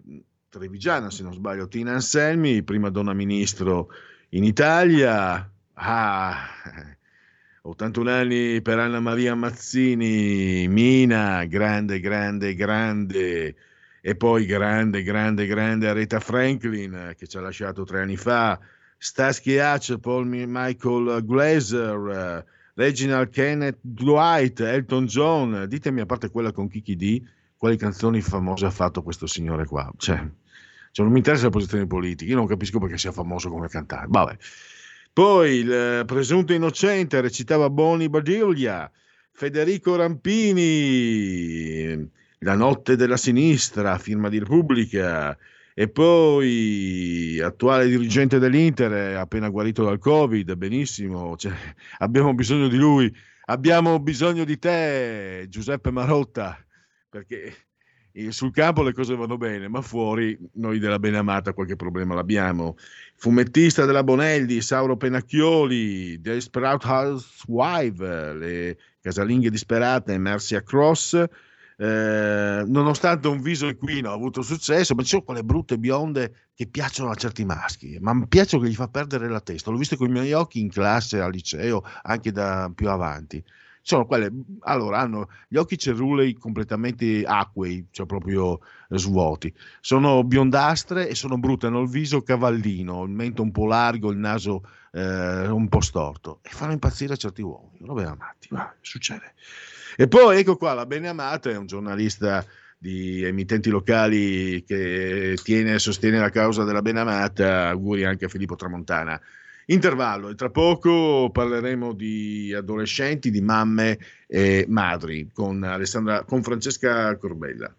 trevigiana, se non sbaglio, Tina Anselmi, prima donna ministro in Italia. Ah, ottantuno anni per Anna Maria Mazzini, Mina, grande, grande, grande, e poi grande, grande, grande Aretha Franklin, che ci ha lasciato tre anni fa, Starsky Hutch, Paul Michael Glaser, Reginald Kenneth Dwight, Elton John. Ditemi, a parte quella con Kiki D, quali canzoni famose ha fatto questo signore qua? Cioè, cioè non mi interessa la posizione politica, io non capisco perché sia famoso come cantare. Vabbè. Poi il presunto innocente recitava Bonnie Badiglia, Federico Rampini, La notte della sinistra, firma di Repubblica, e poi attuale dirigente dell'Inter, appena guarito dal Covid, benissimo, cioè, abbiamo bisogno di lui, abbiamo bisogno di te, Giuseppe Marotta, perché sul campo le cose vanno bene, ma fuori noi della Beneamata qualche problema l'abbiamo. Fumettista della Bonelli, Sauro Penacchioli, Desperate Housewife, le casalinghe disperate, Mercia Cross. Eh, nonostante un viso equino ha avuto successo, ma ci sono quelle brutte bionde che piacciono a certi maschi, ma mi piacciono che gli fa perdere la testa. L'ho visto con i miei occhi in classe, al liceo, anche da più avanti. Sono quelle, allora, hanno gli occhi cerulei completamente acquei, cioè proprio svuoti, sono biondastre e sono brutte, hanno il viso cavallino, il mento un po' largo, il naso eh, un po' storto, e fanno impazzire certi uomini. Lo vedo amati, ma succede. E poi ecco qua, la Beneamata è un giornalista di emittenti locali che tiene e sostiene la causa della Beneamata. Auguri anche a Filippo Tramontana. Intervallo, e tra poco parleremo di adolescenti, di mamme e madri con Alessandra, con Francesca Corbella.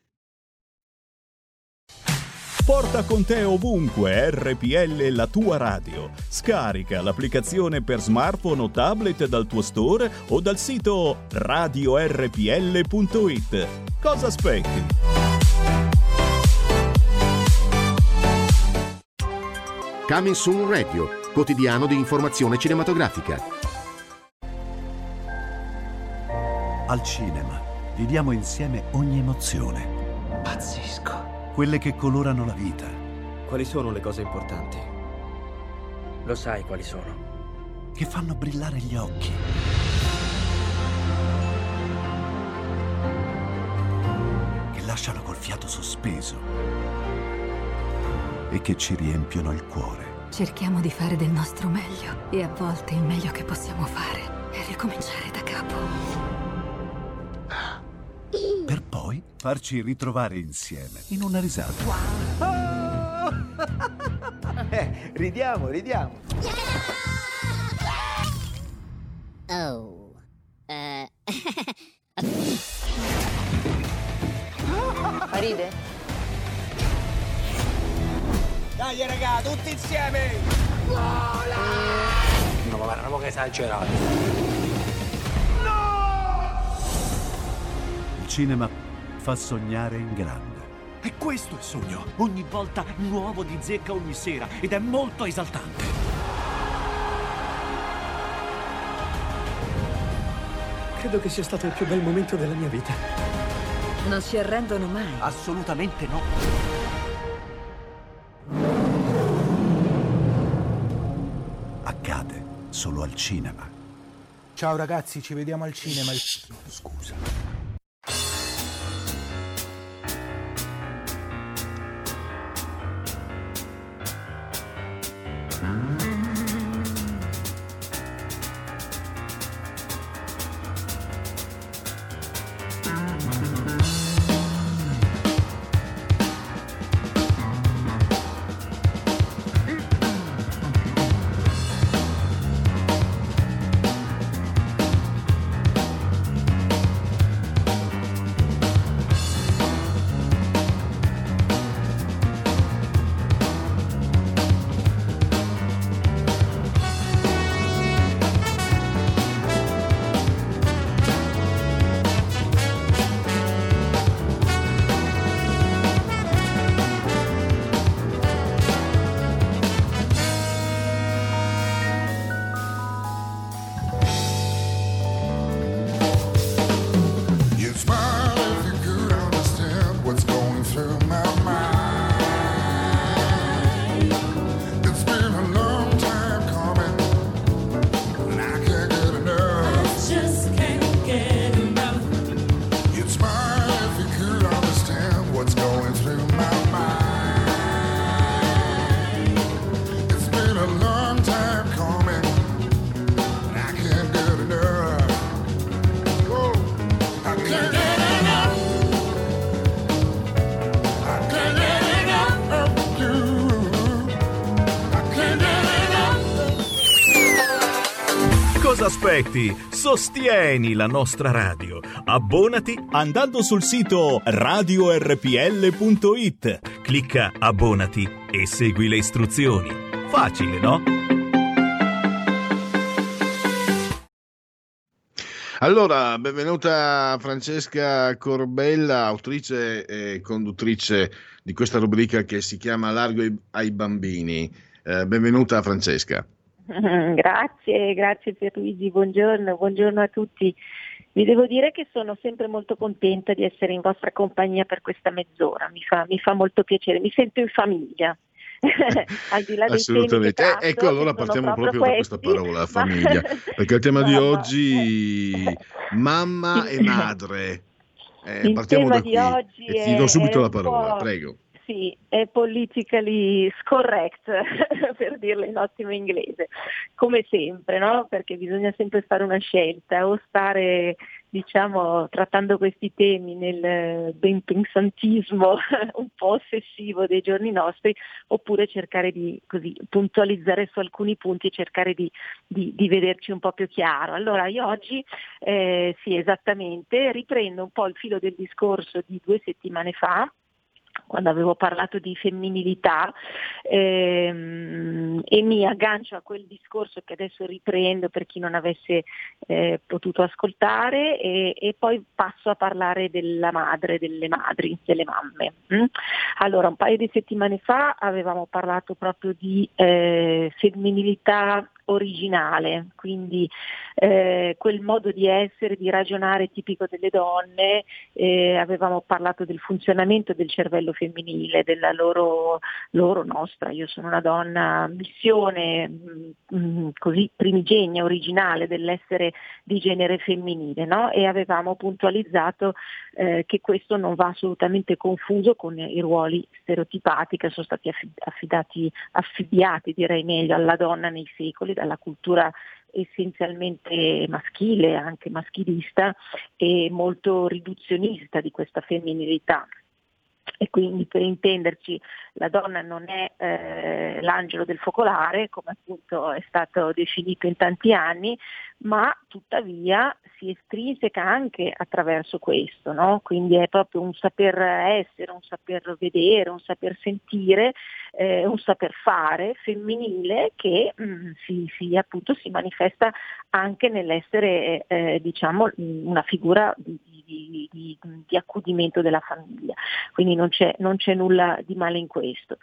Porta con te ovunque R P L, la tua radio. Scarica l'applicazione per smartphone o tablet dal tuo store o dal sito radio erre pi elle punto it. Cosa aspetti? Coming Soon Radio, quotidiano di informazione cinematografica. Al cinema viviamo insieme ogni emozione. Pazzesco. Quelle che colorano la vita. Quali sono le cose importanti? Lo sai quali sono? Che fanno brillare gli occhi. Che lasciano col fiato sospeso. E che ci riempiono il cuore. Cerchiamo di fare del nostro meglio e a volte il meglio che possiamo fare è ricominciare da capo. Per poi farci ritrovare insieme in una risata. Wow. eh, ridiamo, ridiamo. Oh. Uh. Ride? Dai raga, tutti insieme! Vola! No, ma guarda, che esagerato. No! Il cinema fa sognare in grande. E questo è il sogno. Ogni volta nuovo di zecca ogni sera. Ed è molto esaltante. Credo che sia stato il più bel momento della mia vita. Non si arrendono mai. Assolutamente no. Accade solo al cinema. Ciao ragazzi, ci vediamo al cinema. Scusa. aspetti? Sostieni la nostra radio. Abbonati andando sul sito radio erre pi elle punto it. Clicca abbonati e segui le istruzioni. Facile, no? Allora, benvenuta Francesca Corbella, autrice e conduttrice di questa rubrica che si chiama Largo ai, ai bambini. Eh, benvenuta Francesca. Grazie, grazie Pierluigi, buongiorno, buongiorno a tutti. Vi devo dire che sono sempre molto contenta di essere in vostra compagnia per questa mezz'ora, mi fa, mi fa molto piacere, mi sento in famiglia. Al di là dei Assolutamente. temi che Eh, ecco, allora partiamo proprio, proprio da questa parola, famiglia, perché il tema di oggi, mamma e madre. Eh, partiamo da qui oggi e ti do subito la parola, po'... prego. Sì, è politically scorrect, per dirlo in ottimo inglese, come sempre, no? Perché bisogna sempre fare una scelta, o stare, diciamo, trattando questi temi nel benpensantismo un po' ossessivo dei giorni nostri, oppure cercare di così puntualizzare su alcuni punti e cercare di, di, di vederci un po' più chiaro. Allora, io oggi, eh, sì, esattamente, riprendo un po' il filo del discorso di due settimane fa, quando avevo parlato di femminilità, ehm, e mi aggancio a quel discorso che adesso riprendo per chi non avesse eh, potuto ascoltare, e, e poi passo a parlare della madre, delle madri, delle mamme. Mm? Allora, un paio di settimane fa avevamo parlato proprio di eh, femminilità originale, quindi eh, quel modo di essere, di ragionare tipico delle donne. Eh, avevamo parlato del funzionamento del cervello femminile, della loro, loro nostra, io sono una donna, missione mh, mh, così primigenia, originale dell'essere di genere femminile, no? E avevamo puntualizzato eh, che questo non va assolutamente confuso con i ruoli stereotipati che sono stati affidati, affibbiati, direi meglio, alla donna nei secoli, dalla cultura essenzialmente maschile, anche maschilista e molto riduzionista di questa femminilità. E quindi, per intenderci, la donna non è eh, l'angelo del focolare, come appunto è stato definito in tanti anni, ma tuttavia si estrinseca anche attraverso questo, no? Quindi è proprio un saper essere, un saper vedere, un saper sentire, eh, un saper fare femminile che mh, si, si, appunto, si manifesta anche nell'essere eh, diciamo una figura di, di, di, di accudimento della famiglia. Quindi non c'è, non c'è nulla di male in questo.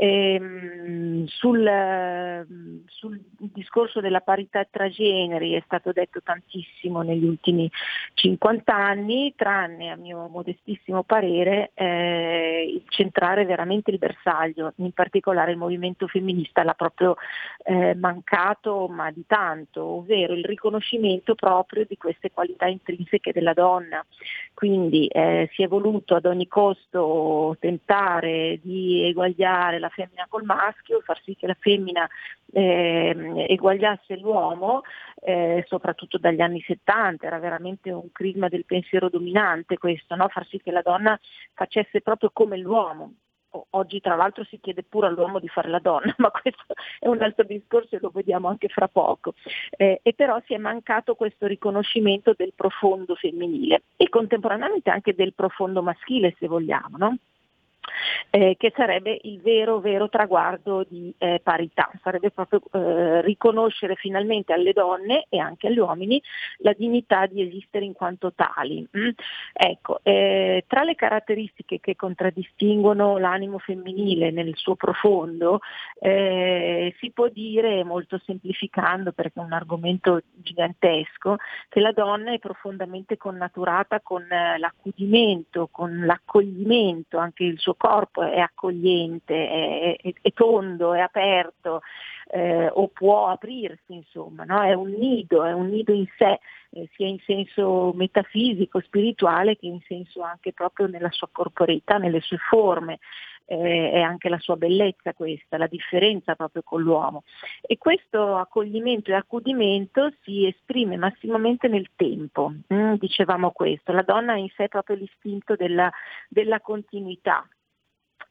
Ehm, sul, sul discorso della parità tra generi è stato detto tantissimo negli ultimi cinquanta anni, tranne, a mio modestissimo parere, eh, il centrare veramente il bersaglio, in particolare il movimento femminista l'ha proprio eh, mancato, ma di tanto, ovvero il riconoscimento proprio di queste qualità intrinseche della donna. Quindi eh, si è voluto ad ogni costo tentare di eguagliare la femmina col maschio, far sì che la femmina eh, eguagliasse l'uomo, eh, soprattutto dagli anni settanta, era veramente un crisma del pensiero dominante questo, no? Far sì che la donna facesse proprio come l'uomo. Oggi tra l'altro si chiede pure all'uomo di fare la donna, ma questo è un altro discorso e lo vediamo anche fra poco. Eh, e però si è mancato questo riconoscimento del profondo femminile e contemporaneamente anche del profondo maschile, se vogliamo, no? Eh, che sarebbe il vero vero traguardo di eh, parità, sarebbe proprio eh, riconoscere finalmente alle donne e anche agli uomini la dignità di esistere in quanto tali. Mm? Ecco, eh, tra le caratteristiche che contraddistinguono l'animo femminile nel suo profondo, eh, si può dire, molto semplificando perché è un argomento gigantesco, che la donna è profondamente connaturata con eh, l'accudimento, con l'accoglimento, anche il suo corpo è accogliente, è, è, è tondo, è aperto, eh, o può aprirsi, insomma, no? È un nido, è un nido in sé, eh, sia in senso metafisico, spirituale, che in senso anche proprio nella sua corporeità, nelle sue forme. Eh, è anche la sua bellezza questa, la differenza proprio con l'uomo. E questo accoglimento e accudimento si esprime massimamente nel tempo. Mm, dicevamo questo, la donna ha in sé proprio l'istinto della, della continuità.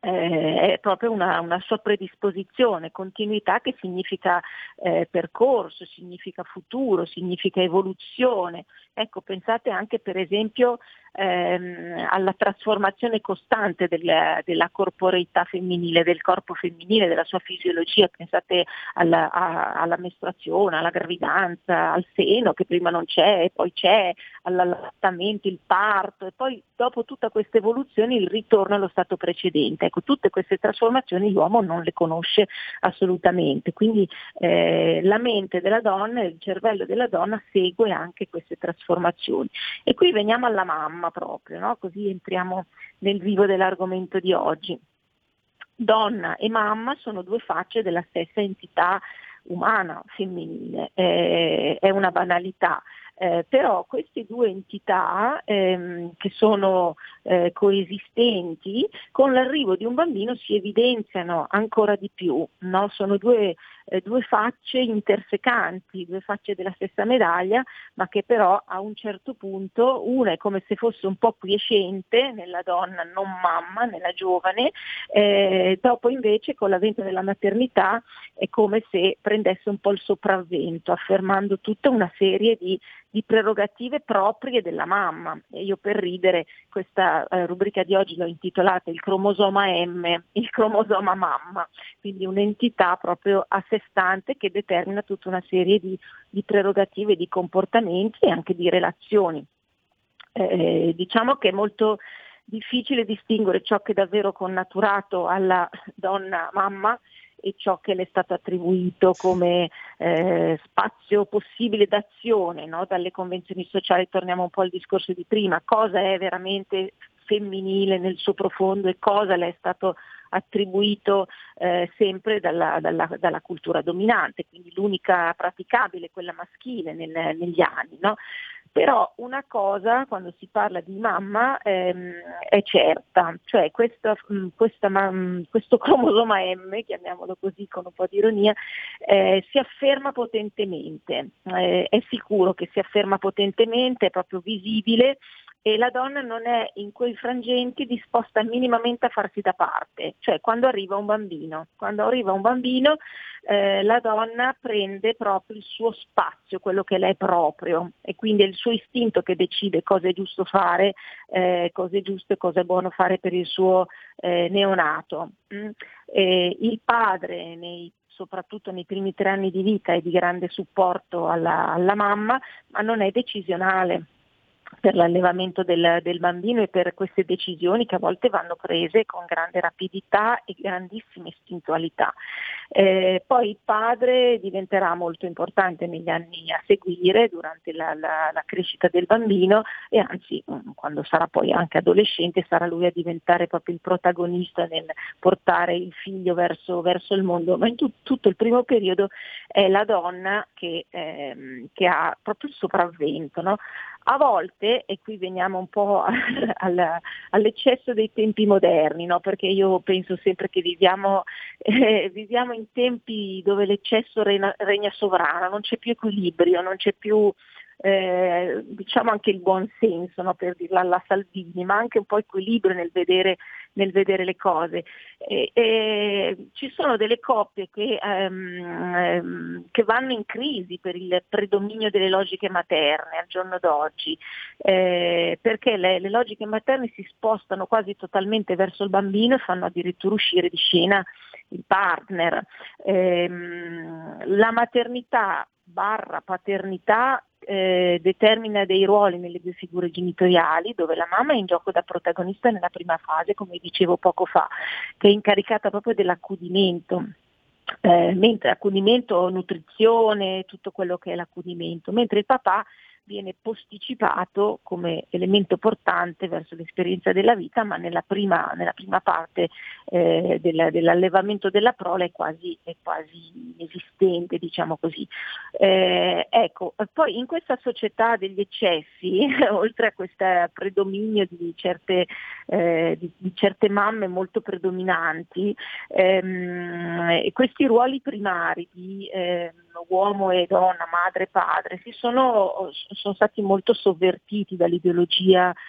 Eh, è proprio una, una sua predisposizione, continuità, che significa eh, percorso, significa futuro, significa evoluzione. Ecco, pensate anche per esempio ehm, alla trasformazione costante del, della corporeità femminile, del corpo femminile, della sua fisiologia. Pensate alla, a, alla mestruazione, alla gravidanza, al seno che prima non c'è e poi c'è, all'allattamento, il parto, e poi dopo tutta questa evoluzione il ritorno allo stato precedente. Ecco, tutte queste trasformazioni l'uomo non le conosce assolutamente, quindi eh, la mente della donna, il cervello della donna segue anche queste trasformazioni. E qui veniamo alla mamma proprio, no? Così entriamo nel vivo dell'argomento di oggi. Donna e mamma sono due facce della stessa entità umana, femminile, eh, è una banalità. Eh, però queste due entità ehm, che sono eh, coesistenti, con l'arrivo di un bambino si evidenziano ancora di più, no? Sono due, eh, due facce intersecanti, due facce della stessa medaglia, ma che però a un certo punto una è come se fosse un po' quiescente nella donna non mamma, nella giovane, eh, dopo invece con l'avvento della maternità è come se prendesse un po' il sopravvento, affermando tutta una serie di di prerogative proprie della mamma. E io, per ridere, questa eh, rubrica di oggi l'ho intitolata Il cromosoma M, il cromosoma mamma, quindi un'entità proprio a sé stante che determina tutta una serie di, di prerogative, di comportamenti e anche di relazioni. Eh, diciamo che è molto difficile distinguere ciò che è davvero connaturato alla donna mamma e ciò che le è stato attribuito come eh, spazio possibile d'azione, no? Dalle convenzioni sociali. Torniamo un po' al discorso di prima: cosa è veramente femminile nel suo profondo e cosa le è stato attribuito eh, sempre dalla, dalla, dalla cultura dominante, quindi l'unica praticabile, quella maschile nel, negli anni, no? Però una cosa, quando si parla di mamma, ehm, è certa, cioè questa, questa, questo cromosoma M, chiamiamolo così con un po' di ironia, eh, si afferma potentemente, eh, è sicuro che si afferma potentemente, è proprio visibile, e la donna non è in quei frangenti disposta minimamente a farsi da parte. Cioè quando arriva un bambino, quando arriva un bambino eh, la donna prende proprio il suo spazio, quello che lei è proprio, e quindi è il suo istinto che decide cosa è giusto fare, eh, cosa è giusto e cosa è buono fare per il suo eh, neonato. Mm? E il padre nei soprattutto nei primi tre anni di vita è di grande supporto alla, alla mamma, ma non è decisionale per l'allevamento del, del bambino e per queste decisioni che a volte vanno prese con grande rapidità e grandissima istintualità. Eh, poi il padre diventerà molto importante negli anni a seguire, durante la, la, la crescita del bambino, e anzi quando sarà poi anche adolescente sarà lui a diventare proprio il protagonista nel portare il figlio verso, verso il mondo, ma in tu, tutto il primo periodo è la donna che, ehm, che ha proprio il sopravvento, no? A volte, e qui veniamo un po' al, all'eccesso dei tempi moderni, no? Perché io penso sempre che viviamo, eh, viviamo in tempi dove l'eccesso regna, regna sovrano, non c'è più equilibrio, non c'è più eh, diciamo anche il buon senso, no? Per dirla alla Salvini, ma anche un po' equilibrio nel vedere, nel vedere le cose. E, e ci sono delle coppie che, um, che vanno in crisi per il predominio delle logiche materne al giorno d'oggi, eh, perché le, le logiche materne si spostano quasi totalmente verso il bambino e fanno addirittura uscire di scena il partner. Eh, la maternità barra paternità eh, determina dei ruoli nelle due figure genitoriali, dove la mamma è in gioco da protagonista nella prima fase, come dicevo poco fa, che è incaricata proprio dell'accudimento. Eh, mentre accudimento, nutrizione, tutto quello che è l'accudimento, mentre il papà viene posticipato come elemento portante verso l'esperienza della vita, ma nella prima, nella prima parte eh, del, dell'allevamento della prole è quasi, è quasi inesistente, diciamo così. Eh, ecco, poi in questa società degli eccessi, oltre a questo predominio di certe, eh, di, di certe mamme molto predominanti, ehm, questi ruoli primari di eh, uomo e donna, madre e padre, si sono, sono stati molto sovvertiti dall'ideologia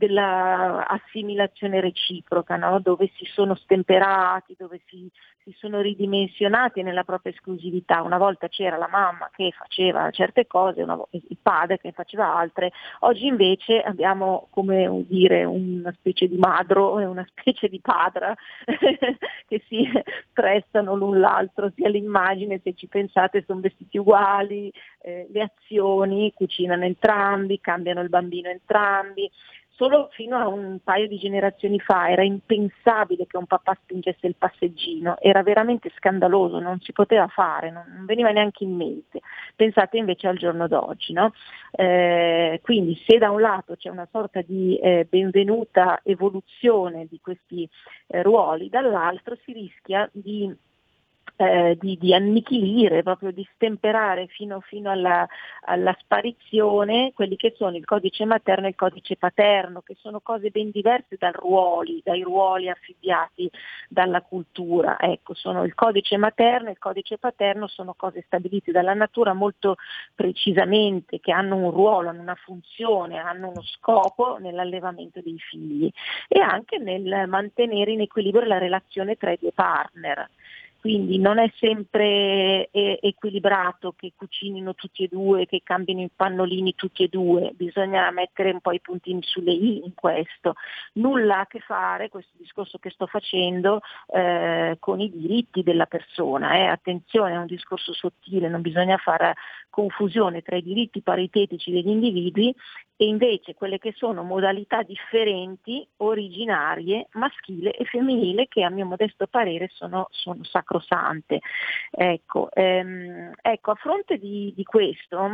della assimilazione reciproca, no? Dove si sono stemperati, dove si, si sono ridimensionati nella propria esclusività. Una volta c'era la mamma che faceva certe cose, una, il padre che faceva altre, oggi invece abbiamo, come dire, una specie di madro e una specie di padra che si prestano l'un l'altro, sia l'immagine, se ci pensate, sono vestiti uguali, eh, le azioni, cucinano entrambi, cambiano il bambino entrambi. Solo fino a un paio di generazioni fa era impensabile che un papà spingesse il passeggino, era veramente scandaloso, non si poteva fare, non, non veniva neanche in mente. Pensate invece al giorno d'oggi, no? Eh, quindi se da un lato c'è una sorta di eh, benvenuta evoluzione di questi eh, ruoli, dall'altro si rischia di Eh, di, di annichilire, proprio di stemperare fino, fino alla, alla sparizione quelli che sono il codice materno e il codice paterno, che sono cose ben diverse dai ruoli, dai ruoli affibbiati dalla cultura. Ecco, sono il codice materno e il codice paterno sono cose stabilite dalla natura molto precisamente, che hanno un ruolo, hanno una funzione, hanno uno scopo nell'allevamento dei figli e anche nel mantenere in equilibrio la relazione tra i due partner. Quindi non è sempre eh, equilibrato che cucinino tutti e due, che cambino i pannolini tutti e due, bisogna mettere un po' i puntini sulle i in questo. Nulla ha a che fare, questo discorso che sto facendo, eh, con i diritti della persona. Eh. Attenzione, è un discorso sottile, non bisogna fare confusione tra i diritti paritetici degli individui e invece quelle che sono modalità differenti, originarie, maschile e femminile, che a mio modesto parere sono, sono sacrosante. Ecco, ehm, ecco, a fronte di, di questo,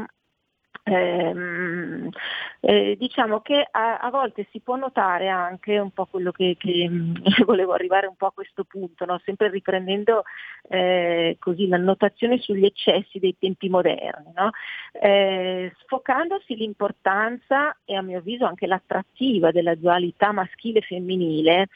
ehm, eh, diciamo che a, a volte si può notare anche un po' quello che, che volevo arrivare un po' a questo punto, no? Sempre riprendendo eh, così la notazione sugli eccessi dei tempi moderni, no? Eh, sfocandosi l'importanza e a mio avviso anche l'attrattiva della dualità maschile e femminile,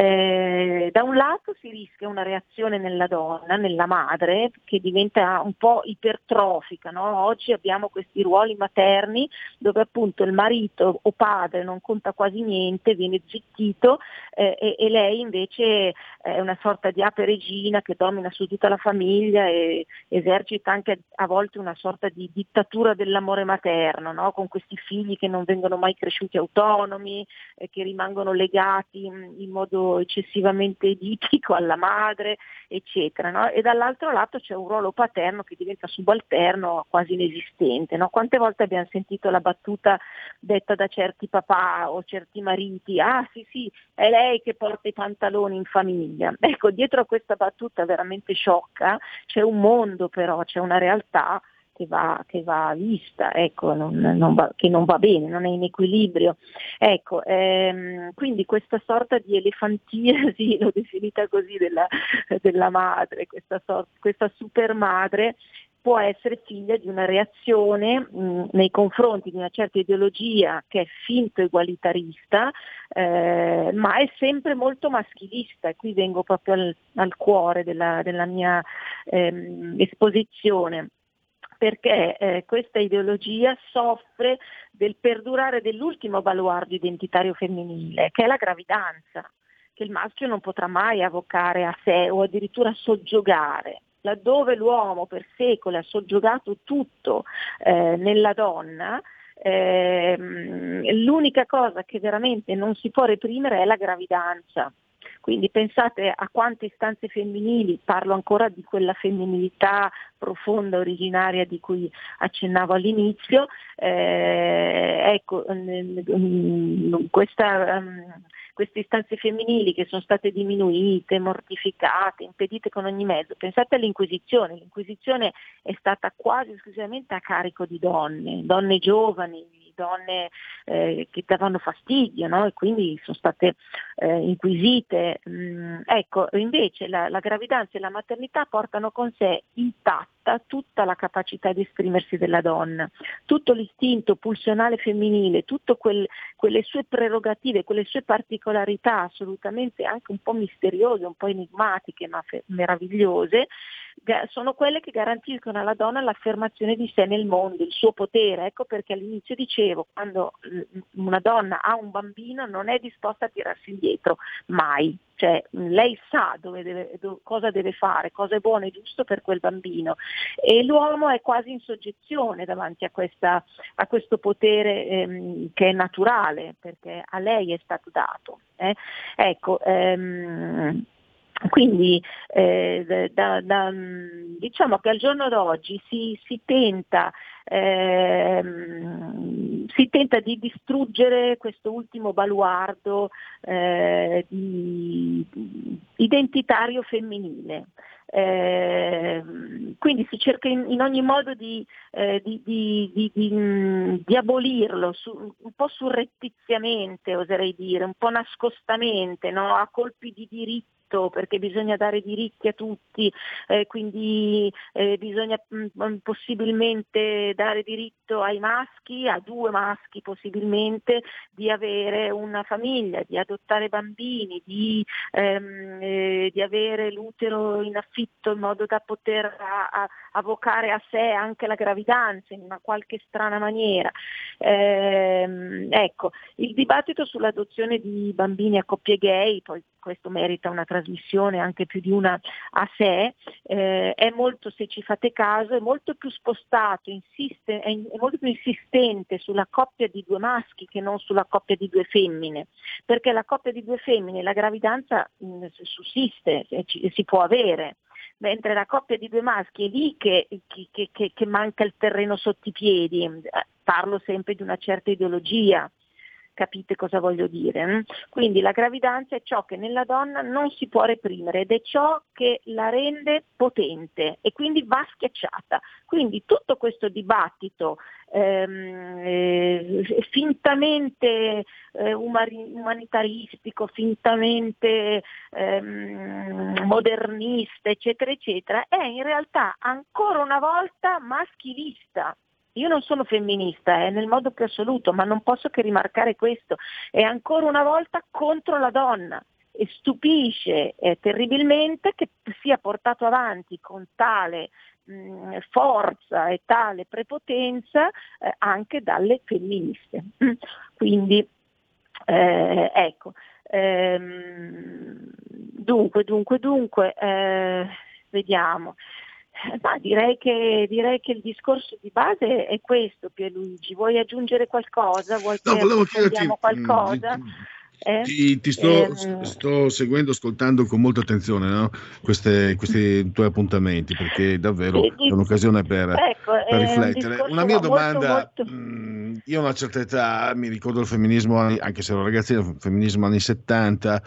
eh, da un lato si rischia una reazione nella donna, nella madre, che diventa un po' ipertrofica, no? Oggi abbiamo questi ruoli materni dove appunto il marito o padre non conta quasi niente, viene zittito, eh, e, e lei invece è una sorta di ape regina che domina su tutta la famiglia e esercita anche a volte una sorta di dittatura dell'amore materno, no? Con questi figli che non vengono mai cresciuti autonomi, eh, che rimangono legati in, in modo eccessivamente editico alla madre, eccetera, no? E dall'altro lato c'è un ruolo paterno che diventa subalterno, quasi inesistente, no? Quante volte abbiamo sentito la battuta detta da certi papà o certi mariti: ah sì sì, è lei che porta i pantaloni in famiglia. Ecco, dietro a questa battuta veramente sciocca c'è un mondo, però c'è una realtà che va, che va vista, ecco, non, non va, che non va bene, non è in equilibrio. Ecco, ehm, quindi questa sorta di elefantiasi, l'ho definita così, della, della madre, questa, sorta, questa super madre, può essere figlia di una reazione mh, nei confronti di una certa ideologia che è finto egualitarista, eh, ma è sempre molto maschilista, e qui vengo proprio al, al cuore della, della mia ehm, esposizione, perché eh, questa ideologia soffre del perdurare dell'ultimo baluardo identitario femminile, che è la gravidanza, che il maschio non potrà mai avvocare a sé o addirittura soggiogare. Laddove l'uomo per secoli ha soggiogato tutto eh, nella donna, eh, l'unica cosa che veramente non si può reprimere è la gravidanza. Quindi pensate a quante istanze femminili, parlo ancora di quella femminilità profonda, originaria di cui accennavo all'inizio, eh, ecco, questa... Um, queste istanze femminili che sono state diminuite, mortificate, impedite con ogni mezzo. Pensate all'Inquisizione, l'Inquisizione è stata quasi esclusivamente a carico di donne, donne giovani, donne eh, che davano fastidio, no? E quindi sono state eh, inquisite. Mm, ecco, invece la, la gravidanza e la maternità portano con sé intatta tutta la capacità di esprimersi della donna, tutto l'istinto pulsionale femminile, tutte quel, quelle sue prerogative, quelle sue particolarità assolutamente anche un po' misteriose, un po' enigmatiche ma fe- meravigliose, sono quelle che garantiscono alla donna l'affermazione di sé nel mondo, il suo potere. Ecco perché all'inizio dicevo dicevo, quando una donna ha un bambino non è disposta a tirarsi indietro, mai. Cioè, lei sa dove deve, dove, cosa deve fare, cosa è buono e giusto per quel bambino, e l'uomo è quasi in soggezione davanti a, questa, a questo potere ehm, che è naturale, perché a lei è stato dato. Eh? Ecco, ehm, quindi eh, da, da, diciamo che al giorno d'oggi si, si tenta ehm, si tenta di distruggere questo ultimo baluardo eh, di, identitario femminile. Eh, quindi si cerca in, in ogni modo di, eh, di, di, di, di, di abolirlo, su, un po' surrettiziamente, oserei dire, un po' nascostamente, no? A colpi di diritto, perché bisogna dare diritti a tutti, eh, quindi eh, bisogna mh, possibilmente dare diritto ai maschi, a due maschi possibilmente, di avere una famiglia, di adottare bambini, di, ehm, eh, di avere l'utero in affitto in modo da poter a, a, avvocare a sé anche la gravidanza in una qualche strana maniera. Eh, ecco, il dibattito sull'adozione di bambini a coppie gay, poi questo merita una trasmissione anche più di una a sé, eh, è molto, se ci fate caso, è molto più spostato, insiste, è, è molto più insistente sulla coppia di due maschi che non sulla coppia di due femmine, perché la coppia di due femmine, la gravidanza mh, sussiste, ci, si può avere, mentre la coppia di due maschi è lì che, che, che, che manca il terreno sotto i piedi. Parlo sempre di una certa ideologia. Capite cosa voglio dire? Hm? Quindi la gravidanza è ciò che nella donna non si può reprimere ed è ciò che la rende potente e quindi va schiacciata. Quindi tutto questo dibattito ehm, eh, fintamente eh, umari- umanitaristico, fintamente ehm, modernista, eccetera, eccetera, è in realtà ancora una volta maschilista. Io non sono femminista eh, nel modo più assoluto, ma non posso che rimarcare questo. È ancora una volta contro la donna e stupisce eh, terribilmente che sia portato avanti con tale mh, forza e tale prepotenza eh, anche dalle femministe. Quindi eh, ecco, ehm, dunque, dunque, dunque, eh, vediamo. Ma direi che, direi che il discorso di base è questo, Pierluigi. Vuoi aggiungere qualcosa? Vuoi no, che volevo approfondiamo qualcosa? Ti, eh? ti, ti sto, eh, sto seguendo, ascoltando con molta attenzione, no? Queste, questi tuoi appuntamenti, perché davvero sì, è un'occasione per, ecco, per riflettere. Un Una mia molto, domanda, molto... mh, io a una certa età mi ricordo il femminismo, anche se ero ragazzino, il femminismo anni settanta,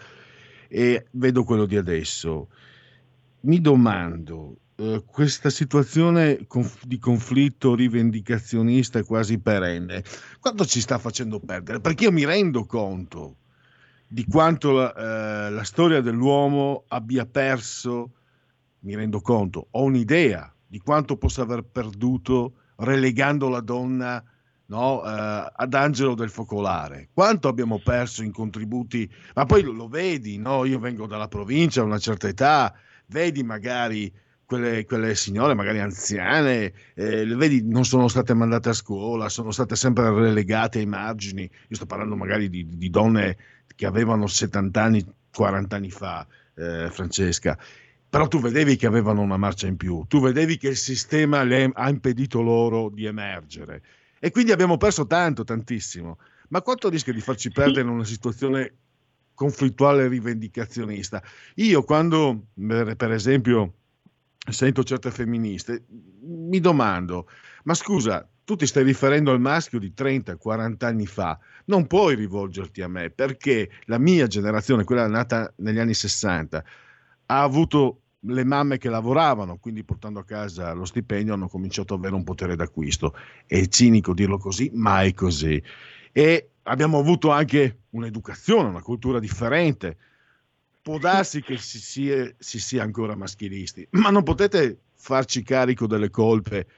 e vedo quello di adesso. Mi domando, Uh, questa situazione conf- di conflitto rivendicazionista quasi perenne, quanto ci sta facendo perdere? Perché io mi rendo conto di quanto la, uh, la storia dell'uomo abbia perso, mi rendo conto, ho un'idea di quanto possa aver perduto relegando la donna, no, uh, ad angelo del focolare, quanto abbiamo perso in contributi, ma poi lo, lo vedi, no? Io vengo dalla provincia a una certa età, vedi magari Quelle, quelle signore magari anziane, eh, le vedi, non sono state mandate a scuola, sono state sempre relegate ai margini. Io sto parlando magari di, di donne che avevano settanta anni, quaranta anni fa, eh, Francesca, però tu vedevi che avevano una marcia in più, tu vedevi che il sistema le ha impedito loro di emergere e quindi abbiamo perso tanto, tantissimo. Ma quanto rischia di farci perdere in una situazione conflittuale rivendicazionista? Io quando, per esempio, sento certe femministe, mi domando, ma scusa, tu ti stai riferendo al maschio di trenta quaranta anni fa, non puoi rivolgerti a me, perché la mia generazione, quella nata negli anni sessanta, ha avuto le mamme che lavoravano, quindi portando a casa lo stipendio hanno cominciato ad avere un potere d'acquisto. È cinico dirlo così, ma è così. E abbiamo avuto anche un'educazione, una cultura differente. Può darsi che si sia, si sia ancora maschilisti, ma non potete farci carico delle colpe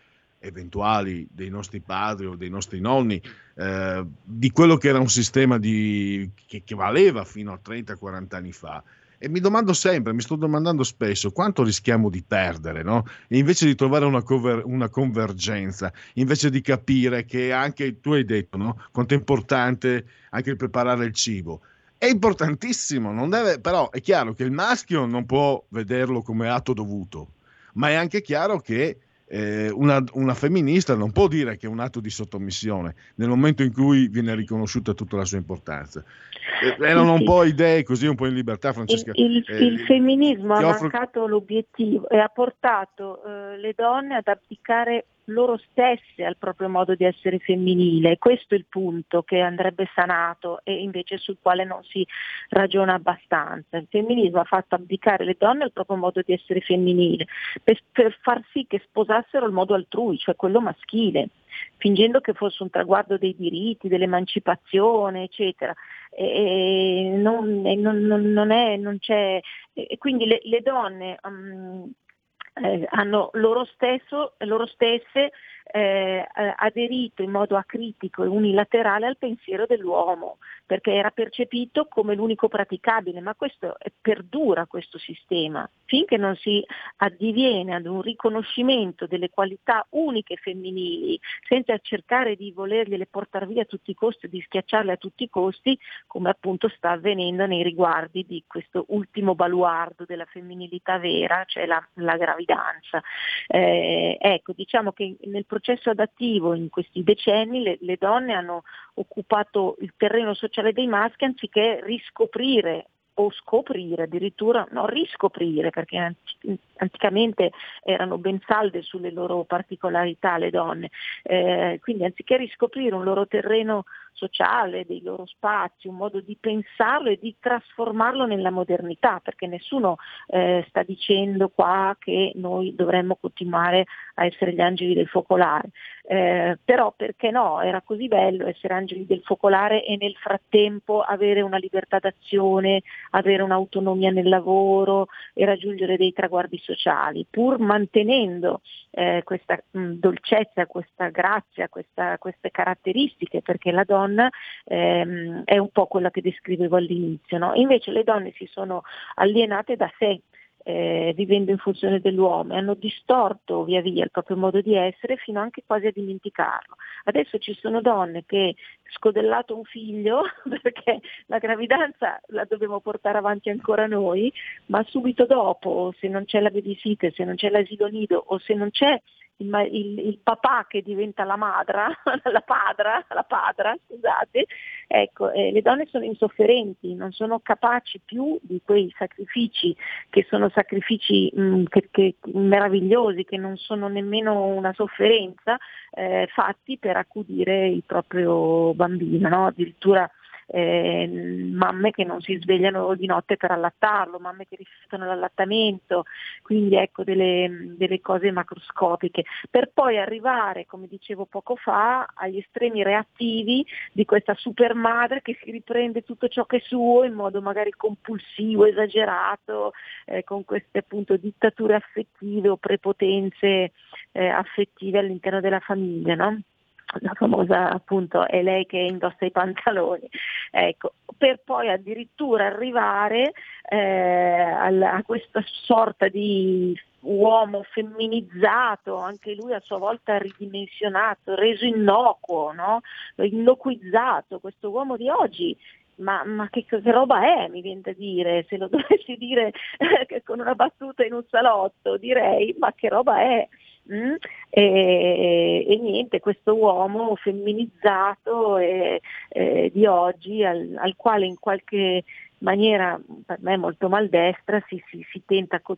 eventuali dei nostri padri o dei nostri nonni, eh, di quello che era un sistema di, che, che valeva fino a trenta quaranta anni fa. E mi domando sempre, mi sto domandando spesso, quanto rischiamo di perdere, no? E invece di trovare una, cover, una convergenza, invece di capire che anche, tu hai detto, no? Quanto è importante anche il preparare il cibo. È importantissimo, non deve, però è chiaro che il maschio non può vederlo come atto dovuto, ma è anche chiaro che eh, una, una femminista non può dire che è un atto di sottomissione nel momento in cui viene riconosciuta tutta la sua importanza. Eh, erano un po' idee così, un po' in libertà, Francesca. Il, il, eh, il femminismo ha offro... mancato l'obiettivo e ha portato eh, le donne ad abdicare loro stesse al proprio modo di essere femminile. Questo è il punto che andrebbe sanato e invece sul quale non si ragiona abbastanza. Il femminismo ha fatto abdicare le donne al proprio modo di essere femminile per, per far sì che sposassero il modo altrui, cioè quello maschile, fingendo che fosse un traguardo dei diritti, dell'emancipazione, eccetera. E non, non, non, è, non c'è, e quindi le, le donne um, eh, hanno loro stesso, loro stesse eh, aderito in modo acritico e unilaterale al pensiero dell'uomo, perché era percepito come l'unico praticabile, ma questo perdura questo sistema finché non si addiviene ad un riconoscimento delle qualità uniche femminili, senza cercare di volergliele portare via a tutti i costi, di schiacciarle a tutti i costi, come appunto sta avvenendo nei riguardi di questo ultimo baluardo della femminilità vera, cioè la, la gravidanza. Eh, ecco, diciamo che nel processo adattivo in questi decenni le, le donne hanno occupato il terreno sociale dei maschi anziché riscoprire o scoprire, addirittura no, riscoprire, perché anticamente erano ben salde sulle loro particolarità le donne, eh, quindi anziché riscoprire un loro terreno sociale, dei loro spazi, un modo di pensarlo e di trasformarlo nella modernità, perché nessuno eh, sta dicendo qua che noi dovremmo continuare a essere gli angeli del focolare, eh, però perché no, era così bello essere angeli del focolare e nel frattempo avere una libertà d'azione, avere un'autonomia nel lavoro e raggiungere dei traguardi sociali, pur mantenendo eh, questa mh, dolcezza, questa grazia, questa, queste caratteristiche, perché la donna ehm, è un po' quella che descrivevo all'inizio, no? Invece le donne si sono alienate da sé, Eh, vivendo in funzione dell'uomo, e hanno distorto via via il proprio modo di essere fino anche quasi a dimenticarlo. Adesso ci sono donne che, scodellato un figlio, perché la gravidanza la dobbiamo portare avanti ancora noi, ma subito dopo, se non c'è la babysitter, se non c'è l'asilo nido o se non c'è Il, il, il papà che diventa la madra, la padra, la padra, scusate, ecco, eh, le donne sono insofferenti, non sono capaci più di quei sacrifici che sono sacrifici mh, che, che, meravigliosi, che non sono nemmeno una sofferenza, eh, fatti per accudire il proprio bambino, no? Addirittura Eh, mamme che non si svegliano di notte per allattarlo, mamme che rifiutano l'allattamento, quindi ecco delle, delle cose macroscopiche, per poi arrivare, come dicevo poco fa, agli estremi reattivi di questa supermadre che si riprende tutto ciò che è suo in modo magari compulsivo, esagerato, eh, con queste appunto dittature affettive o prepotenze eh, affettive all'interno della famiglia, no? La famosa appunto è lei che indossa i pantaloni, ecco, per poi addirittura arrivare eh, alla, a questa sorta di uomo femminizzato, anche lui a sua volta ridimensionato, reso innocuo, no? Innocuizzato, questo uomo di oggi. Ma, ma che, che roba è, mi viene da dire, se lo dovessi dire eh, con una battuta in un salotto, direi ma che roba è. Mm? E, e niente, questo uomo femminizzato e, e di oggi al, al quale in qualche maniera per me molto maldestra si, si, si tenta con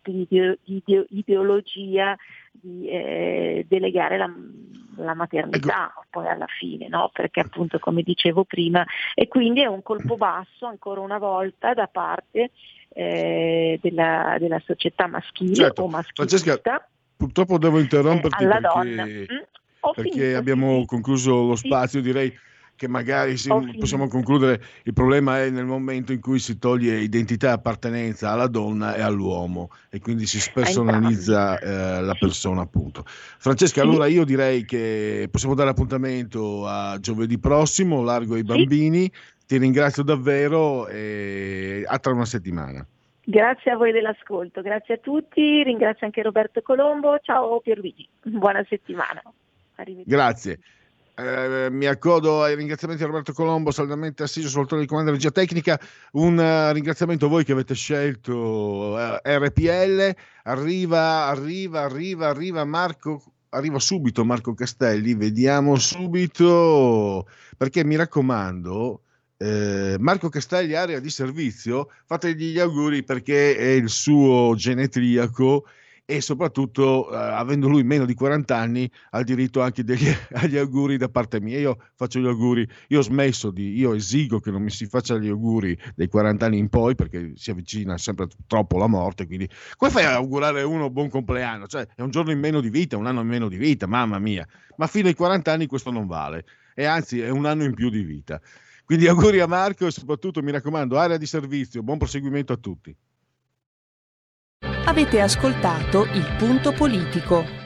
ideologia di eh, delegare la, la maternità poi alla fine, no? Perché appunto come dicevo prima, e quindi è un colpo basso ancora una volta da parte eh, della, della società maschile, certo, o maschilista. Francesca, purtroppo devo interromperti eh, alla perché, donna. Mm? perché abbiamo concluso lo spazio, direi. che magari si, Ho possiamo concludere, il problema è nel momento in cui si toglie identità e appartenenza alla donna e all'uomo e quindi si spersonalizza eh, la persona, appunto. Francesca, Sì. allora io direi che possiamo dare appuntamento a giovedì prossimo, largo ai bambini. Ti ringrazio davvero e a tra una settimana. Grazie a voi dell'ascolto, grazie a tutti, ringrazio anche Roberto Colombo, ciao Pierluigi, buona settimana. Arrivederci. Grazie. Eh, mi accodo ai ringraziamenti a Roberto Colombo, saldamente assiso sul autore di comando regia tecnica. Un uh, ringraziamento a voi che avete scelto uh, R P L. Arriva, arriva, arriva, arriva Marco. Arriva subito Marco Castelli. Vediamo subito, perché mi raccomando, eh, Marco Castelli, area di servizio. Fategli gli auguri perché è il suo genetriaco. E soprattutto, eh, avendo lui meno di quaranta anni, ha il diritto anche degli, agli auguri da parte mia. Io faccio gli auguri, io ho smesso di, io esigo che non mi si faccia gli auguri dei quaranta anni in poi, perché si avvicina sempre troppo la morte, quindi come fai a augurare uno buon compleanno? Cioè, è un giorno in meno di vita, un anno in meno di vita, mamma mia. Ma fino ai quaranta anni questo non vale, e anzi è un anno in più di vita. Quindi auguri a Marco e soprattutto, mi raccomando, area di servizio, buon proseguimento a tutti. Avete ascoltato Il Punto Politico.